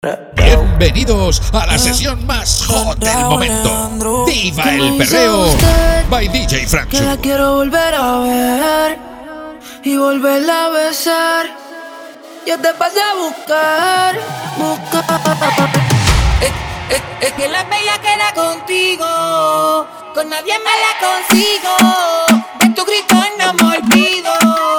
Bienvenidos a la sesión más hot del momento. Viva el perreo by DJ Franchu. Que la quiero volver a ver y volverla a besar. Yo te pasé a buscar. Es que la bella queda contigo, con nadie me la consigo. De tu grito no me olvido.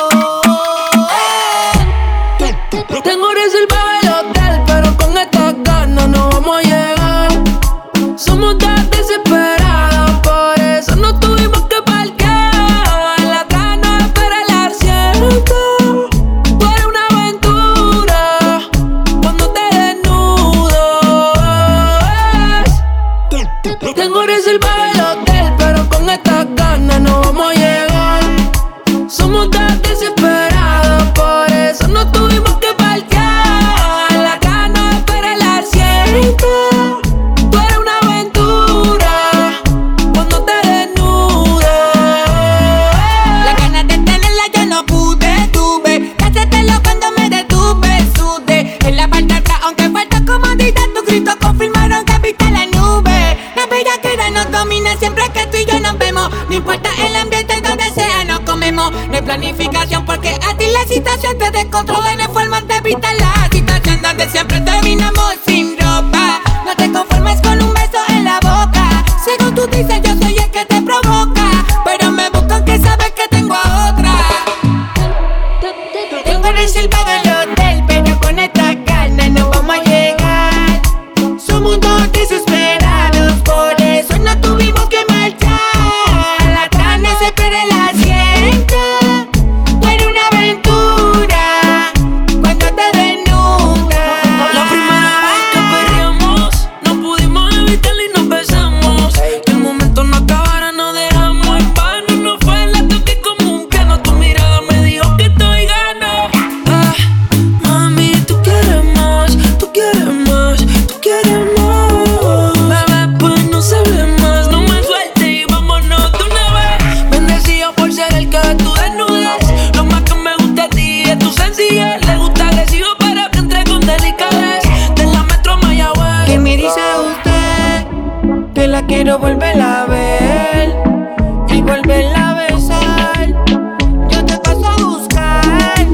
Tengo reservado el hotel, pero con estas ganas no vamos a llegar. Somos tan desesperados, por eso no tuvimos que parquear. La gana espera el asiento. Tú eres una aventura cuando te desnudas. Tengo reservado el hotel, pero con estas ganas no vamos a llegar. Somos tan desesperados, por eso no tuvimos que parquear. La gana espera el asiento. Tú eres una aventura cuando te desnudas. La ganas de tenerla yo no tuve. Cásatelo cuando me detuve, sudé. En la parte de atrás, aunque falta comodidad, tus gritos confirmaron que viste la nube. La bella que nos domina siempre que tú y yo nos vemos. No importa el ambiente donde sea, nos comemos. No hay planificación porque a ti la situación te descontrola. No hay forma de evitar la situación donde siempre terminamos sin ropa. No te conformes con un beso en la boca. Según tú dices, yo soy el que te provoca, pero me buscan que sabes que tengo a otra. Tengo reservado el hotel, pero con esta carne no vamos a llegar. Somos dos desesperados, por eso no tuvimos que marchar. La carne se espera el asiento. Tú eres una aventura cuando te desnudas. La primera vez que perreamos, no pudimos evitarlo y nos besamos. Que el momento no acabara, no dejamos en vano. No fue la toque como un piano. Tu mirada me dijo que estoy gano. Mami, tú quieres más, tú quieres más, tú quieres más. Bebé, pues no se hable más, no me sueltes y vámonos de una vez. Bendecido por ser el que tú desnudes. Lo más que me gusta a ti es tu sencillez. Le gusta agresivo, pero que entre con delicadez. De la Metro Mayagüez. ¿Qué me dice usted? Que la quiero volver a ver y volverla a besar. Yo te paso a buscar.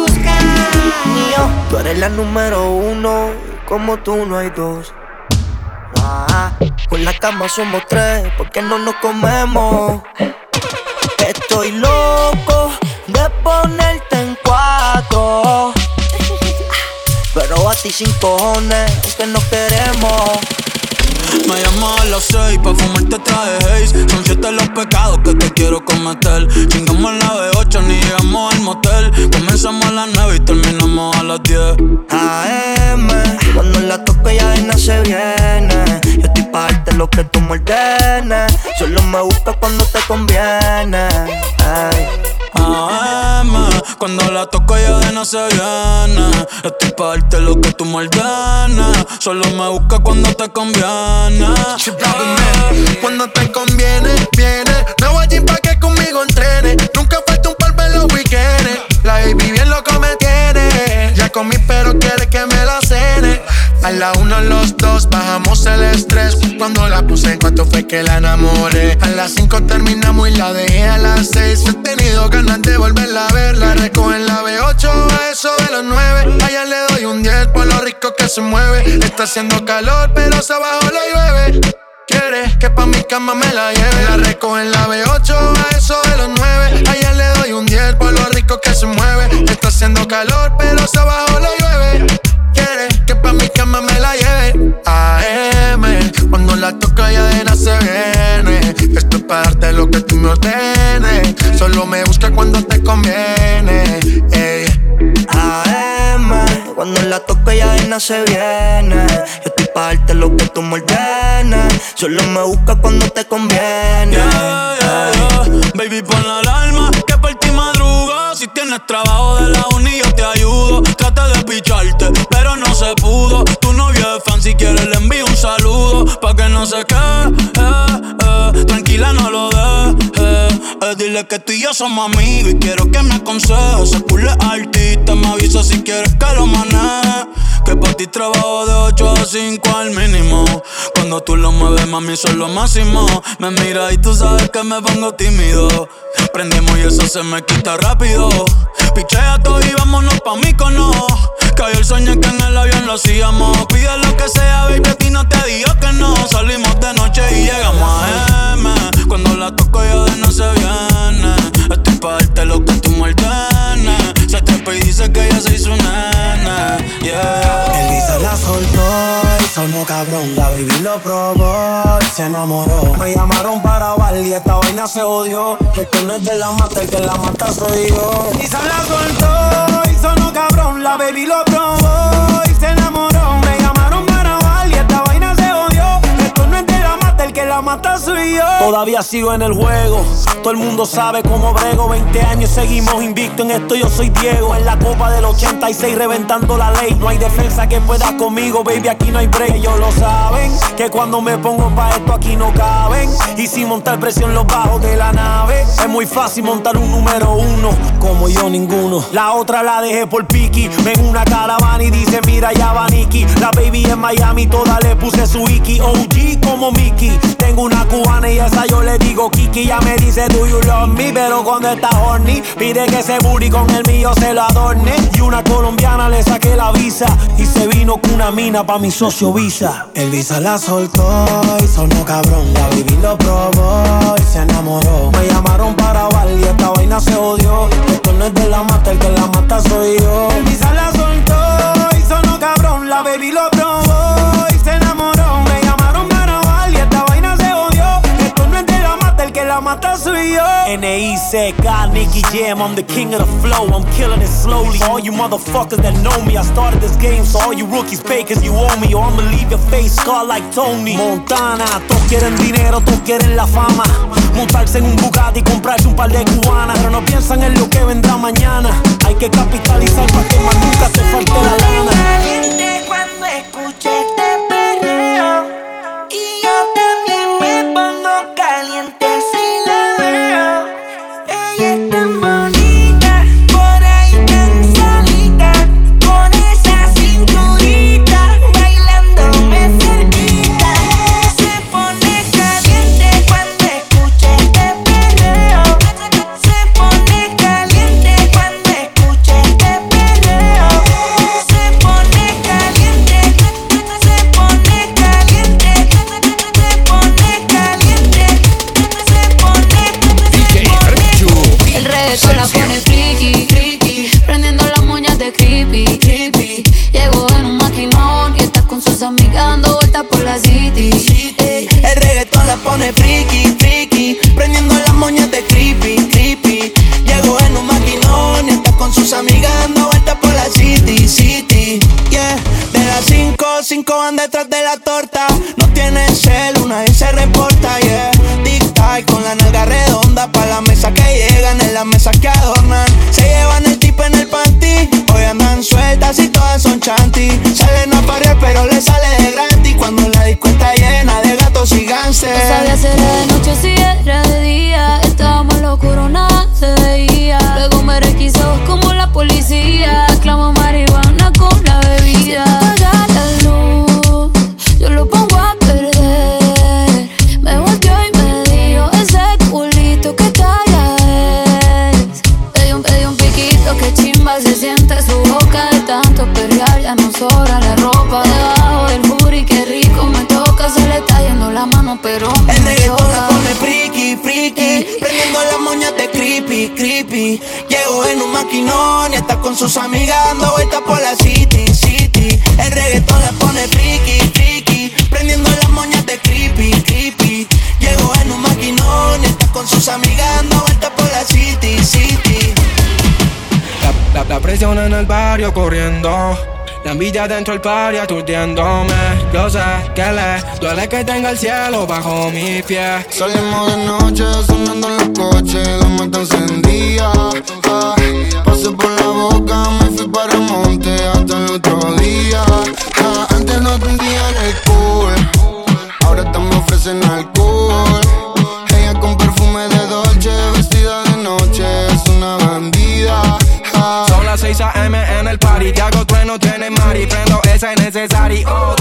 Tú eres la número uno, como tú no hay dos. Con la cama somos tres, porque no nos comemos. Estoy loco de ponerte en cuatro, pero a ti sin cojones, aunque no queremos. Me llamas a las 6 pa' fumarte traje Haze. Son 7 los pecados que te quiero cometer. Chingamos en la B8, ni llegamos al motel. Comenzamos a las 9 y terminamos a las 10 AM, cuando la toco ya de nada se viene. Yo estoy pa' darte lo que tú me ordenes. Solo me buscas cuando te conviene. Ay. AM, cuando la toco ya de no se viene. Estoy pa' darte lo que tú me ordenes. Solo me busca cuando te conviene. Cuando te conviene, viene. Me voy allí pa' que conmigo entrene. Nunca falta un polvo en los weekends. La baby bien loco me tiene. Ya comí pero quiere que me la cene. A la 1, los 2, bajamos el estrés. Cuando la puse en cuanto fue que la enamoré. A las 5 terminamos y la dejé a las 6. He tenido ganas de volverla a ver. La recojo en la B8 a eso de los 9. Allá le doy un 10 por lo rico que se mueve. Está haciendo calor pero se abajo lo llueve. Quiere que pa' mi cama me la lleve. La recojo en la B8 a eso de los 9. Allá le doy un 10 por lo rico que se mueve. Está haciendo calor pero se abajo lo llueve. Quiere que pa' mi cama me la lleve. AM, cuando la toca ya de nada se viene. Esto es pa' darte lo que tú me ordenes. Solo me busca cuando te conviene. AM, cuando la toco ya de nada se viene. Yo estoy pa' darte lo que tú me ordenes. Solo me busca cuando te conviene. Baby, pon la alarma que por ti madruga. Si tienes trabajo de la uni yo te ayudo. Traté de picharte, pero no se pudo. Tu novio es fan, si quieres le envío un saludo. Pa' que no se quede, tranquila no lo dejes. dile que tú y yo somos amigos y quiero que me aconsejes. Ese culo es artista, me avisa si quieres que lo maneje. Que pa' ti trabajo de 8 a 5 al mínimo. Cuando tú lo mueves, mami, son lo máximo. Me mira y tú sabes que me pongo tímido. Prendemos y eso se me quita rápido. Pichea todo y vámonos pa' Mykonos. Cayó el sueño que en el avión lo hacíamos. Pide lo que sea, baby, a ti no te digo que no. Salimos de noche y llegamos a M. Cuando la toco ya de no se viene. Estoy pa' darte lo que tú me ordenes. Se trepa y dice que ya se hizo nena, yeah. Elisa la soltó y sonó cabrón. La baby lo probó y se enamoró. Me llamaron para bailar y esta vaina se odió. Esto no es de la mata, el que la mata soy yo. Elisa la soltó y sonó cabrón. La baby lo probó y se enamoró. Me llamaron para bailar y esta vaina se odió. Esto no es de la mata, el que la mata soy yo. Todavía sigo en el juego. Todo el mundo sabe cómo brego. 20 años seguimos invicto en esto, yo soy Diego. En la copa del 86 reventando la ley. No hay defensa que pueda conmigo, baby, aquí no hay break. Ellos lo saben, que cuando me pongo pa' esto aquí no caben. Y sin montar presión los bajos de la nave. Es muy fácil montar un número uno, como yo ninguno. La otra la dejé por Piki. Ven una caravana y dice mira ya va Nicky. La baby en Miami toda le puse su Iki. OG como Mickey. Tengo una cubana y esa yo le digo Kiki. Ya me dice do you love me, pero cuando está horny pide que ese booty con el mío se lo adorne. Y una colombiana le saqué la visa y se vino con una mina pa' mi socio Visa. El Visa la soltó y sonó cabrón. La baby lo probó y se enamoró. Me llamaron para bailar y esta vaina se odió. Esto no es de la mata, el que la mata soy yo. El Visa la soltó y sonó cabrón. La baby lo probó y se enamoró. Me llamaron para bailar y esta vaina se odió. Esto no es de la mata, el que la mata soy yo. N.E.C.K. Nicky Jam, I'm the king of the flow. I'm killing it slowly. All you motherfuckers that know me, I started this game, so all you rookies pay cause you owe me, or I'ma leave your face scarred like Tony Montana. Todos quieren dinero, todos quieren la fama. Montarse en un Bugatti y comprarse un par de cubanas. Pero no piensan en lo que vendrá mañana. Hay que capitalizar para que más nunca te falte la lana. Caliente cuando escuche este perreo. Y yo también me pongo caliente si la veo. Ella es tan bonita, por ahí tan solita, con esa cinturita, bailándome cerquita. Se pone caliente cuando escucha este perreo. Se pone caliente cuando escucha este perreo. Se pone caliente, se pone caliente, se pone caliente, se pone. DJ Ferchu. El reggaetón la pone friki, friki, prendiendo las moñas de creepy, creepy. Llegó en un maquinón y está con sus amigas dando vueltas por la city. El reggaetón la pone friki, friki, prendiendo las moñas de creepy, creepy. Llegó en un maquinón y está con sus amigas dando vueltas por la city, city. Yeah, de las 5 van detrás de la torta. No tienen celu, nadie se reporta, yeah. Tic-tac con la nalga redonda pa' la mesa que llegan, en las mesas que adornan. Se llevan el tipo en el panty, hoy andan sueltas y todas son chanty. Salen a parir pero le sale de gratis cuando la disco está llena de gatos y gánster. No sabía si era de noche o si era de día. Estábamos en lo oscuro, nada se veía. Luego me requisó como la policía. Clamo marihuana con la bebida. Apaga la luz, yo lo pongo a perder. Me volteó y me dijo ese culito que talla es. Pedí un piquito que chimba se siente su boca. De tanto perrear ya no sobra la ropa. Debajo del booty que rico me toca. Se le está yendo la mano pero no el me reggaetón choca. la pone friki, friki, prendiendo las moñas de creepy, creepy. Llegó en un maquinón y está con sus amigas dando vueltas por la city, city. El reggaetón la pone friki, friki, prendiendo las moñas de creepy, creepy. Llegó en un maquinón y está con sus amigas dando vueltas por la city, city. La presión en el barrio corriendo, la envidia dentro del party aturdiéndome. Yo sé que le duele que tenga el cielo bajo mis pies. Salimos de noche sonando en los coches, la mata encendía. Pasé por la boca, me fui para el monte hasta el otro día. Antes no atendían el cool, ahora me ofrecen alcohol. Ella con perfume de Dolce, vestida de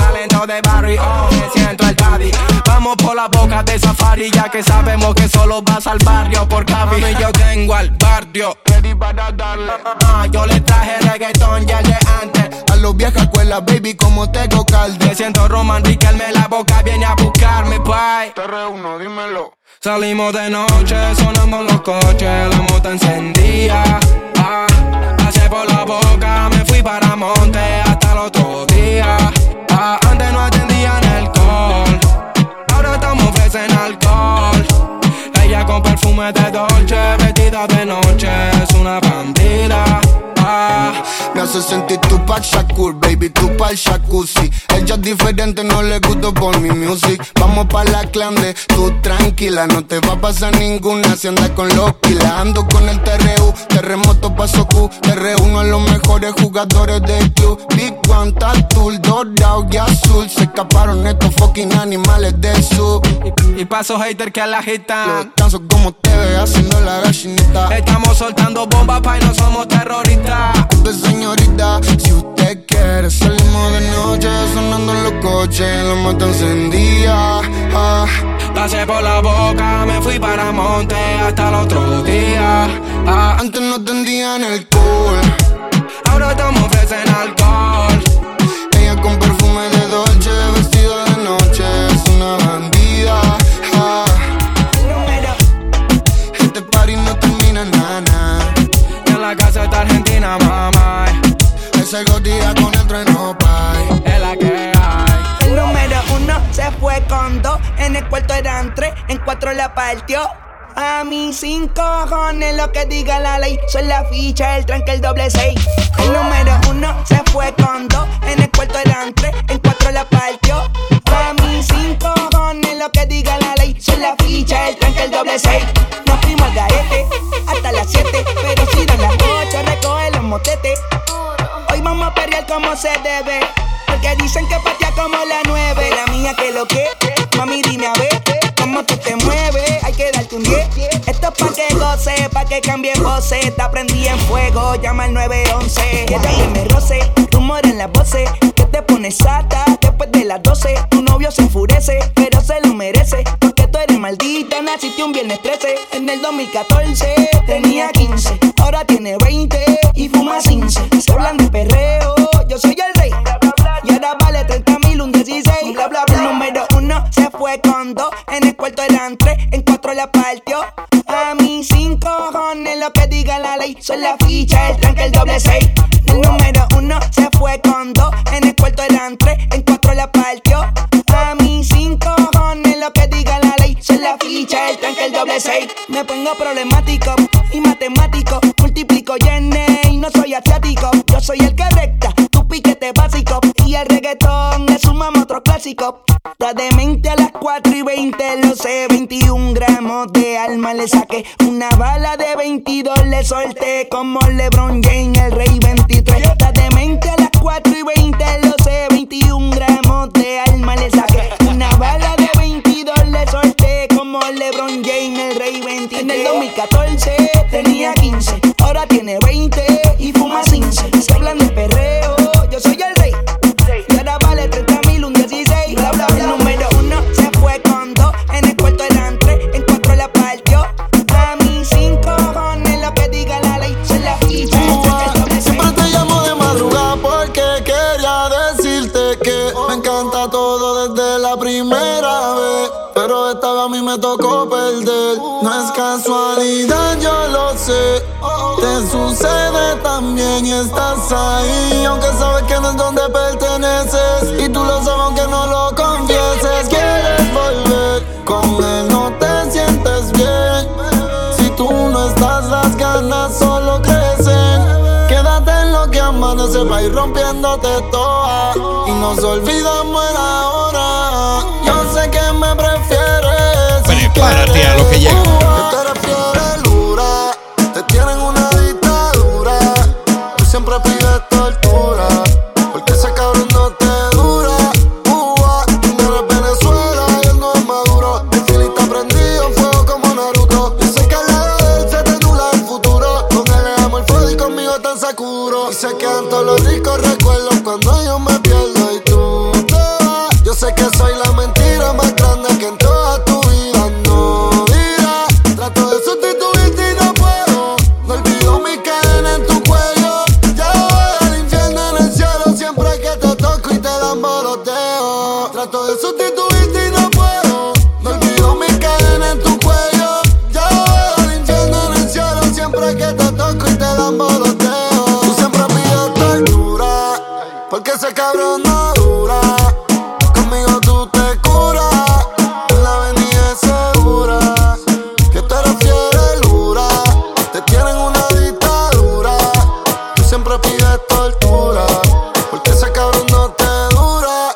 talento de barrio, me siento el daddy. Vamos por la boca de safari, ya que sabemos que solo vas al barrio por Cavi. Y yo tengo al barrio ready para darle. Yo le traje reggaetón ya de antes. A los viejas escuelas, baby, como Tego Calde. Me siento Roman Riquelme, la boca viene a buscarme, bye. Te reúno, dímelo. Salimos de noche, sonando los coches, la moto encendía. Pasé por la boca, me fui para monte hasta el otro día. Antes no atendían el call, ahora estamos ofrecen alcohol. Ella con perfume de Dolce, vestida de noche, es una bandida. Me hace sentir Tupac Shakur, baby, Tupac Jacuzzi. Ella es diferente, no le gusto por mi music. Vamos pa' la clande, tú tranquila, no te va a pasar ninguna si andas con los pilas. Ando con el TRU, terremoto paso Q. Te reúno a los mejores jugadores del club. Big One, Tatul, dorado y azul. Se escaparon estos fucking animales del sur. Y paso hater que la agitan. Yo descanso como te ve haciendo la gallinita. Estamos soltando bombas pa' y no somos terroristas. Pues señorita, si usted quiere salimos de noche, sonando en los coches, la moto encendía. Pasé por la boca, me fui para monte hasta el otro día. Antes no tendían el cool, ahora estamos ofrecen alcohol. Ella con perfume de Dolce, vestida de noche, es una bandida. Este party no termina nada. Y en la casa está Argentina, mamá. Ese gotilla con el trueno, pay. Es la que hay. El número 1 se fue con 2, en el cuarto eran 3, en 4 la partió. A mí 5 cojones lo que diga la ley, son la ficha, el tranque, el doble 6. El número 1 se fue con 2, en el cuarto eran 3, en 4 la partió. A mí 5 cojones lo que diga la ley, son la ficha, el tranque, el doble 6. Nos fuimos al garete hasta las 7, pero si dan las 8 recoge los motetes. Hoy vamos a perrear como se debe, porque dicen que patea como la 9. La mía que lo que, mami dime a ver cómo tú te mueves, hay que darte un 10. Esto es pa' que goce, pa' que cambie voces. Te prendí en fuego, llama al 911. Quiero que me roce, rumor en las voces, que te pones sata después de las 12. Tu novio se enfurece, pero se lo merece, porque tú eres maldita, naciste un viernes 13. En el 2014 tenía 15, ahora tiene 20 y fuma 15. Se hablan de perreo, yo soy el rey, y ahora vale 30,000 un 16. Bla bla bla. El número 1 se fue con 2, en el cuarto eran 3, en 4 la partió. A mí 5 cojones lo que diga la ley, son la ficha, el tranque, el doble 6. El número 1 se fue con 2, en el cuarto eran 3, en 4 la partió. A mí 5 cojones lo que diga la ley, son la ficha, el tranque, el doble 6. Me pongo problemático y matemático, multiplico yenes y no soy asiático. Yo soy el que recta, tu piquete básico, y el reggaetón le sumamos otro clásico. Está demente a las 4:20, lo sé, 21 gramos de alma le saqué. Una bala de 22 le solté, como LeBron James, el rey 23. Está demente a las 4:20, lo sé, 21 gramos de alma le saqué. Una bala de 22 le solté, como LeBron James, el rey 23. En el 2014 tenía 15, ahora tiene 20 y fuma 15. Se hablan de perreo, yo soy el rey, y ahora vale 30,000 un 16. Bla bla bla. El número 1 se fue con 2, en el cuarto eran 3, en 4 la partió. A mí 5 cojones lo que diga la ley, son la ficha. Siempre te llamo de madrugada porque quería decirte que me encanta todo desde la primera vez, pero esta vez a mí me tocó perder. No es casualidad, yo lo sé, te sucede también y estás ahí, aunque sabes que no es donde perteneces, y tú lo sabes aunque no lo confieses. Quieres volver, con él no te sientes bien. Si tú no estás, las ganas solo crecen. Quédate en lo que amanece pa' ir rompiéndote toda, y nos olvidamos el ahora. Yo sé que me prefieres, prepárate a lo que llega. que te refieres lura, te tienen una dictadura. Tú siempre pides tortura, porque ese cabrón no te dura. Tú no eres Venezuela y él no es Maduro. El fili está prendido, fuego como Naruto. Yo sé que al lado de él se te nubla el futuro. Con él es amor fuego y conmigo tan seguro. Y se quedan todos los ricos recuerdos cuando yo me pierdo y tú te sé que soy la mentira más grande que en toda tu vida. No, vida, trato de sustituirte y no puedo. No olvido mi cadena en tu cuello. Ya voy al infierno en el cielo siempre que te toco y te dan voloteo. Trato de sustituirte y no puedo. No olvido mi cadena en tu cuello. Ya voy al infierno en el cielo siempre que te toco y te dan voloteo. Tú siempre pides tortura porque ese cabrón no dura. Conmigo tú te curas, en la avenida es segura. Que tú eres fiel dura, te tienen una dictadura. Tú siempre pides tortura, porque ese cabrón no te dura.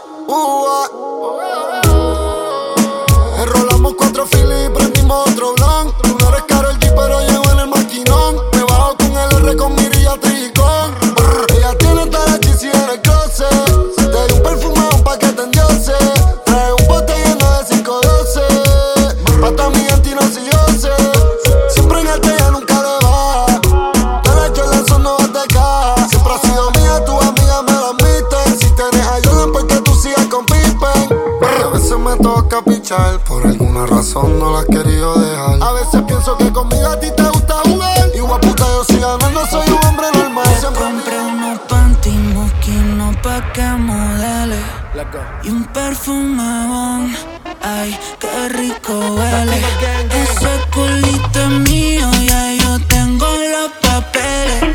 Enrolamos 4 filis y prendimos otro blanc. Tú no eres Karol G pero llego en el maquinón. Me bajo con el R con mirilla tricón. Ella tiene toda la cheesy en el closet. Te doy un perfume, un paquete en dioses. Trae un bote lleno de 512. Pa' toda mi gente y no si yo sé. Siempre en alta ella nunca le baja. Te la echo el son no vas de caja. Siempre ha sido mía, tu amiga me lo admiten. Si tienes a Jordan porque tú sigas con Pippen. A veces me toca pichar, por alguna razón no la has querido dejar. A veces pienso que conmigo a ti te gusta jugar. Igual puta yo si ganando soy un hombre normal. Siempre compré unos panty mosquinos pa' que modele y un perfume bon. Ay, qué rico huele. Ese culito es mío, ya yo tengo los papeles.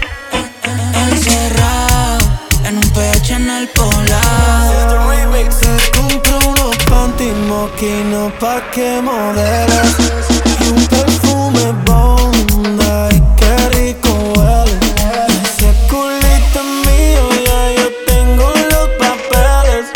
Encerrado en un PH en el poblado. Te compré unos panty mosquinos pa' que modeles y un perfume Bond. Ay, qué rico huele. Ese culito es mío, ya yo tengo los papeles.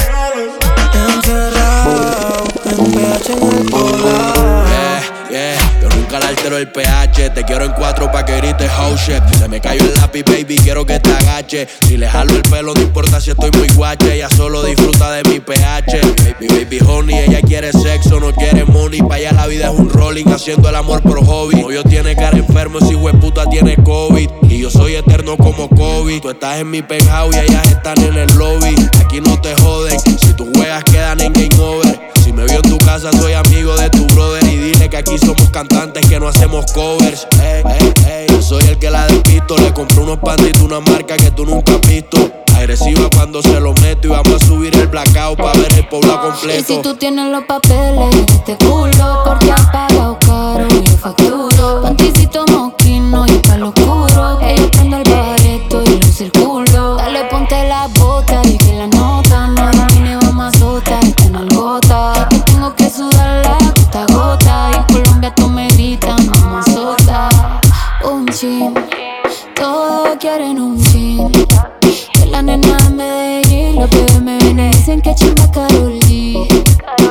Encerrado en un PH en el poblado. Yo nunca le altero el pH. Te quiero en 4 pa' que grites oh shit. Se me cayó el lápiz, baby, quiero que te agache. Si le jalo el pelo, no importa si estoy muy guache. Ella solo disfruta de mi pH. Mi baby honey, ella quiere sexo, no quiere money. Pa' allá la vida es un rolling, haciendo el amor por hobby. Novio tiene cara enfermo, ese hueputa tiene COVID. Y yo soy eterno como COVID. Tú estás en mi penthouse y ellas están en el lobby. Aquí no te joden, si tus juegas quedan en game over. Si me vio en tu casa, soy amigo de tu brother. Y dile que aquí somos cantantes que no hacemos covers. Yo soy el que la despisto. Le compré unos pantitos, una marca que tú nunca has visto. Agresiva cuando se lo meto. Y vamos a subir el blackout pa' ver el pueblo completo. Y si tú tienes los papeles de este culo, porque has pagado caro y yo facturo. Panticito mosquino y palo oscuro. Yo prendo el bareto y lo circulo. Dale, ponte la bota y que la nota no domine, vamos a azotar esta nalgota. Que tengo que sudarla gota a gota. Y en Colombia tú me gritas, mamá sota. Un chin, todos quieren un chin. Que la nena de Medellín, los bebés me ven y dicen que chimba Karol G.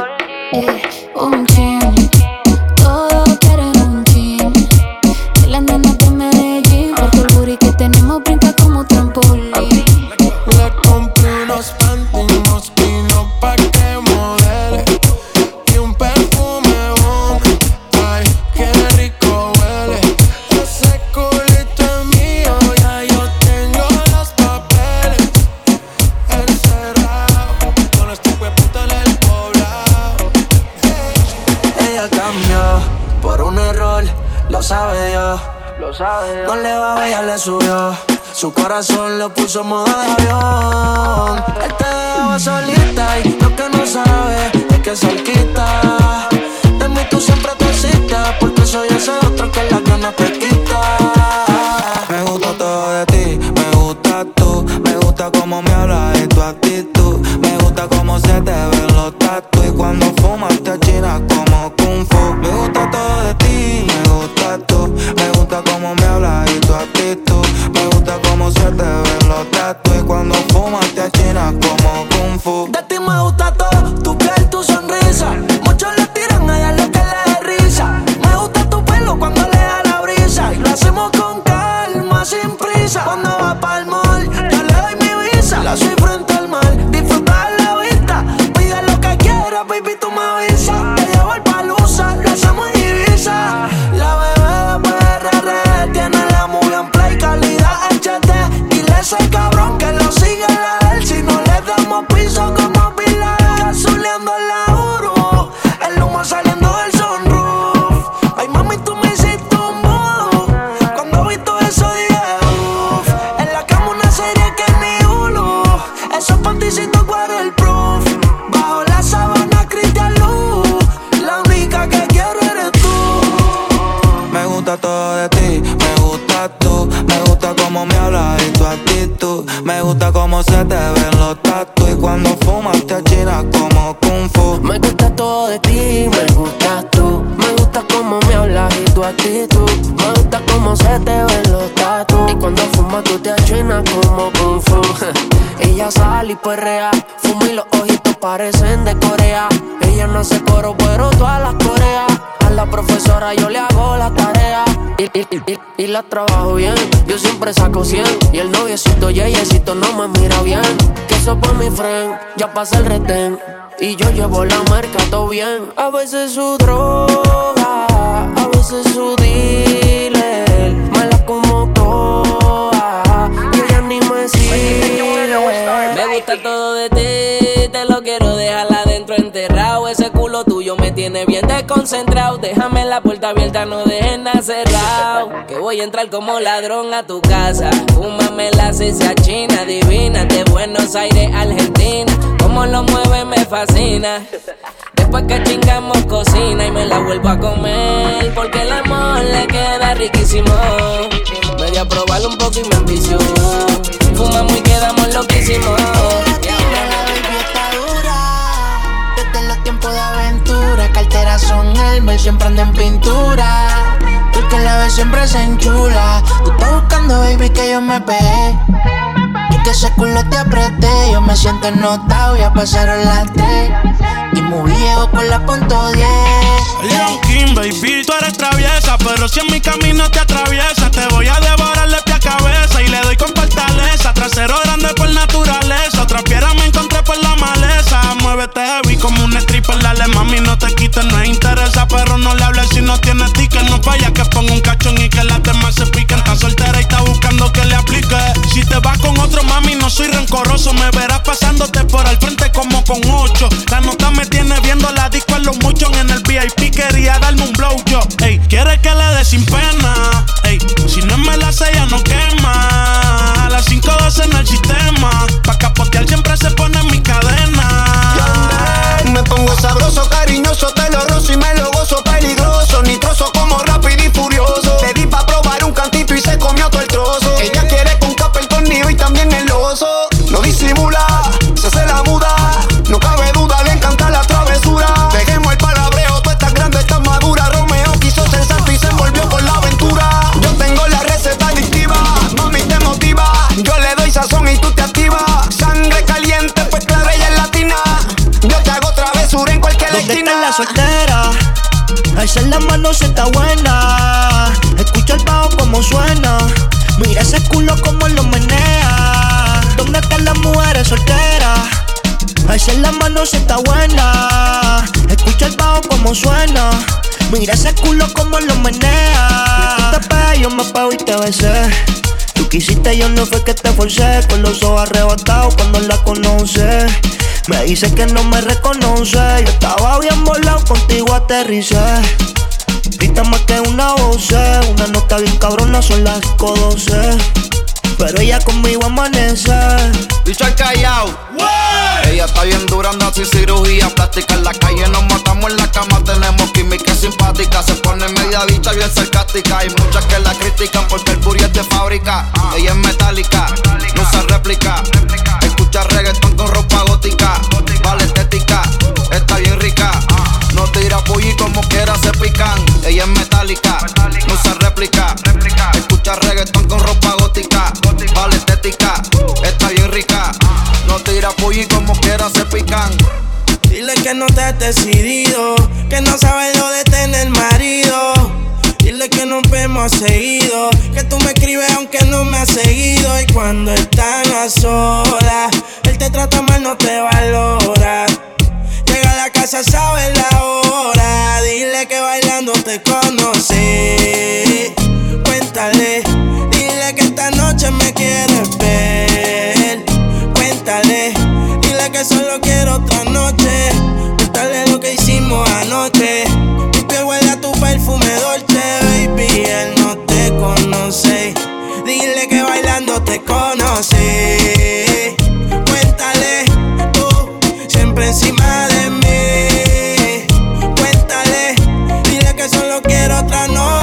Un chin, todos quieren un chin. Que la nena de Medellín, porque el booty que tenemos brinca como trampolín. Le compré unos panty mosquinos pa' que modele y un perfume bon. Ay, qué rico huele. Ese culito es mío, ya yo tengo los papeles. Encerrado con este hueputa en el poblado. Ella cambió por un error, lo sabe Dios. No le va a ella le subió. Su corazón lo puso en modo de avión. Él te dejaba solita y lo que no sabe es que cerquita de mí tú siempre te citas, porque soy ese otro que las ganas te quita. Me gusta todo de ti, me gusta tú. Me gusta cómo me hablas y tu actitud. Me gusta cómo se te ven los tatu. Y cuando fumas te achinas como kung fu. Me gusta todo de ti, me gusta tú. Me gusta cómo me hablas y tu actitud. Me gusta cómo se te ven los tatu. Y cuando fumas te achinas como kung fu. De ti me gusta todo, tu piel, tu sonrisa. Muchos le tiran a ella lo que le dé risa. Me gusta tu pelo cuando le da la brisa. Y lo hacemos con calma, sin prisa. Cuando va pa'l mall, yo le doy mi visa. La soy frente al mar, disfruta de la vista. Pide lo que quieras, baby, tú me avisas. Te llevo al Palusa, lo hacemos en Ibiza. La bebé de PRR tiene la movie en play, calidad HD. Dile a ese cabrón que lo sigue la él. Si no le damos piso como Pilar. gusta todo de ti, me gusta tú. Me gusta cómo me hablas y tu actitud. Me gusta cómo se te ven los tatuajes. Y cuando fumas te achinas como Kung Fu. Me gusta todo de ti, me gustas tú. Me gusta cómo me hablas y tu actitud. Me gusta cómo se te ven los tatuajes. Y cuando fumas tú te achinas como Kung Fu. Ella sale y perrea, fuma y los ojitos parecen de Corea. Ella no hace coro pero todas las coreas. A la profesora yo le hago la tarea y la trabajo bien. Yo siempre saco 100 y el noviecito yeyecito no me mira bien. Que eso pa' mi friend, ya pasa el retén y yo llevo la marca todo bien. A veces su droga, a veces su dealer, mala como toda y ella ni me sigue. Me gusta todo de ti, te lo quiero dejar adentro enterrado. Ese culo tuyo me tiene bien desconcentrado. Déjame la puerta abierta, no dejes nada cerrado. Que voy a entrar como ladrón a tu casa. Fúmame la esencia china, divina, de Buenos Aires, Argentina. Como lo mueve me fascina. Después que chingamos cocina y me la vuelvo a comer, porque el amor le queda riquísimo. Me di a probar un poco y me envició. Fumamos y quedamos loquísimos. Desde los tiempos de aventura, carteras son Elmer, siempre ando en pintura. Tú que la ves siempre se enchula. Tú estás buscando, baby, que yo me pegué. Y que ese culo te apreté. Yo me siento ennotado, ya pasaron las 3. Y muy viejo con la punto 10. Leon King, baby, tú eres traviesa, pero si en mi camino te atraviesa, te voy a devorar de pie a cabeza y le doy con fortaleza. Trasero grande por naturaleza, otra piedra me encontré por la maleza. Muévete heavy como un stripper, dale mami, no te quites, no interesa, pero no le hables si no tienes ticket. No falla que ponga un cachón y que las demás se piquen. Está soltera y está buscando que le aplique. Si te vas con otro, mami, no soy rencoroso. Me verás pasándote por al frente como con 8. La nota me tiene viendo la disco en los muchos. En el VIP quería darme un blow yo. Ey, quiere que le dé sin pena. Ey, si no me la sella no quema. A las 5:12 en el sistema. Pa' capotear siempre se pone en mi cadena. Me pongo sabroso, cariñoso, te lo rozo y me lo gozo. Peligroso, nitroso como rápido y furioso. Le di pa' probar un cantito y se comió todo el trozo. Ella quiere con capa el tornillo y también el oso. No disimula, se hace la muda. No cabe duda, le encanta la travesura. Dejemos el palabreo, tú estás grande, estás madura. Romeo quiso ser santo y se envolvió con la aventura. Yo tengo la receta adictiva, mami te motiva. Yo le doy sazón y tú te activas. Sangre caliente, pues clara ella es latina. Yo te hago travesura en cualquier esquina. ¿Dónde está la soltera? Alza la mano si está buena. Escucha el bajo como suena. Mira ese culo como lo menea. ¿Dónde están las mujeres solteras? Alza la mano si está buena. Escucha el bajo como suena. Mira ese culo como lo menea. Y tú te pegas, yo me pego y te besé. Tú quisiste, yo no fue que te forcé. Con los ojos arrebatados cuando la conoce. Me dice que no me reconoce. Yo estaba bien volado, contigo aterricé. Grita más que una voz. Una nota bien cabrona, son las 5:12. Pero ella conmigo amanece. Bicho al callao. Ella está bien dura, anda sin cirugía plástica. En la calle nos matamos, en la cama tenemos química simpática. Se pone media bicha bien sarcástica. Hay muchas que la critican porque el booty es de fábrica. Ella es metálica, no usa réplica. Escucha reggaetón con ropa gótica. Vale estética, está bien rica. No tira pollo y como quiera se pican. Ella es metálica, no usa réplica. Escucha reggaetón con ropa gótica. Vale estética, está bien rica. No tira pollo y como quiera se pican. Dile que no te has decidido, que no sabes lo de tener marido. Dile que nos vemos seguido, que tú me escribes aunque no me has seguido. Y cuando están a solas, él te trata mal, no te valora. Llega a la casa, sabe la hora. Dile que bailando te conocí. Cuéntale, dile que esta noche me quieres ver. Cuéntale, dile que solo quiero otra noche. Cuéntale lo que hicimos anoche. Mi piel huele a tu perfume Dolce, baby, él no te conoce. Dile que bailando te conocí. Cuéntale, tú siempre encima de mí. Cuéntale, dile que solo quiero otra noche.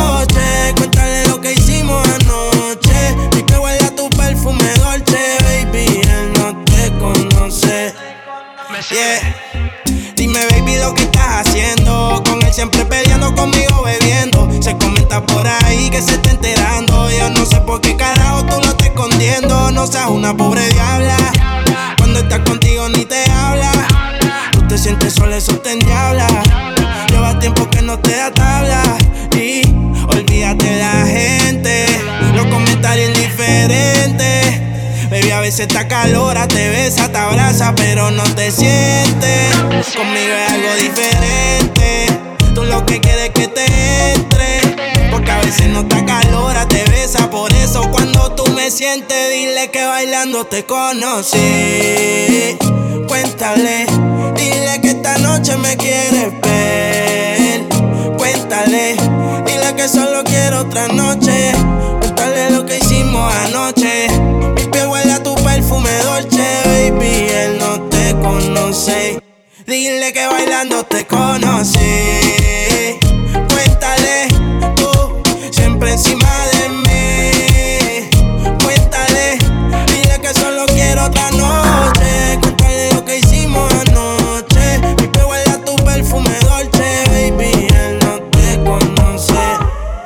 Dime baby lo que estás haciendo. Con él siempre peleando, conmigo bebiendo. Se comenta por ahí que se está enterando. Yo no sé por qué carajo tú lo estás escondiendo. No seas una pobre diabla. Cuando estás contigo ni te habla. Tú te sientes sola, eso te endiabla. Lleva tiempo que no te da tabla. Y olvídate de la gente, los comentarios indiferentes. Baby, a veces te acalora, te besa, te abraza, pero no te sientes. Conmigo es algo diferente. Tú lo que quieres es que te entre, porque a veces no te acalora, te besa. Por eso cuando tú me sientes, dile que bailando te conocí. Cuéntale, dile que esta noche me quieres ver. Cuéntale, dile que solo quiero otra noche. Cuéntale lo que hicimos anoche. Mi piel huele a tu perfume Dolce, baby, él no te conoce. Dile que bailando te conocí. Cuéntale, tú siempre encima de mí. Cuéntale, dile que solo quiero otra noche. Cuéntale lo que hicimos anoche. Mi piel huele a tu perfume Dolce, baby, él no te conoce.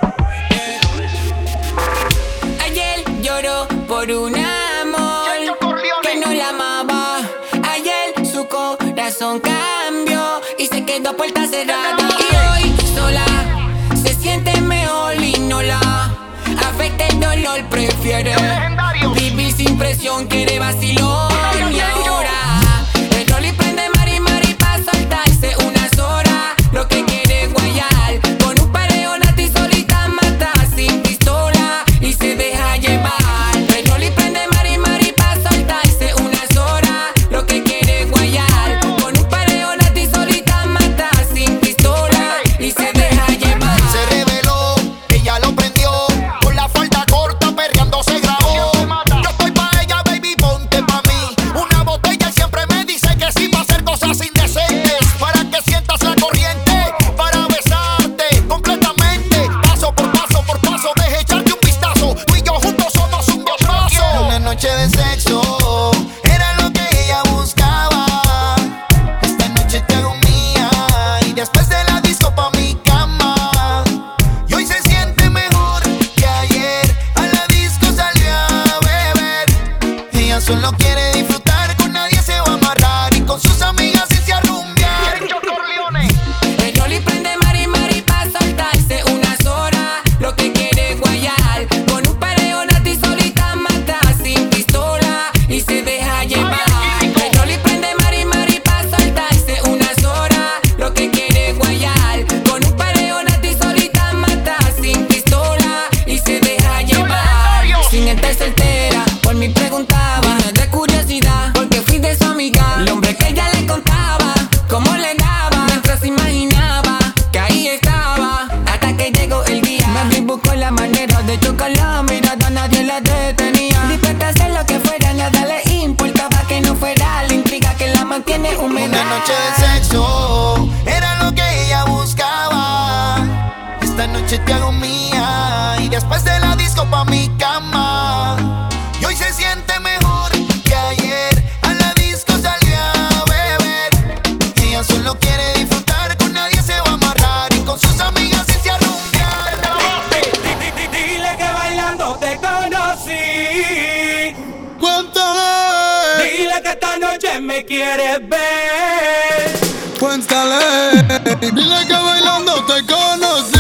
Ayer lloró por un amor que no la amaba. Ayer su corazón cambió y se quedó a puerta cerrada. Y hoy sola se siente mejor y no la afecta el dolor. Prefiere vivir sin presión, quiere vacilón. Y ahora el rolly prende mari pa' soltarse unas horas. Lo que quiere es guayar con un pareo nati solita, mata sin pistola y se deja llevar. El rolly prende mari pa' soltarse unas horas. Lo que quiere es guayar con un pareo nati solita, mata sin pistola y se deja llevar. Se reveló, ella lo prendió, con la falda corta perreando se grabó. Yo estoy pa' ella, baby, ponte pa' mí. Una botella y siempre me dice que sí va a hacer cosas indecentes, para que sientas la corriente, para besarte completamente. Paso por paso, deje echarte un vistazo. Tú y yo juntos somos un bombazo. Una noche de sexo era lo que ella buscaba. Esta noche te hago mía y después de la disco pa' mi cama. Y hoy se siente mejor que ayer. A la disco salió a beber. Ella solo quiere disfrutar, con nadie se va a amarrar y con sus amigas irse a rumbear. El rolly prende mari pa' soltarse unas horas. Lo que quiere es guayar con un pareo nati solita, mata sin pistola y se deja llevar. El rolly prende mari pa' soltarse unas horas. Lo que quiere es guayar con un pareo nati solita, mata sin pistola y se deja llevar. Sin estar soltera, por mí preguntaba, de curiosidad, porque fui de su amiga. El hombre que ella le contaba, cómo le daba, mientras imaginaba que ahí estaba, hasta que llegó el día. Me buscó la manera de chocarla, mirada nadie la detenía. Dispuesta a hacer lo que fuera, nada le importaba que no fuera la intriga que la mantiene húmeda. Una noche de sexo era lo que ella buscaba. Esta noche te hago mía y después de la disco pa' mi cama. Y hoy se siente mejor que ayer. A la disco salió a beber. Ella solo quiere disfrutar, con nadie se va a amarrar y con sus amigas irse a rumbear. Dile que bailando te conocí. Cuéntale, Dile que esta noche me quieres ver. cuéntale, dile que bailando te conocí.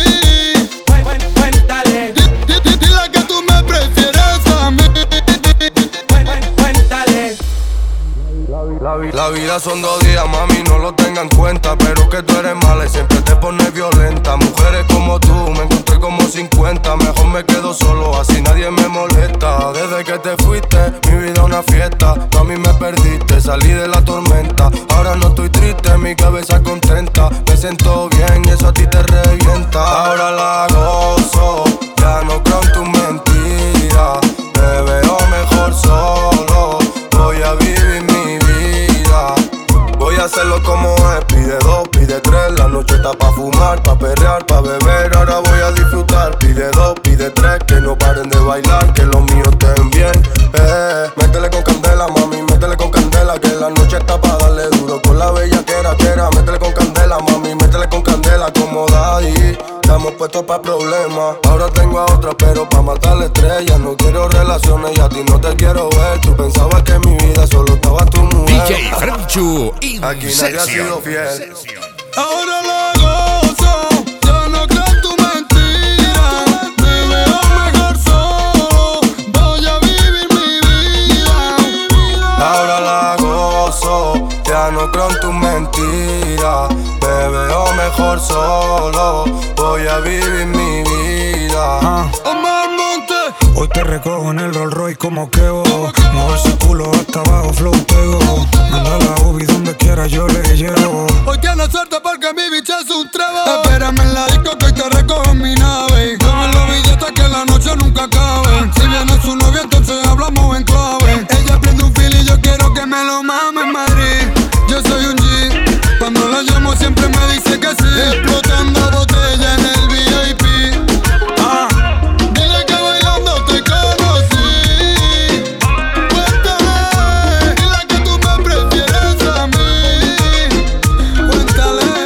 Cuéntale, Dile que tú me prefieres a mí. cuéntale. La vida son 2 días, mami, no lo tengan en cuenta. Pero que tú eres mala y siempre te pones violenta. Mujeres como tú, me encontré como 50. Mejor me quedo solo, así nadie me molesta. Desde que te fuiste, mi vida una fiesta. Mami, me perdiste, salí de la tormenta. Ahora no estoy triste, mi cabeza contenta. Me siento bien y eso a ti te revienta. Ahora la gozo, ya no creo en tus mentiras. Me veo mejor solo, voy a vivir mi vida. Voy a hacerlo como es, pide 2, pide 3. La noche está pa' fumar, pa' perrear, pa' beber. Ahora voy a disfrutar, pide 2, pide 3. Que no paren de bailar, que los míos estén bien. Métele con candela, mami, métele con candela. Que la noche está pa' darle duro con la estamos puestos pa' problemas. Ahora tengo a otra, pero pa' matar la estrella. No quiero relaciones y a ti no te quiero ver. Tú pensabas que en mi vida solo estaba tu mujer. DJ Franchu, aquí nadie ha sido fiel. Ahora la gozo, ya no creo en tu mentira. Me veo mejor solo, voy a vivir mi vida. Ahora la gozo, ya no creo en tu mentira. Me veo mejor solo, voy a vivir mi vida. Omar Monte, hoy te recojo en el Rolls Royce como Kevo. Mueve ese culo hasta abajo, flow tego. Manda la ubi donde quiera, yo le llevo. hoy tienes suerte porque mi bicha es un trevo. Espérame en la disco que hoy te recojo en mi nave. Dame los billetes que la noche nunca acabe. Si viene su novia entonces hablamos en clave. Ella prende un fil y yo quiero que me lo mame en Madrid. Yo soy un G, cuando la llamo siempre me dice que sí. Explotando botella en el VIP. Dile que bailando te conocí. Cuéntale, dile que tú me prefieres a mí. Cuéntale.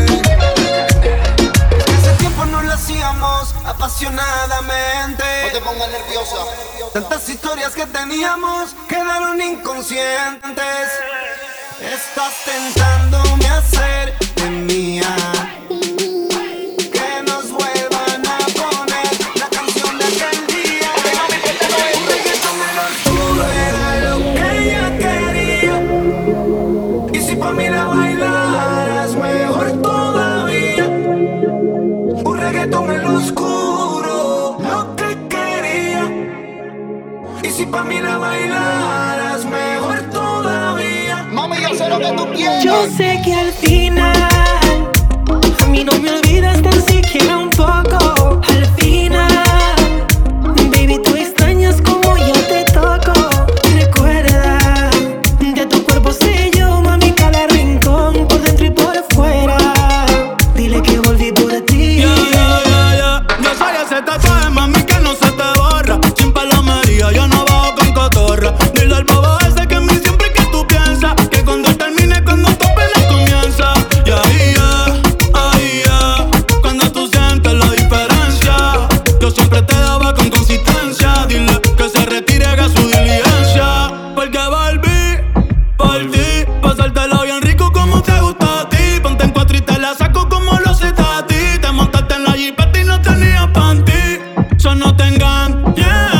Hace tiempo no lo hacíamos apasionadamente. No te pongas nerviosa. Tantas historias que teníamos quedaron inconscientes. Estás tentándome a hacer de mía. Que nos vuelvan a poner la canción de aquel día. Un reggaetón en oscuro era lo que ella quería. Y si pa' mí la bailaras mejor todavía. Un reggaetón en lo oscuro, lo que quería. Y si pa' mí la bailaras mejor todavía. Mami, yo sé lo que tú quieres. Yo sé que al final a mí no me olvidas tan siquiera un poco. Al final, baby, tú extrañas como yo te toco. Recuerda, de tu cuerpo sé yo, mami, cada rincón, por dentro y por fuera. Dile que volví por ti. Yo soy ese tatuaje, mami, que no se te borra. Sin palomería, yo no bajo con cotorra. Dile al bobo ese que en mí siempre que tú piensas. Que cuando termine, cuando tope la comienza. Y ahí ya, cuando tú sientes la diferencia. Yo siempre te daba con consistencia. Dile que se retire, haga su diligencia. Porque volví por ti, pasártelo bien rico como te gusta a ti. Ponte en cuatro y te la saco como lo sé a ti. Te montaste en la jipeta y no tenía panty. So no te engañes,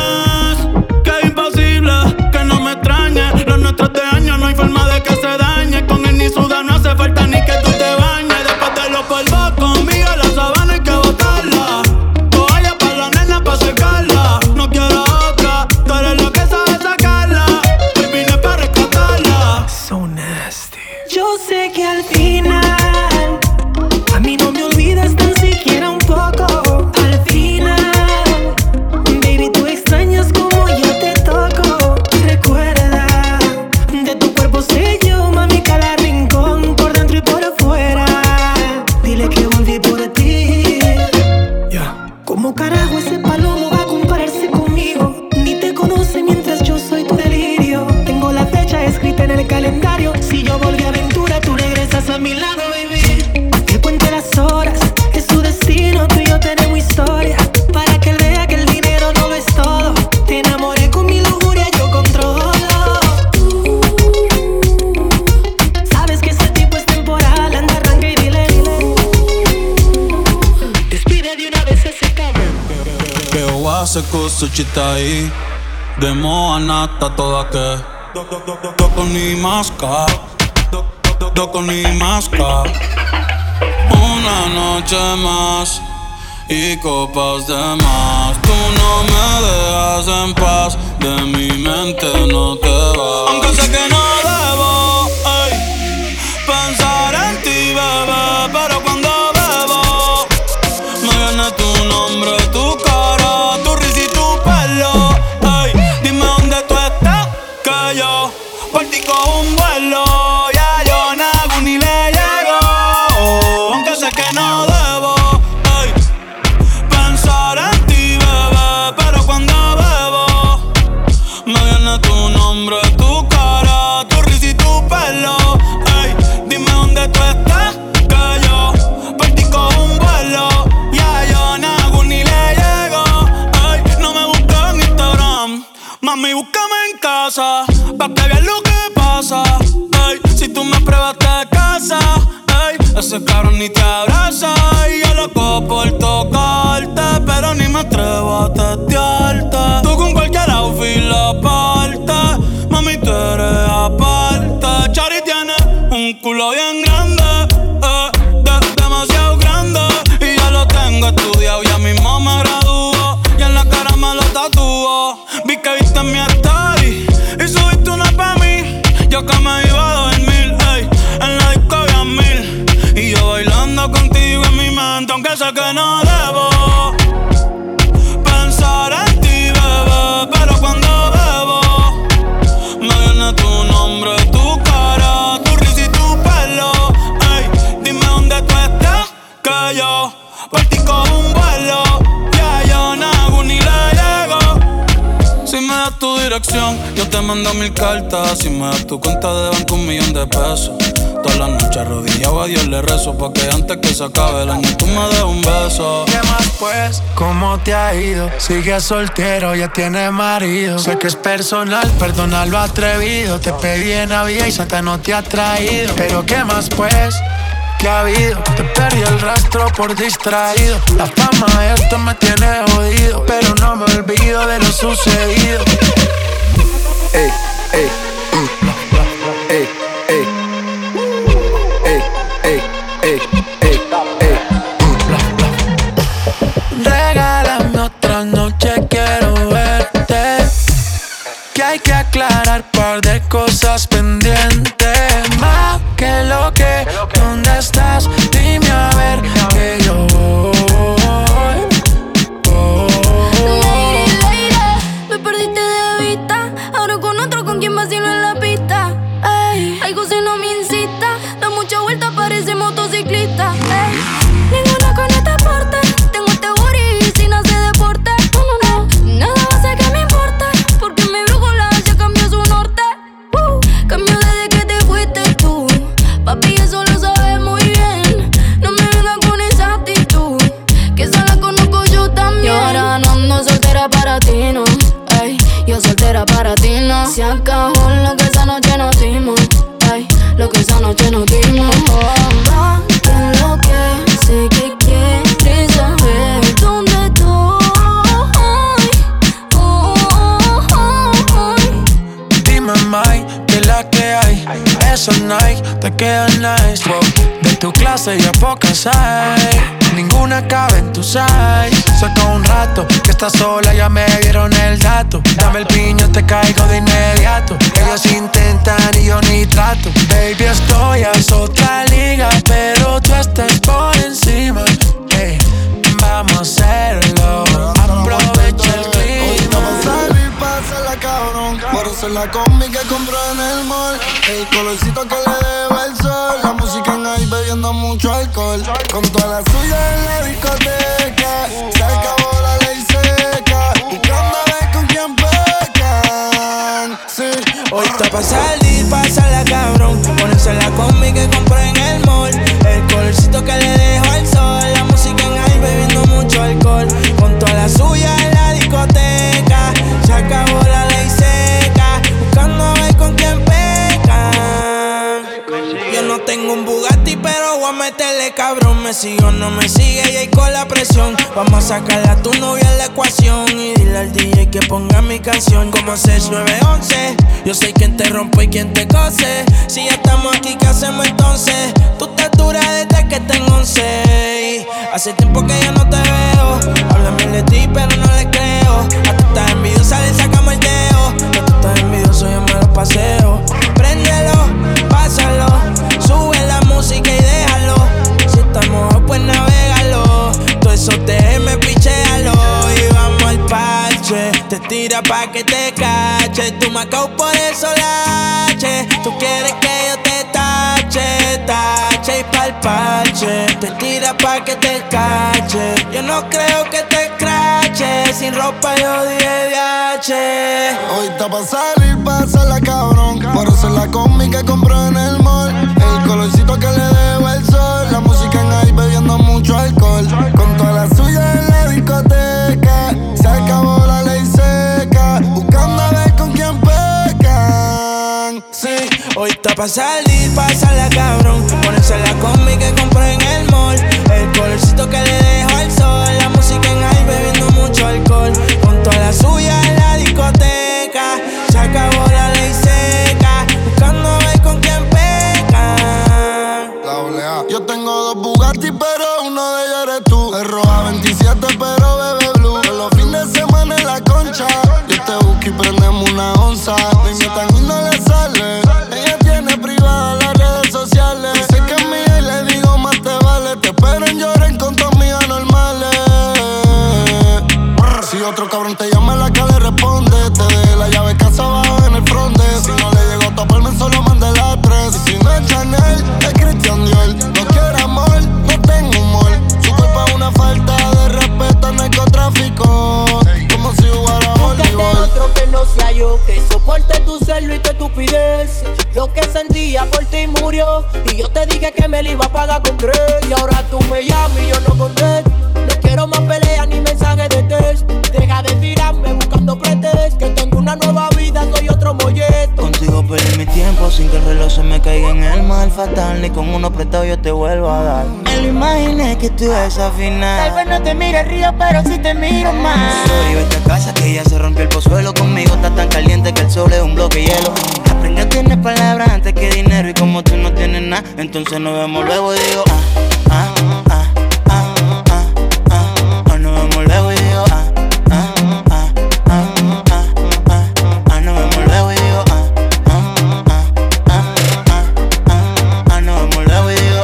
que es imposible que no me extrañe. Los nuestros de años no hay forma de que se dañe. Con él ni suda, no hace falta ni que tú te bañes. Después de los polvos conmigo, la sabana hay que botarla. Toalla pa' la nena pa' secarla. No quiero otra, tú eres lo que sabe sacarla. Hoy vine pa' rescatarla. So nasty. Yo sé que al final a mí no me olvidas tan siquiera un poco. Al final, baby, tú extrañas como yo te toco. Recuerda, de tu cuerpo sé yo, mami, cada rincón, por dentro y por fuera. Dile que volví por ti. ¿Cómo carajo ese palomo va a compararse conmigo? Ni te conoce mientras yo soy tu delirio. Tengo la fecha escrita en el calendario. Si yo volví a aventura, tú regresas a mi lado, baby. Que cuente las horas, es su destino. Tú y yo tenemos historia. Para que él vea que el dinero no lo es todo. Te enamoré con mi lujuria, yo controlo. Sabes que ese tipo es temporal. Anda, arranca y dile. Despide de una vez ese cabrón. Que o hace cosas chitai. De moa nata toda que. Doko ni maska. Doko ni maska. Una noche más y copas de más. Tú no me dejas en paz. De mi mente no te vas. Aunque sé que no debo pensar en ti, bebé, pero cuando bebo me viene tu nombre, tu cara, tu risa y tu pelo. Ey, dime dónde tú estás, que yo por ti cojo un vuelo. Ya yo nago ni le llego, aunque sé que no debo pensar en ti, bebé, pero cuando bebo me viene tu nombre, tu cara, tu risa y tu pelo. Ey, dime dónde tú estás. ese cabrón ni te abraza. Y yo loco por tocarte, pero ni me atrevo a testearte. Tú con cualquier outfit la parte, mami tú eres aparte. Chari tiene un culo bien grande, demasiado grande. Y ya lo tengo estudiado, ya mismo me gradúo. Y en la cara me lo tatúo. Vi que viste mi story y subiste una pa' mí. Yo que me iba a dormir, ey, en la disco había 1000. Y yo bailando contigo en mi mente, aunque sé que no debo pensar en ti, bebé. Pero cuando bebo, me viene tu nombre, tu cara, tu risa y tu pelo. Ey, dime dónde tú estás, que yo por ti cojo un vuelo. Ya yo no hago ni le llego. Si me das tu dirección, yo te mando 1000 cartas. Si me das tu cuenta de banco, 1,000,000 de pesos. Todas las noches arrodillado a Dios le rezo, pa' que antes que se acabe el año tú me des un beso. ¿Qué más pues? ¿Cómo te ha ido? Sigues soltero, ya tienes marido. Sé que es personal, perdona lo atrevido. Te pedí en Navidad y Santa no te ha traído. Pero ¿qué más pues? ¿Qué ha habido? Te perdí el rastro por distraído. La fama de esto me tiene jodido, pero no me olvido de lo sucedido. Ey, ey, ey, ey, ey, ey, ey, ey. Regálame otra noche, quiero verte. Que hay que aclarar par de cosas pendientes. Más que lo que, ¿dónde estás? Dime a ver que yo voy. Lady, lady, me perdiste de vista. Ahora con otro, con quien vacilo en la pista. Ey, algo si no me incita. Da mucha vuelta, parece motociclista. Ey, ninguna con este porte. Tengo este booty sin hacer deporte. No, no, no, nada va a hacer que me importe. Porque mi brújula ya cambió su norte. Cambió desde que te fuiste tú. Papi, eso lo sabes muy bien. No me vengas con esa actitud, que esa la conozco yo también. Y ahora no ando soltera para ti, no. Ey, yo soltera para ti, no. Se acabó lo que esa noche nos dimos. Ey, lo que esa noche nos dimos. Oh, que lo que sé que quieres saber dónde estoy. Dime, Mike, que es la que hay. Esos Nike te quedan nice. Wow. De tu clase ya pocas hay. Ninguna cabe en tu size. Saca un rato que estás sola, ya me dieron el dato. Dame el piño, te caigo de inmediato. Ellos intentan y yo ni trato. Baby, estoy a otra liga, pero tú estás por encima. Hey, vamos a hacerlo. Aprovecha el clima. Vamos a salir, pásala cabrón. Por hacer la combi que compró en el mall. El colorcito que le deba el sol. La música en ahí bebiendo mucho alcohol. Con toda la suya en la discoteca. Se acabó la ley seca. Buscando a ver con quién pecan. Sí. Hoy está pa' salir, pásala cabrón. Ponerse la combi que compré en el mall. El colorcito que le dejo al sol. La música en ahí bebiendo mucho alcohol. Con toda la suya en la discoteca. Se acabó la ley seca. Buscando a ver con quién pecan. Yo no tengo un Bugatti, pero voy a meterle cabrón. Me sigue o no me sigue y ahí con la presión. Vamos a sacarle a tu novia en la ecuación. Y dile al DJ que ponga mi canción. Como 6911. Yo sé quién te rompe y quién te cose. Si ya estamos aquí, ¿qué hacemos entonces? Tú te duras desde que tengo 11. Hace tiempo que ya no te veo. Háblame de ti, pero no le creo. A tú estás envidiosa, le sacamos el dedo. A tú estás envidioso, yo me lo paseo. Préndelo, pásalo. Sube la música y déjalo. Si estamos pues navégalo. Todo eso déjeme pichéalo. Y vamos al parche. Te tira pa' que te cache. Tú me acabo por eso lache. Tú quieres que yo te tache. Tache y pa'l parche. Te tira pa' que te cache. Yo no creo que te escrache. Sin ropa yo dije viaje. Hoy está pa' salir, pásala cabrón. Por hacer la combi que compró en el mall. El colorcito que le debo el sol. La música en ahí bebiendo mucho alcohol. Con toda la suya en la discoteca. Se acabó la ley seca. Buscando a ver con quién pecan. Sí, hoy está pa' salir, pásala cabrón. Ponerse la combi que compré Yo tengo 2 Bugatti, pero uno de ellos eres tú. Es roja 27, pero bebe blue. Todos los fines de semana en la concha. Yo te busco y prendemos una onza. Me invitan y no le sale. Ella tiene privada las redes sociales. Dice que es mía y le digo más te vale. Te espero en Lloren con tus amigas normales. Si otro cabrón te llama en la calle, responde. Te dejé la llave casa abajo en el fronte. Si no le llegó a toparme, solo mande las 3. Y si no es Chanel, es Christian Dior. No quiero amor, no tengo humor. Su cuerpo es una falta de respeto al narcotráfico. Como si jugara voleibol. Búscate otro que no sea yo, que soporte tu celo y tu estupidez. Lo que sentía por ti murió. Y yo te dije que me lo iba a pagar con crees. Y ahora tú me llamas y yo no contesto. No quiero más peleas ni mensajes de texto. Deja de tirarme buscando pretextos. Que tengo una nueva vida, soy otro molleto. Contigo perdí mi tiempo sin que el reloj se me caiga en el mal fatal. Ni con uno prestado yo te vuelvo a dar. Me lo imaginé que tú ibas a afinar. Tal vez no te mire el río, pero sí te miro más. Sorry, vete a casa que ya se rompió el pozuelo. Conmigo está tan caliente que el sol es un bloque de hielo. Aprendí a tener palabras antes que dinero. Y como tú no tienes nada, entonces nos vemos luego y digo nos vemos luego y digo nos vemos luego y digo nos vemos luego y digo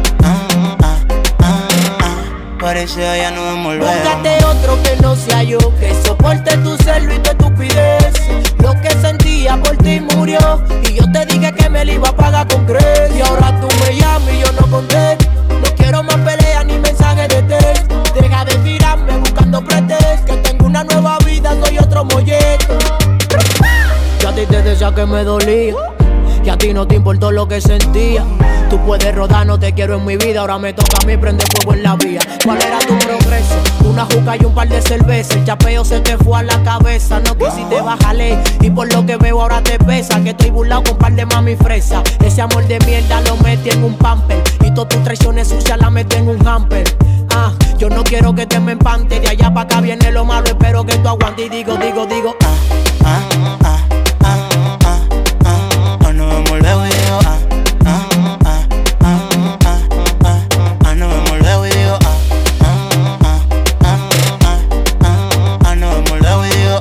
parece ya nos vemos luego. Búscate otro que no sea yo, que soporte tu celo y tu estupidez. Lo que sentía por ti murió. Y yo te dije que me lo iba a pagar con crees. Y ahora tú me llamas y yo no contesto. No quiero más peleas ni mensajes de texto. Deja de tirarme buscando pretextos. Que tengo una nueva vida, soy otro molleto. Yo a ti te decía que me dolía. Y a ti no te importó lo que sentía. Tú puedes rodar, no te quiero en mi vida. Ahora me toca a mí prender fuego en la vía. ¿Cuál era tu progreso? Una juca y un par de cervezas. El chapeo se te fue a la cabeza. No quisiste bajarle y por lo que veo ahora te pesa. Que estoy burlado con un par de mami fresa. Ese amor de mierda lo metí en un pamper. Y todas tus traiciones sucias las metí en un hamper. Yo no quiero que te me empante. De allá para acá viene lo malo. Espero que tú aguantes y digo nos vemos luego y digo nos vemos luego y digo nos vemos luego y digo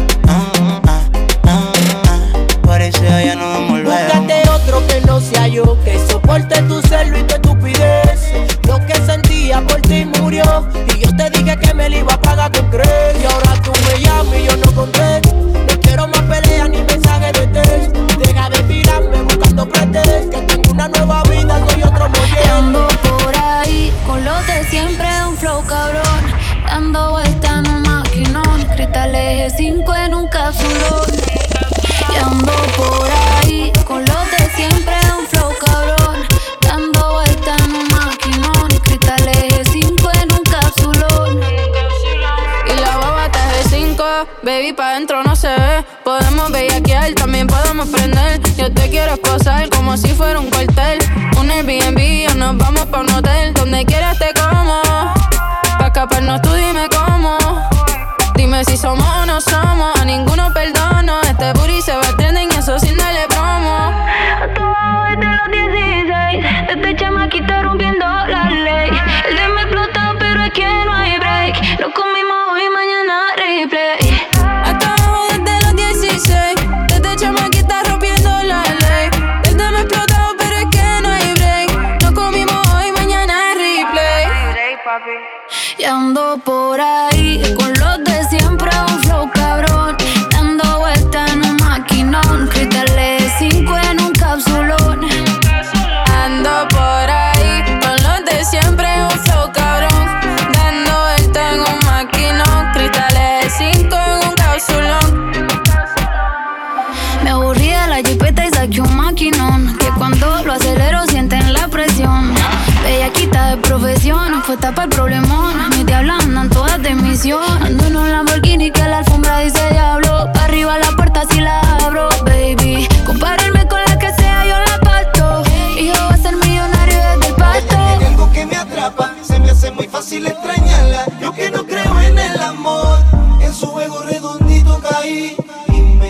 parece ya nos vemos luego. Búscate otro que no sea yo, que soporte tu celo y tu estupidez. Lo que sentía por ti murió. Y yo te dije que me lo iba a pagar con crees. Y ahora tú me llamas y yo no contesto. No quiero más peleas ni mensajes de texto. Deja de tirarme buscando pretextos. Que tengo una nueva vida, soy otro molleto. Ando por ahí con los de siempre, un flow cabrón. Dando vuelta en un maquinón. Cristal eje 5 en un cápsulón. Y ando por ahí con los de siempre, un flow cabrón. Dando vuelta en un maquinón. Cristal eje 5 en un cápsulón. Y la baba está de 5, baby, pa' dentro no se ve. Podemos bellaquear, también podemos prender. Yo te quiero esposar como si fuera un cuartel. Un Airbnb o nos vamos pa' un hotel. Donde quieras te como. Pa' escaparnos tú dime cómo. Dime si somos o no somos. A ninguno perdono. Este booty se va a trending y eso sin darle promo. A tu bajo desde los 16. Desde chamaquita rompiendo la ley. El de me explotó pero es que no hay break. Lo comimos hoy, mañana replay. Hasta abajo desde los 16. Desde chamaquita rompiendo la ley. El de me explotó pero es que no hay break. Lo comimos hoy, mañana replay. Y ando por ahí con los de siempre, un flow cabrón. Dando vuelta en un maquinón. Cristales 5 en un cápsulón. Ando por ahí con los de siempre, un flow cabrón. Dando vuelta en un maquinón. Cristales 5 en un cápsulón. Me aburrí de la jipeta y saqué un maquinón. Que cuando lo acelero sienten la presión. Bellaquita de profesión, fue tapa el problemón. Mis diablas andan todas de misión. Ando en un Lamborghini que la alfombra dice diablo. Pa' arriba la puerta si la abro, baby. Compararme con la que sea, yo la parto. Y yo voy a ser millonario desde el pasto. Hay algo que me atrapa, se me hace muy fácil extrañarla. Yo que no creo en el amor, en su juego redondito caí y me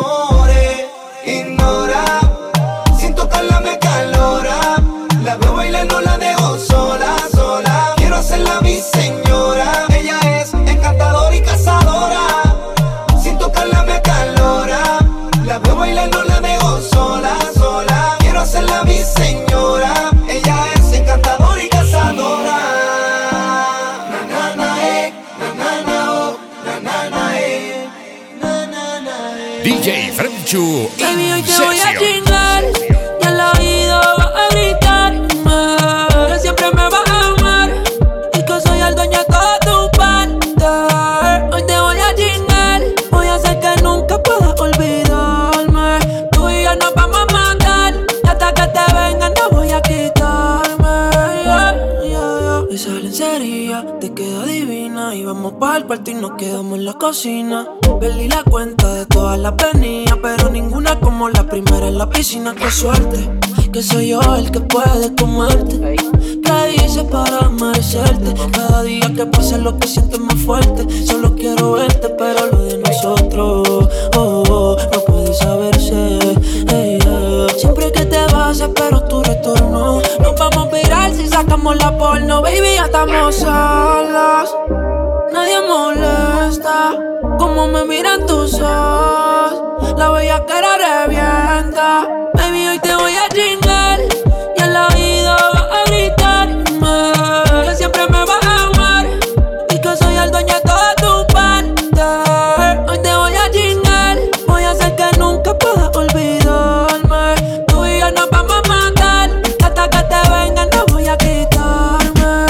enamoré. Ignora, sin tocarla me calora. La veo bailar baila no la dejo sola, sola. Quiero hacerla mi señora. Ella es encantadora y cazadora. Sin tocarla me acalora. La veo bailar no la dejo sola, sola. Quiero hacerla mi señora. Ella es encantadora y cazadora. Na na na na na oh, na na na na DJ Frenchu Baby, hoy in te voy a session. chingar y al oído vas a gritarme que siempre me vas a amar y que soy el dueño de toda tu parte. Hoy te voy a chingar, voy a hacer que nunca puedas olvidarme. Tú y yo nos vamos a matar y hasta que te vengan no voy a quitarme. Esa lencería te queda divina y vamos para el cuarto y nos quedamos en la cocina. Perdí la cuenta de todas las venidas, pero ninguna como la primera en la piscina. Qué suerte, que soy yo el que puede comerte. ¿Qué hice para merecerte? Cada día que pasa lo que sientes más fuerte. Solo quiero verte, pero lo de nosotros no puede saberse. Siempre que te vas espero tu retorno. Nos vamos a virar si sacamos la porno. Baby, ya estamos solas, nadie molesta como me miran tus ojos. La bellaquera revienta. Baby, hoy te voy a chingar y al oído vas a gritarme que siempre me vas a amar y que soy el dueño de toda tu parte. Hoy te voy a chingar, voy a hacer que nunca puedas olvidarme. Tú y yo nos vamos a matar hasta que te vengan no voy a quitarme.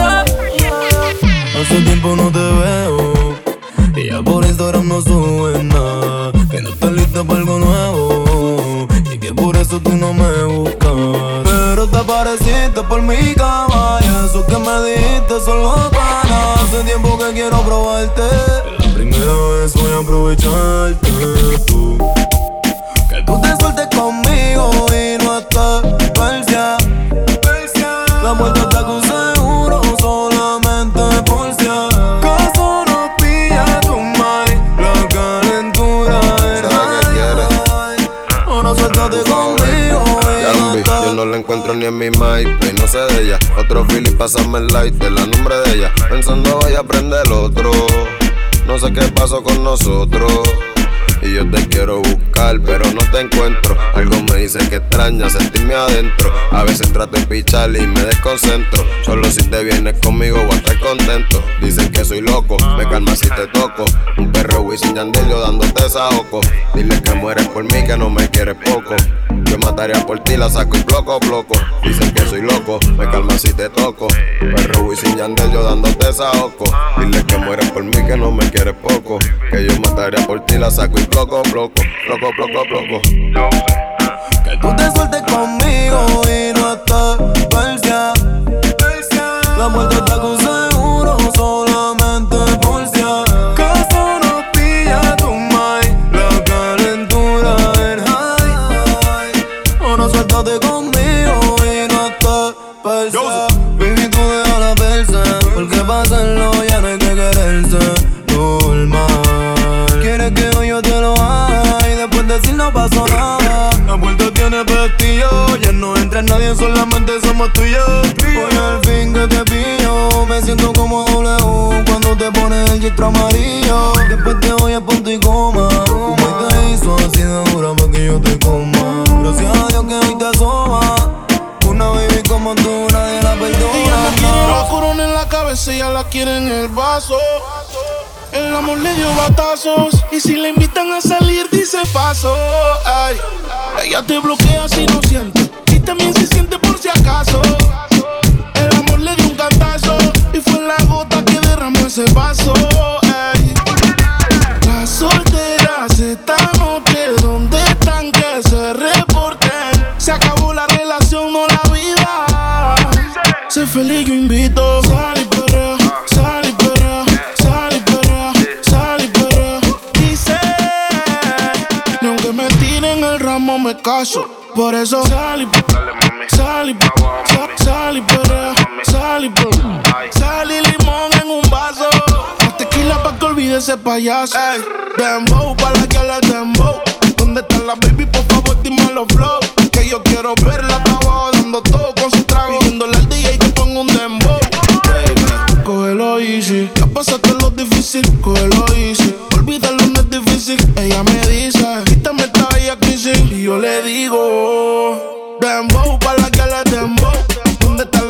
Hace tiempo no te veo y ya por Instagram no subes nada. Que no estás lista para algo nuevo y que por eso tú no me buscas. Pero te apareciste por mi cama y eso que me dijiste solo para. Hace tiempo que quiero probarte. La primera vez voy a aprovecharte tú. Que tú te sueltes conmigo y no estés persia. La vuelta está con seguro solamente por si acaso nos pilla tu mind. La calentura es high. Ahora suéltate conmigo y no estás. Yo no la encuentro ni en mi MyPay, no sé de ella. Otro feeling, pásame el light, el nombre de ella. Pensando voy a aprender otro. No sé qué pasó con nosotros. Y yo te quiero buscar, pero no te encuentro. Algo me dice que extraña sentirme adentro. A veces trato de pichar y me desconcentro. Solo si te vienes conmigo voy a estar contento. Dicen que soy loco, me calma si te toco. Un perro Wisin y Yandel yo dándote saoco. Dile que mueres por mí, que no me quieres poco. Yo mataría por ti, la saco y bloco. Dicen que soy loco, me calma si te toco. Perro Wisin y Yandel yo dándote saoco. Dile que mueres por mí, que no me quieres poco. Que yo mataría por ti, la saco y bloco. Que tú te sueltes conmigo y no estés persia. La muerte está con seguro solamente por si acaso nos pilla tu mind. La calentura es high. Ahora suéltate conmigo y no estés persia. Baby, tú deja la persa, porque para hacerlo ya no hay que quererse normal. Quieres que hoy yo te lo haga y después decir no pasó nada. La puerta tiene pestillo, ya no entra nadie, solamente somos tú y yo. Hoy al fin que te pillo, me siento como W cuando te pones el gistro amarillo. Después te voy a punto y coma. Como te hizo así de dura para que yo te coma. Gracias a Dios que hoy te asoma. Una baby como tú nadie la perdona. Ella no quiere la corona en la cabeza, ella la quiere en el vaso. El amor le dio batazos y si le invitan a salir dice paso. Ay, ella te bloquea si no siente y también se siente por si acaso. El amor le dio un cantazo y fue la gota que derramó ese vaso. Ay, las solteras esta noche, ¿dónde están? Que se reporten. Se acabó la relación, no la vida. Sé feliz, yo invito. Sal y perrea, sal y perrea, sal y perrea, sal y perrea. Dice, ni aunque me tiren el ramo me caso. Por eso sal y perrea, sal y perrea, sal y perrea, sal y perrea. Sal y limón en un vaso. Más tequila pa' que olvide ese payaso. Ey, dembow pa' la que habla dembow. ¿Dónde está la baby? Por favor dime los flow. Que yo quiero verla abajo dando todo con su trago. Pidiéndole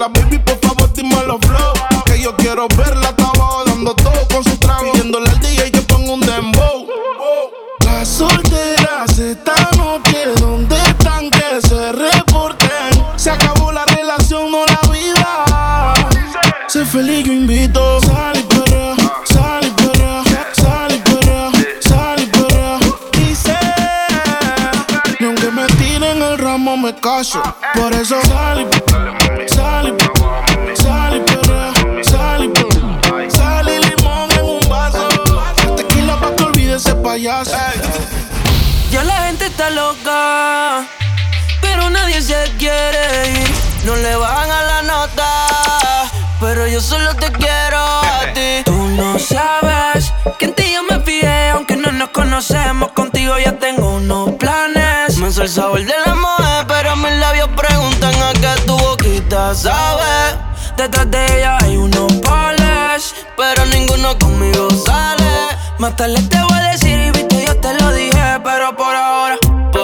ahora, baby, por favor, dime los flow. Que yo quiero verla, está abajo dando todo con su trago. Pidiéndole al DJ que ponga un dembow. Las solteras esta noche, ¿dónde están? Que se reporten. Se acabó la relación, no la vida. Sé feliz, yo invito. Sal y perrea, sal y perrea, sal y perrea, sal y perrea. Dice, ni aunque me tiren el ramo me caso. Por eso sal y perrea, sal y perrea, sal y perrea, sal y perrea. Sal y limón en un vaso. Tequila pa' que olvide ese payaso. Ya la gente está loca, pero nadie se quiere ir. No le bajan a la nota, pero yo solo te quiero a ti. Tú no sabes que en ti yo me fijé, aunque no nos conocemos. Contigo ya tengo unos planes. Me hace el sabor de la mujer, pero mis labios preguntan a qué tu boquita sabe. Detrás de ella hay unos pales, pero ninguno conmigo sale. Más tarde te voy a decir, y viste, yo te lo dije, pero por ahora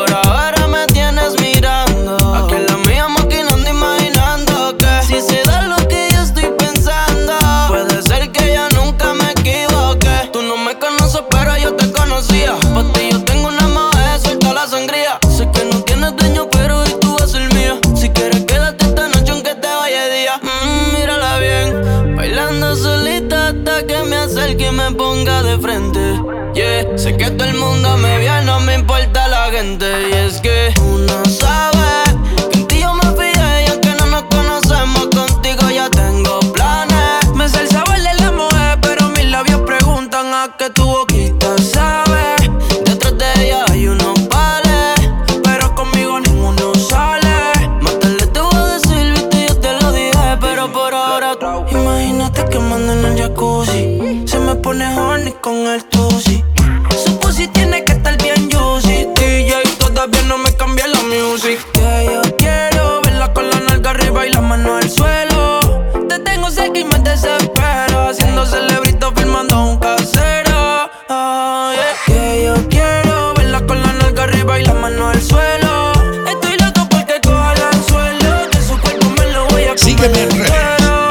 me tienes mirando. Aquí en la mía maquinando, imaginando que si se da lo que yo estoy pensando, puede ser que ya nunca me equivoque. Tú no me conoces, pero yo te conocía. Por ti yo tengo una mujer, suelta la sangría. Sé que no tienes dueño, pero hoy tú vas a ser mía. Si quieres quédate esta noche aunque te vaya de día. Mírala bien, bailando solita hasta que me acerque y me ponga de frente. Yeah, sé que todo el mundo me ve, no me importa la gente. Y es que tú no sabes que en ti yo me fijé, y aunque no nos conocemos, contigo ya tengo planes. Me sé el sabor de la mujer, pero mis labios preguntan a qué tu boquita sabe. Detrás de ella hay unos pales, pero conmigo ninguno sale. Más tarde te voy a decir, viste, yo te lo dije, pero por ahora imagínate quemando en el jacuzzi. Se me pone horny con el tusi. Su pussy tiene que estar bien juicy. DJ todavía no me cambia la music. Que yo quiero verla con la nalga arriba y la mano al suelo. Te tengo cerca y me desespero, haciendo celebrito filmando un casero. Oh, yeah. Que yo quiero verla con la nalga arriba y la mano al suelo. Estoy loco porque coja el anzuelo. De su cuerpo me lo voy a comer. Sígueme en redes,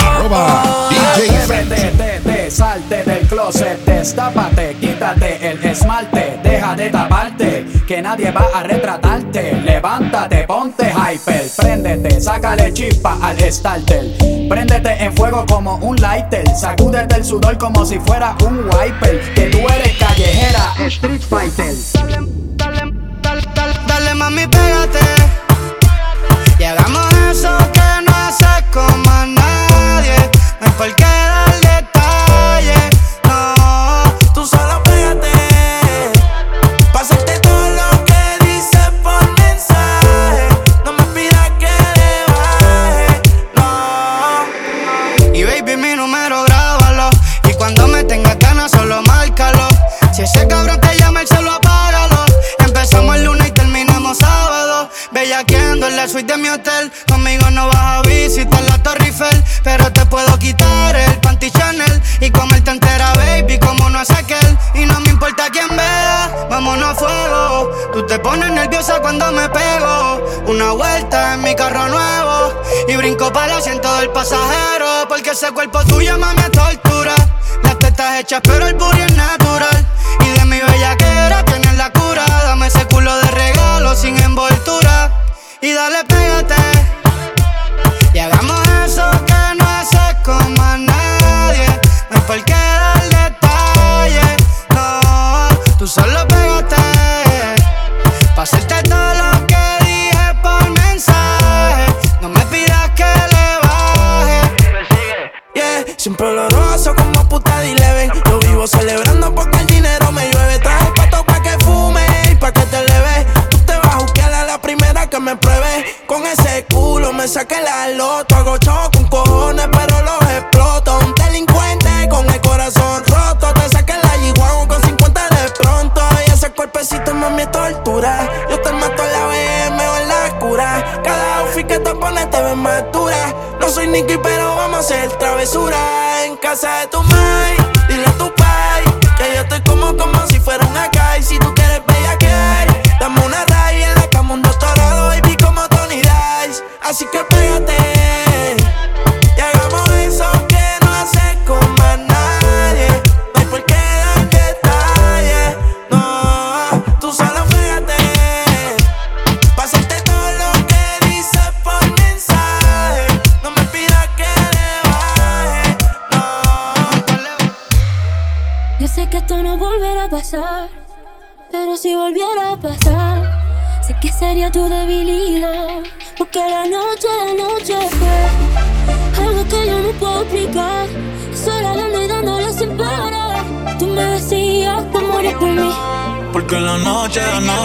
@DJ Friends. Salte del closet, destápate, quítate el esmalte, deja de taparte, que nadie va a retratarte. Levántate, ponte hyper, préndete, sácale chispa al starter. Préndete en fuego como un lighter, sacúdete el sudor como si fuera un wiper. Que tú eres callejera, street fighter. Dale mami, pégate y hagamos eso que no haces con más nadie. No hay por qué dar detalle, no. Tú solo pégate, pásate todo lo que dices por mensaje. No me pidas que le baje, no. Y baby, mi número grábalo, y cuando me tengas ganas solo márcalo. Si ese cabrón te llama, él solo apágalo. Empezamos el lunes y terminamos sábado, bellaqueando en la suite de mi hotel. Conmigo no vas a visitar la Torre Eiffel, pero te puedo quitar el panty Chanel y comerte entera, baby, como no hace aquel. Y no me importa quién vea, vámonos a fuego. Tú te pones nerviosa cuando me pego. Una vuelta en mi carro nuevo y brinco para el asiento del pasajero, porque ese cuerpo tuyo, mami, me tortura. Las tetas hechas, pero el booty es natural. Y de mi bellaquera tienes la cura. Dame ese culo de regalo sin envoltura. Y dale, pégate y hagamos eso que no haces con más nadie. No hay por qué dar detalle, no. Tú solo pégate pa' hacerte todo lo que dije por mensaje. No me pidas que le baje. Yeah, siempre oloroso como puta de Eleven. Yo vivo celebrando porque el dinero me llueve. Traje pato pa' que fume y pa' que te leves. Tú te vas a juzgar a la primera que me pruebe. Con ese culo me saqué la loto. Hago show con cojones pero los exploto. Un delincuente con el corazón roto. Te saqué la G-Wagon con 50 de pronto. Y ese cuerpecito mami es tortura. Yo te mato en la BM o en la cura. Cada outfit que te pones te ves más dura. No soy Nicky pero vamos a hacer travesura. En casa de tu mai, dile a tu pai que yo estoy como si fuera un acá. Y si tú quieres bellaquear, dame una raya en la cama, un doctorado, baby, como Tony Dice. Así que pégate a pasar, pero si volviera a pasar, sé que sería tu debilidad. Porque la noche fue algo que yo no puedo explicar. Solo dando y dándole sin parar. Tú me decías que morías por mí. Porque la noche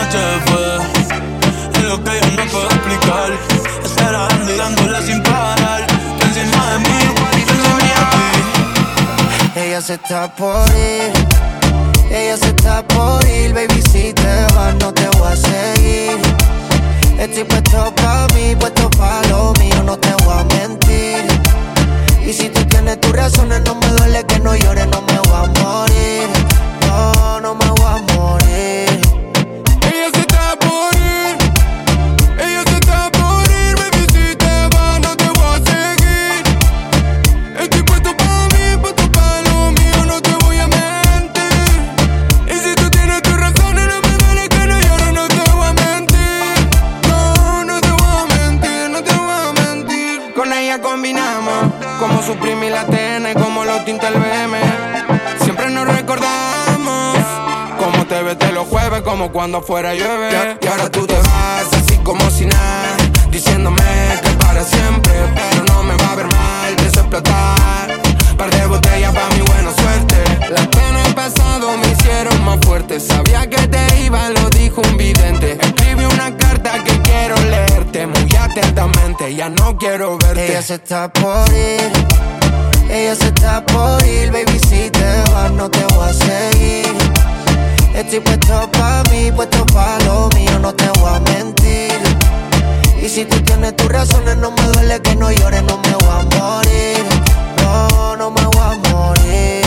fue algo que yo no puedo explicar. Estar dando y dándole sin parar. Tú encima de mí, tú encima de ti. Ella se está por ir. Ella se está por ir, baby, si te vas no te voy a seguir. Estoy puesto pa' mí, puesto pa' lo mío, no te voy a mentir. Y si tú tienes tus razones, no me duele que no llores, no me voy a morir. No, no me voy a morir. Ella se está por ir. Ella se está por ir, baby, si te vas no te voy a seguir. Estoy puesto pa' mí, puesto pa' lo mío, no te voy a mentir. Y si tú tienes tus razones, no me duele que no llores, no te voy a mentir. No, no te voy a mentir, no te voy a mentir. Con ella combinamos como Supreme y la TN, como los tinta el BM. Siempre nos recordamos cómo te ves de los jueves, como cuando afuera llueve. Y ahora tú te vas así como si nada, diciéndome que para siempre, pero no me va a ver mal desexplotar. Par de botellas pa' mi buena suerte. Las penas del pasado me hicieron más fuerte. Sabía que te iba, lo dijo un vidente. Escribí una carta que quiero leerte muy atentamente, ya no quiero verte. Ella se está por ir. Ella se está por ir, baby, si te vas no te voy a seguir. Estoy puesto pa' mí, puesto pa' lo mío, no te voy a mentir. Y si tú tienes tus razones, no me duele que no llores, no me voy a morir. No, no me voy a morir.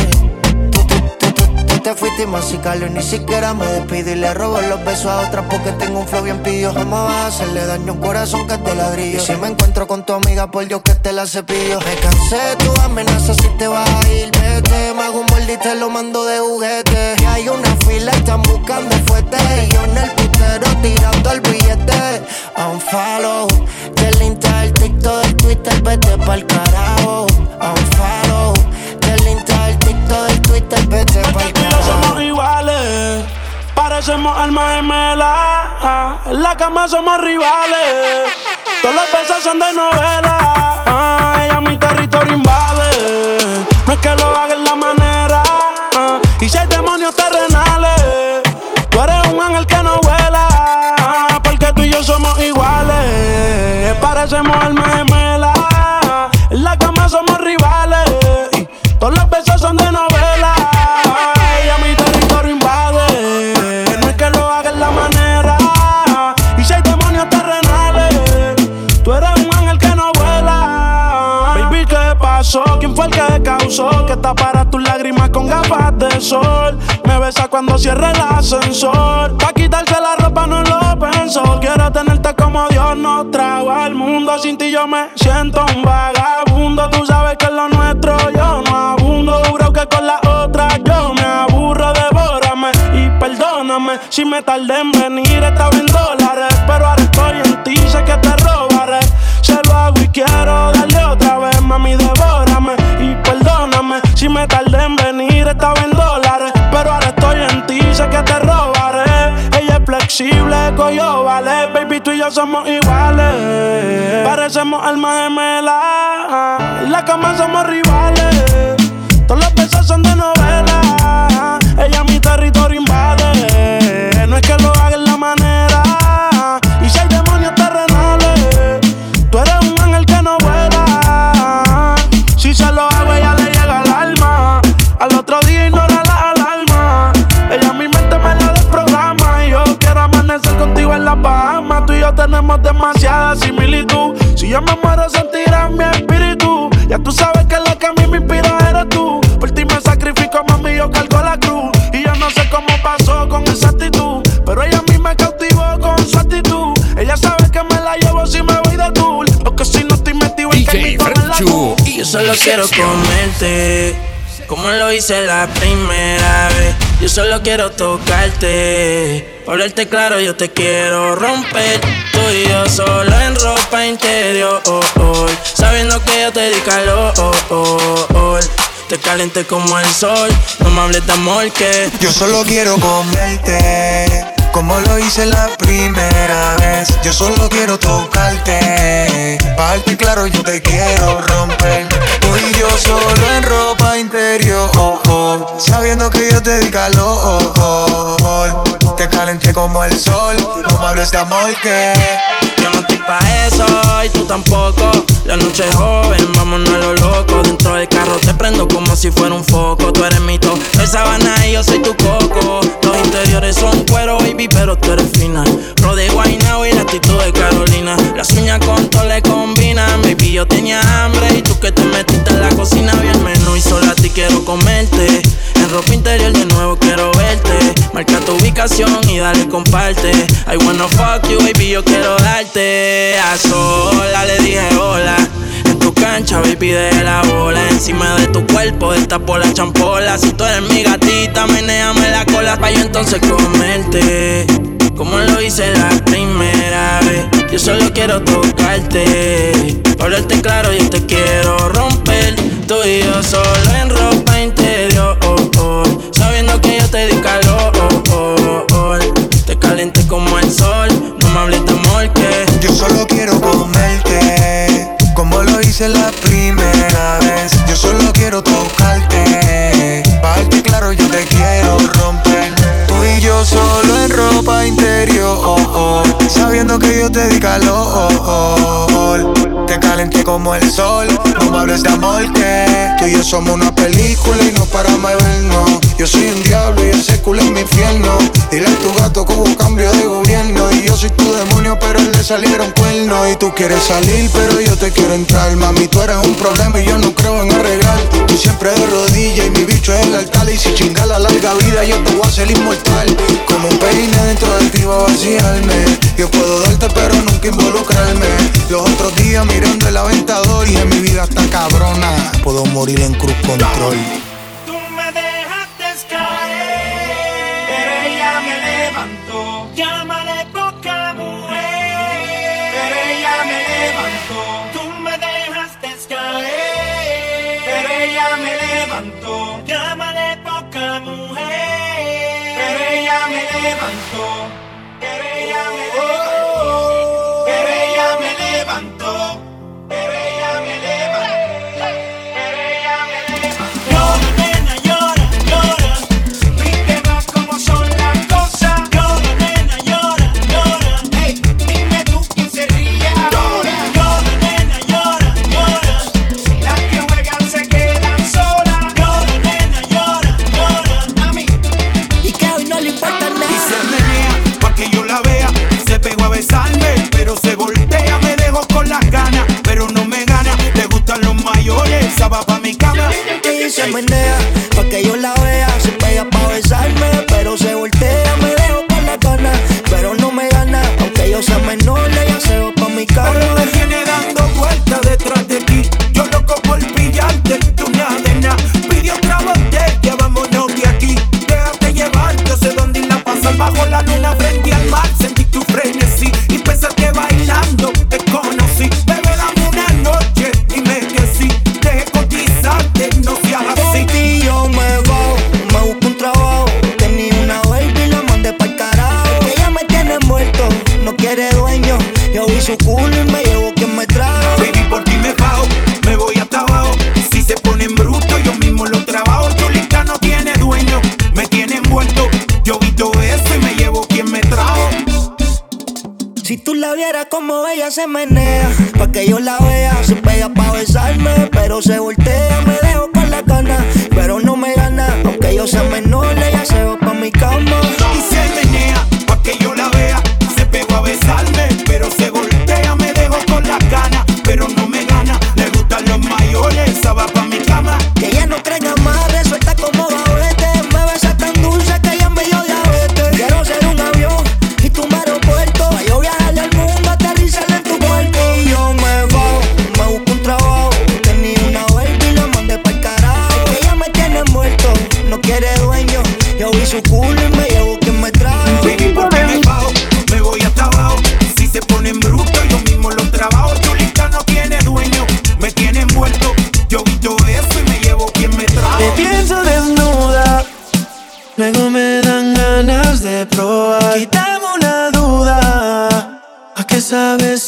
Tú te fuiste y masicalo y ni siquiera me despido. Y le robo los besos a otras porque tengo un flow bien pillo. ¿Cómo vas a hacerle daño a un corazón que te ladrillo? Y si me encuentro con tu amiga, por Dios que te la cepillo. Me cansé de tu amenaza, si te vas a ir, vete. Me hago un bol y te lo mando de juguete. Y hay una fila y están buscando fuerte. Y yo en el putero tirando el billete. Unfollow del Insta, del TikTok, del Twitter, vete pa'l carajo. Unfollow del Insta, del TikTok, del Twitter, vete pa'l carajo. Somos iguales, parecemos almas gemelas. En la cama somos rivales, todos los besos son de novela. Ella mi territorio invade, no es que lo haga en la manera. Y si hay demonios terrenales, tú eres un ángel que no vuela. Porque tú y yo somos iguales, parecemos almas gemelas. En la cama somos rivales, y todos los besos son de novela. ¿Quién fue el que causó que tapara tus lágrimas con gafas de sol? Me besa cuando cierre el ascensor. Pa' quitarse la ropa no lo pensó. Quiero tenerte como Dios nos trajo al mundo. Sin ti yo me siento un vagabundo. Tú sabes que es lo nuestro, yo no abundo. Juro que con la otra yo me aburro. Devórame y perdóname si me tardé en venir. Estaba en dólares, pero ahora estoy en ti. Sé que te robaré, se lo hago y quiero darle otra vez. Mami, devórame y perdóname si me tardé en venir. Estaba en dólares, pero ahora estoy en ti. Sé que te robaré. Ella es flexible, coyo vale. Baby, tú y yo somos iguales, parecemos almas gemelas. En la cama somos rivales, todos los besos son de novela. Ella mi territorio invade, no es que lo haga en la manera. Y si hay demonios terrenales, tú eres un ángel que no vuela. Si se lo hago, ella le llega al alma. Al otro día ignora la alarma. Ella mi mente me la desprograma. Y yo quiero amanecer contigo en la Bahamas. Tú y yo tenemos demasiada similitud. Si yo me muero, sentirás mi espíritu. Ya tú sabes que lo que a mí me inspira eres tú. Por ti me sacrifico, mami, yo cargo la cruz. Y yo no sé cómo pasó con esa actitud, pero ella a mí me cautivó con su actitud. Ella sabe que me la llevo si me voy de tour. Lo que si no estoy metido en que mi en la cruz. Yo solo quiero comerte, como lo hice la primera vez. Yo solo quiero tocarte, por verte claro yo te quiero romper. Tú y yo solo en ropa interior, sabiendo que yo te di calor. te caliente como el sol. No me hables de amor que yo solo quiero comerte, como lo hice la primera vez. Yo solo quiero tocarte, pa' darte claro yo te quiero romper. Tú y yo solo en ropa interior, sabiendo que yo te di calor. Te calenté como el sol, no me hables de amor que yo no estoy pa' eso y tú tampoco. La noche es joven, vámonos a lo loco. Dentro del carro te prendo como si fuera un foco. Tú eres mi top, soy sabana y yo soy tu coco. Los interiores son cuero, baby, pero tú eres fina. Ro de Guaynabo y la actitud de Carolina. Las uñas con todo le combinan. Baby, yo tenía hambre y tú que te metiste en la cocina. Vi el menú y solo a ti quiero comerte. En ropa interior de nuevo quiero verte. Marca tu ubicación y dale comparte. I wanna fuck you, baby, yo quiero darte. A sola le dije hola. En tu cancha, baby, de la bola. Encima de tu cuerpo, destapo la champola. Si tú eres mi gatita, menéame la cola pa' yo entonces comerte, como lo hice la primera vez. Yo solo quiero tocarte, pa' hablarte claro yo te quiero romper. Tú y yo solo en ropa interior, sabiendo que yo te di calor. Te calenté como el sol, no me hables de amor que yo solo quiero comerte, como lo hice la primera vez. Yo solo quiero tocarte, pa' darte claro yo te quiero romper. Tú y yo solo en ropa interior, sabiendo que yo te di calor. Te calenté como el sol, no me hables de amor que tú y yo somos una película y no paramos de vernos. Yo soy un diablo y ese culo es mi infierno. Dile a tu gato que hubo cambio de gobierno. Y yo soy tu demonio pero él le salieron cuernos. Y tú quieres salir pero yo te quiero entrar. Mami, tú eres un problema y yo no creo en arreglar. Tú siempre de rodillas y mi bicho es el altar. Y si chingas la larga vida yo te voy a hacer inmortal. Como un peine dentro de ti va a vaciarme. Yo puedo darte pero nunca involucrarme. Los otros días mirando el aventador y en mi vida está cabrona. Puedo morir en cruz control. Tú me dejaste caer, pero ella me levantó. Llámale poca mujer, pero ella me levantó. Tú me dejaste caer, pero ella me levantó. Llámale poca mujer, pero ella me levantó. Pero ella me levantó. Pero ella me levantó. Pero ella me levantó. Pero ella me levantó. Llora, nena, llora, llora. Mi tema como son las cosas. Llora, nena, llora, llora. Hey, dime tú quién se ría. Llora, llora, nena, llora, llora. Las que juegan se quedan solas. Llora, nena, llora, llora. A mí. Y que hoy no le importa nada. Y se menea pa' que yo la vea. Se pegó a besarme, pero se voltea. Me dejó con las ganas, pero no me gana. Le gustan los mayores, esa va pa' mi cama. Y se menea pa' que yo la vea. Se pega pa' besarme, pero se voltea. Me dejo con las ganas, pero no me gana. Aunque yo sea menor, ella se va pa' mi cama. Ahora me viene dando vueltas detrás de ti. Yo loco por pillarte, tú nada de nada. Pide otra botella, vámonos de aquí. Déjate llevar, yo sé dónde ir a pasar. Bajo la luna frente al mar, sentí tu frenesí. Y pensaste bailando, te conocí. Bebé, dame una noche, dime que sí. Deje cotizarte, no seas así. Y yo me bajo, me busco un trabajo. Tenía una baby y la mandé pa'l carajo. Que ella me tiene envuelto, no quiere dueño. Yo vi su culo y me llevo quien me trajo. Baby, por ti me bajo, me voy hasta abajo. Si se ponen brutos, yo mismo lo trabajo. Chulita no tiene dueño, me tiene envuelto. Yo vi todo eso y me llevo quien me trajo. Si tú la vieras como ella se menea, pa' que yo la vea. Se pega pa' besarme, pero se voltea. Me dejo con la ganas, pero no me gana. Aunque yo sea menor, ella se va pa' mi cama. Y se menea, pa' que yo la vea. Se pegó a besarme, pero se voltea. Me dejo con las ganas, pero no me gana. Le gustan los mayores, esa va pa' mi cama. Que ella no traiga madre, suelta como babete. Me besa tan dulce que ella me dio diabetes. Quiero ser un avión y tu aeropuerto. Pa' yo viajarle al mundo, aterrizarle en tu cuerpo. Y yo me bajo, me busco un trabajo. Tenía una baby y la mandé pa'l carajo. Que ella me tiene envuelto, no quiere dueño. Yo vi su culo y me llevo quien me trajo. Baby, por ti me bajo, me voy hasta abajo. Si se ponen brutos, yo mismo los trabajo. Chulita no tiene dueño, me tiene envuelto. Yo vi todo eso y me llevo quien me trajo.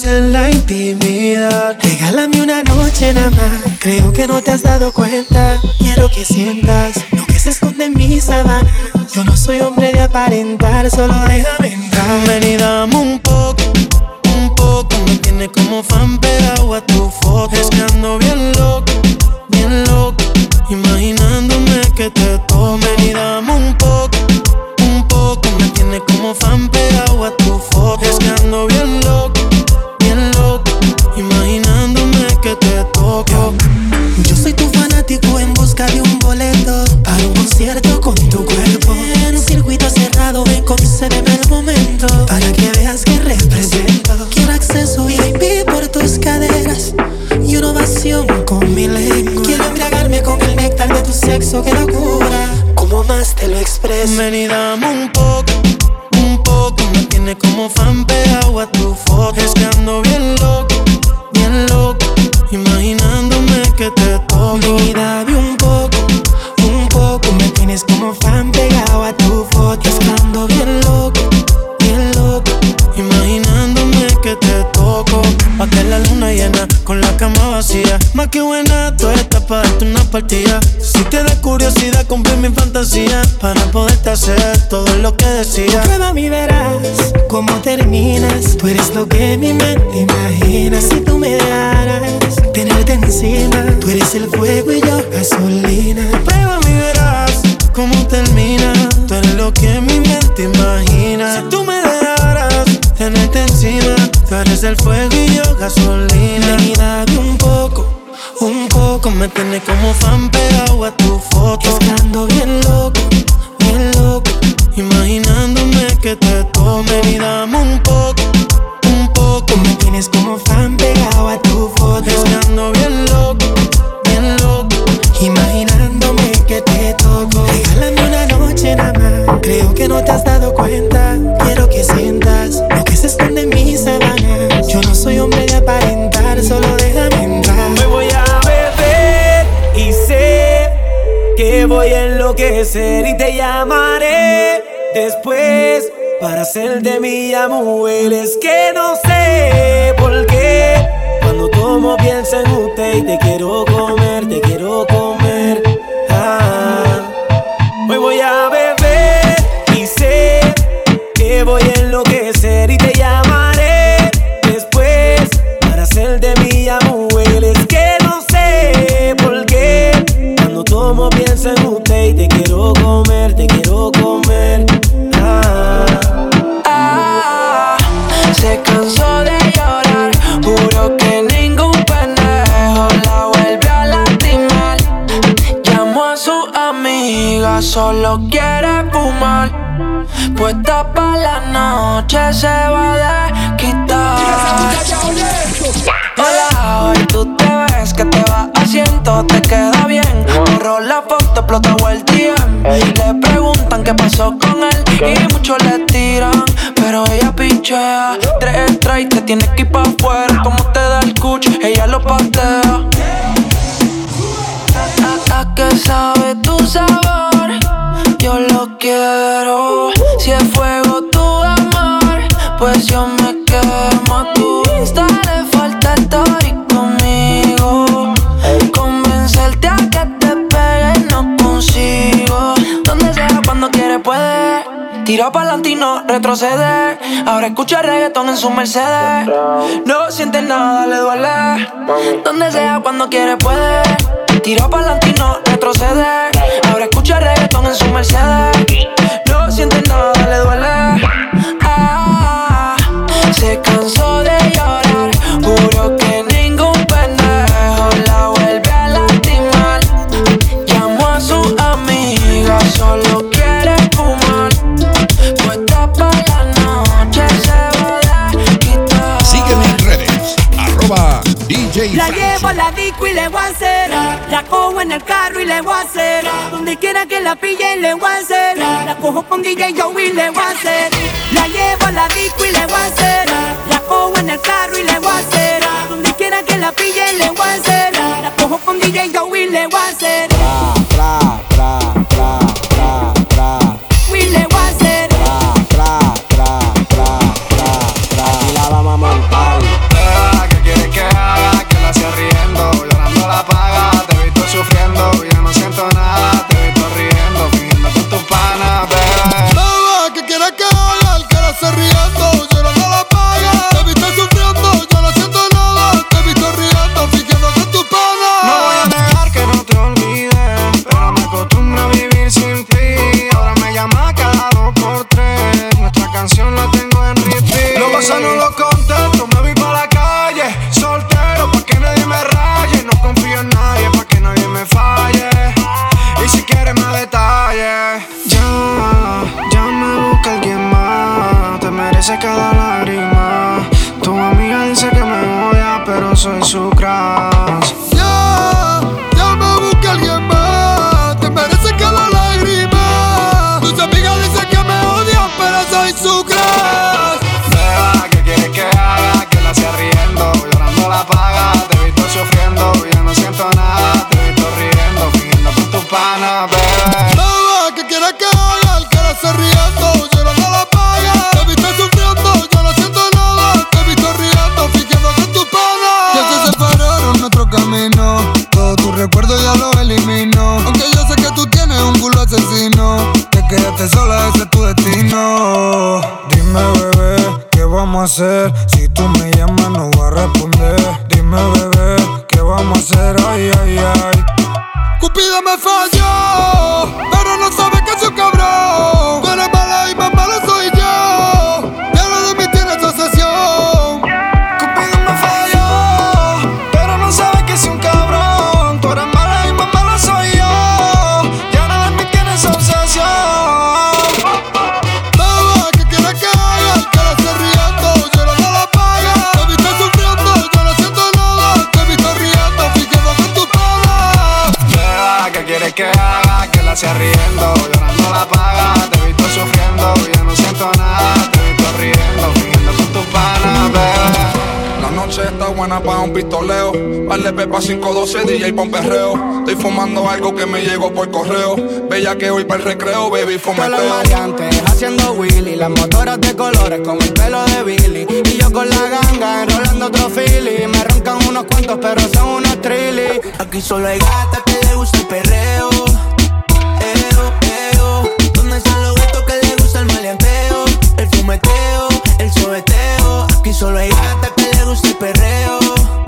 en la intimidad. Regálame una noche nada más. Creo que no te has dado cuenta. Quiero que sientas lo que se esconde en mi sabana. Yo no soy hombre de aparentar, solo déjame entrar. Ven y dame un poco. Me tiene como fan pegado a tu foto. Es que ando bien loco, imaginándome que te tomo. Ven y dame un poco. Me tiene como fan pegado a tu foto. Es que ando bien loco, imaginándome que te toco. Yo soy tu fanático en busca de un boleto para un concierto con tu cuerpo. En un circuito cerrado, ven, concédeme el momento para que veas que represento. Quiero acceso VIP por tus caderas y una ovación con mi lengua. Quiero embriagarme con el néctar de tu sexo, que locura. ¿Cómo más te lo expreso? Ven y dame un poco. Me tiene como fan pegado a tu foto. Es que ando bien loco, imaginándome que te toco. Ven y dame un poco. Me tienes como fan pegado a tu foto. Es que ando bien loco, imaginándome que te toco. Pa' que la luna llena con la cama vacía. Más que buena, tú estás para darte una partida. Si te da curiosidad, cumplir mi fantasía para poderte hacer todo lo que decía. Prueba y verás cómo terminas. Tú eres lo que mi mente imagina. Si tú me dejaras tenerte encima, tú eres el fuego y yo gasolina. Prueba y verás cómo termina. Tú eres lo que mi mente imagina. Si tú me dejaras tenerte encima, tú eres el fuego y yo gasolina. Ven y dame un poco. Me tiene como fan pegado a tu foto. Es que ando bien loco, imaginándome que te tomo. Ven y dame un poco. Me tienes como fan pegado a tu foto. Es que ando bien loco, imaginándome que te toco. Regálame una noche nada más. Creo que no te has dado cuenta. Quiero que sientas lo que se esconde en mi sabana. Yo no soy hombre de aparentar, solo déjame entrar. Me voy a beber y sé que voy a enloquecer y te llamaré después para hacer de mi mujer. Es que no sé por qué cuando tomo pienso en usted y te quiero comer. Hoy voy a beber y sé que voy a enloquecer y te llamaré después para hacer de mi mujer. Es que no sé por qué cuando tomo pienso en usted y te quiero comer. Se cansó de llorar, juro que ningún pendejo la vuelve a lastimar. Llamó a su amiga, solo quiere fumar. Puesta pa' la noche se va a desquitar. Hola, hoy tú te ves que te va haciendo, te queda bien. Borró la foto, explotó el DM. Le preguntan qué pasó con él y muchos le tiran, pero ella pichea. 3 strikes, te tienes que ir pa' afuera. Como te da el cuch, ella lo patea. ¿A qué sabe tu sabor? Yo lo quiero. Si es fuego tu amor, pues yo me quemo. A tu Insta le falta story conmigo. Convencerte a que te pegues no consigo. Donde sea, cuando quiere puede. Tira pa'lante y no retrocede. Ahora escucha reggaetón en su Mercedes. No siente nada, le duele. Donde sea, cuando quiere puede. Tira pa'lante y no retrocede. Ahora escucha reggaetón en su Mercedes. No siente nada, le duele. Se cansó de llorar. Juro que ningún pendejo la vuelve a lastimar. Llamó a su amiga, solo quiere fumar. Puesta pa' la noche se va a quitar. Sígueme en redes, @DJ La Franzo. llevo a la disco y le voy a hacer. La cojo en el carro y le voy a hacer. Donde quiera que la pille le voy a hacer. La cojo con DJ Joey y le voy a hacer. La llevo a la disco y le voy a hacer. La cojo en el carro y le voy a hacer. Donde quiera que la pille le voy a hacer. La cojo con DJ Joey y le voy a hacer. Y le voy a hacer. Aquí la vamos a montar. recuerdo ya lo elimino. Aunque yo sé que tú tienes un culo asesino, que quédate sola, ese es tu destino. Dime, bebé, ¿qué vamos a hacer? Si tú me llamas no voy a responder. Dime, bebé, ¿qué vamos a hacer? Ay, ay, ay. Cupido me falló, pero no sabe que soy un cabrón. Tú eres mala y más malo soy yo. Ya lo de mí tienes obsesión. Cupido me falló, pero no sabe que soy un cabrón. Tú eres mala y más malo soy yo. Ya lo de mí tienes obsesión. Beba, ¿qué quieres que haga? Que la esté riendo, llorando la paga. Te viste sufriendo, yo no siento nada. Te viste riendo, fingiendo con tu pana. Beba, ¿qué quieres que haga? Que la sea riendo, llorando la paga. Te he visto sufriendo, ya no siento nada. Te he visto riendo, fingiendo con tu pana, bebé. La noche está buena para un pistoleo. Vale pepa 512, DJ pa' un perreo. Estoy fumando algo que me llegó por correo. Bella que voy para el recreo, baby, fumeteo. Todos los maleantes haciendo Willy, las motoras de colores con el pelo de Billy. Y yo con la ganga enrolando otro Philly. Me roncan unos cuantos pero son unos trilly. Aquí solo hay gatas que le gusta el perreo. ¿Dónde están los gatos que le gusta el maleanteo? El fumeteo, el sobeteo. Aquí solo hay gatas que le gusta el perreo.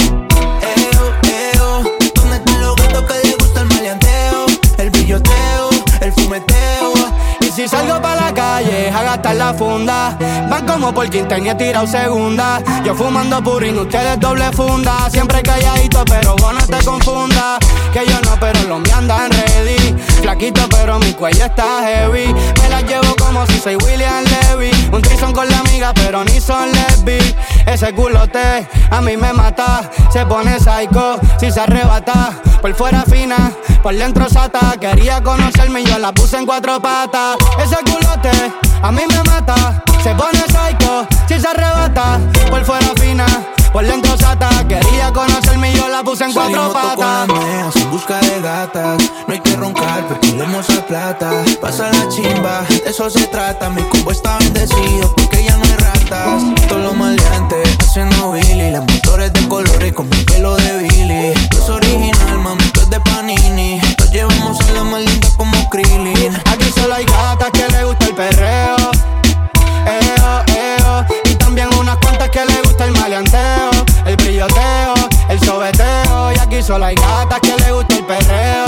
¿Dónde están los gatos que le gusta el maleanteo? El brilloteo, el fumeteo. Y si salgo pa' la calle a gastar la funda, van como por quinta y ni he tirado segunda. Yo fumando purín, ustedes doble funda. Siempre calladito, pero vos no te confundas. Que yo no, pero los míos andan ready. Flaquito, pero mi cuello está heavy. Me las llevo como si soy William Levy. Un trison con la amiga, pero ni son lesbi. Ese culote a mí me mata. Se pone psycho si se arrebata. Por fuera fina, por dentro sata. Quería conocerme y yo la puse en 4 patas. Ese culote a mí me mata. Se pone psycho si se arrebata. Por fuera fina, por dentro sata. Quería conocerme y yo la puse en 4 patas. En busca de gatas, no hay que roncar porque queremos la plata. Pasa la chimba, de eso se trata. Mi combo está bendecido porque ya no hay ratas. Todos los maleantes haciendo Billy, las motores de colores con mi pelo de Billy. No es original, mami, esto es de Panini. Nos llevamos a la más linda como Krillin. Aquí solo hay gatas que le gusta el perreo. Y también unas cuantas que le gusta el maleanteo, el brilloteo, el sobeteo. Y aquí solo hay gatas que le gusta el perreo.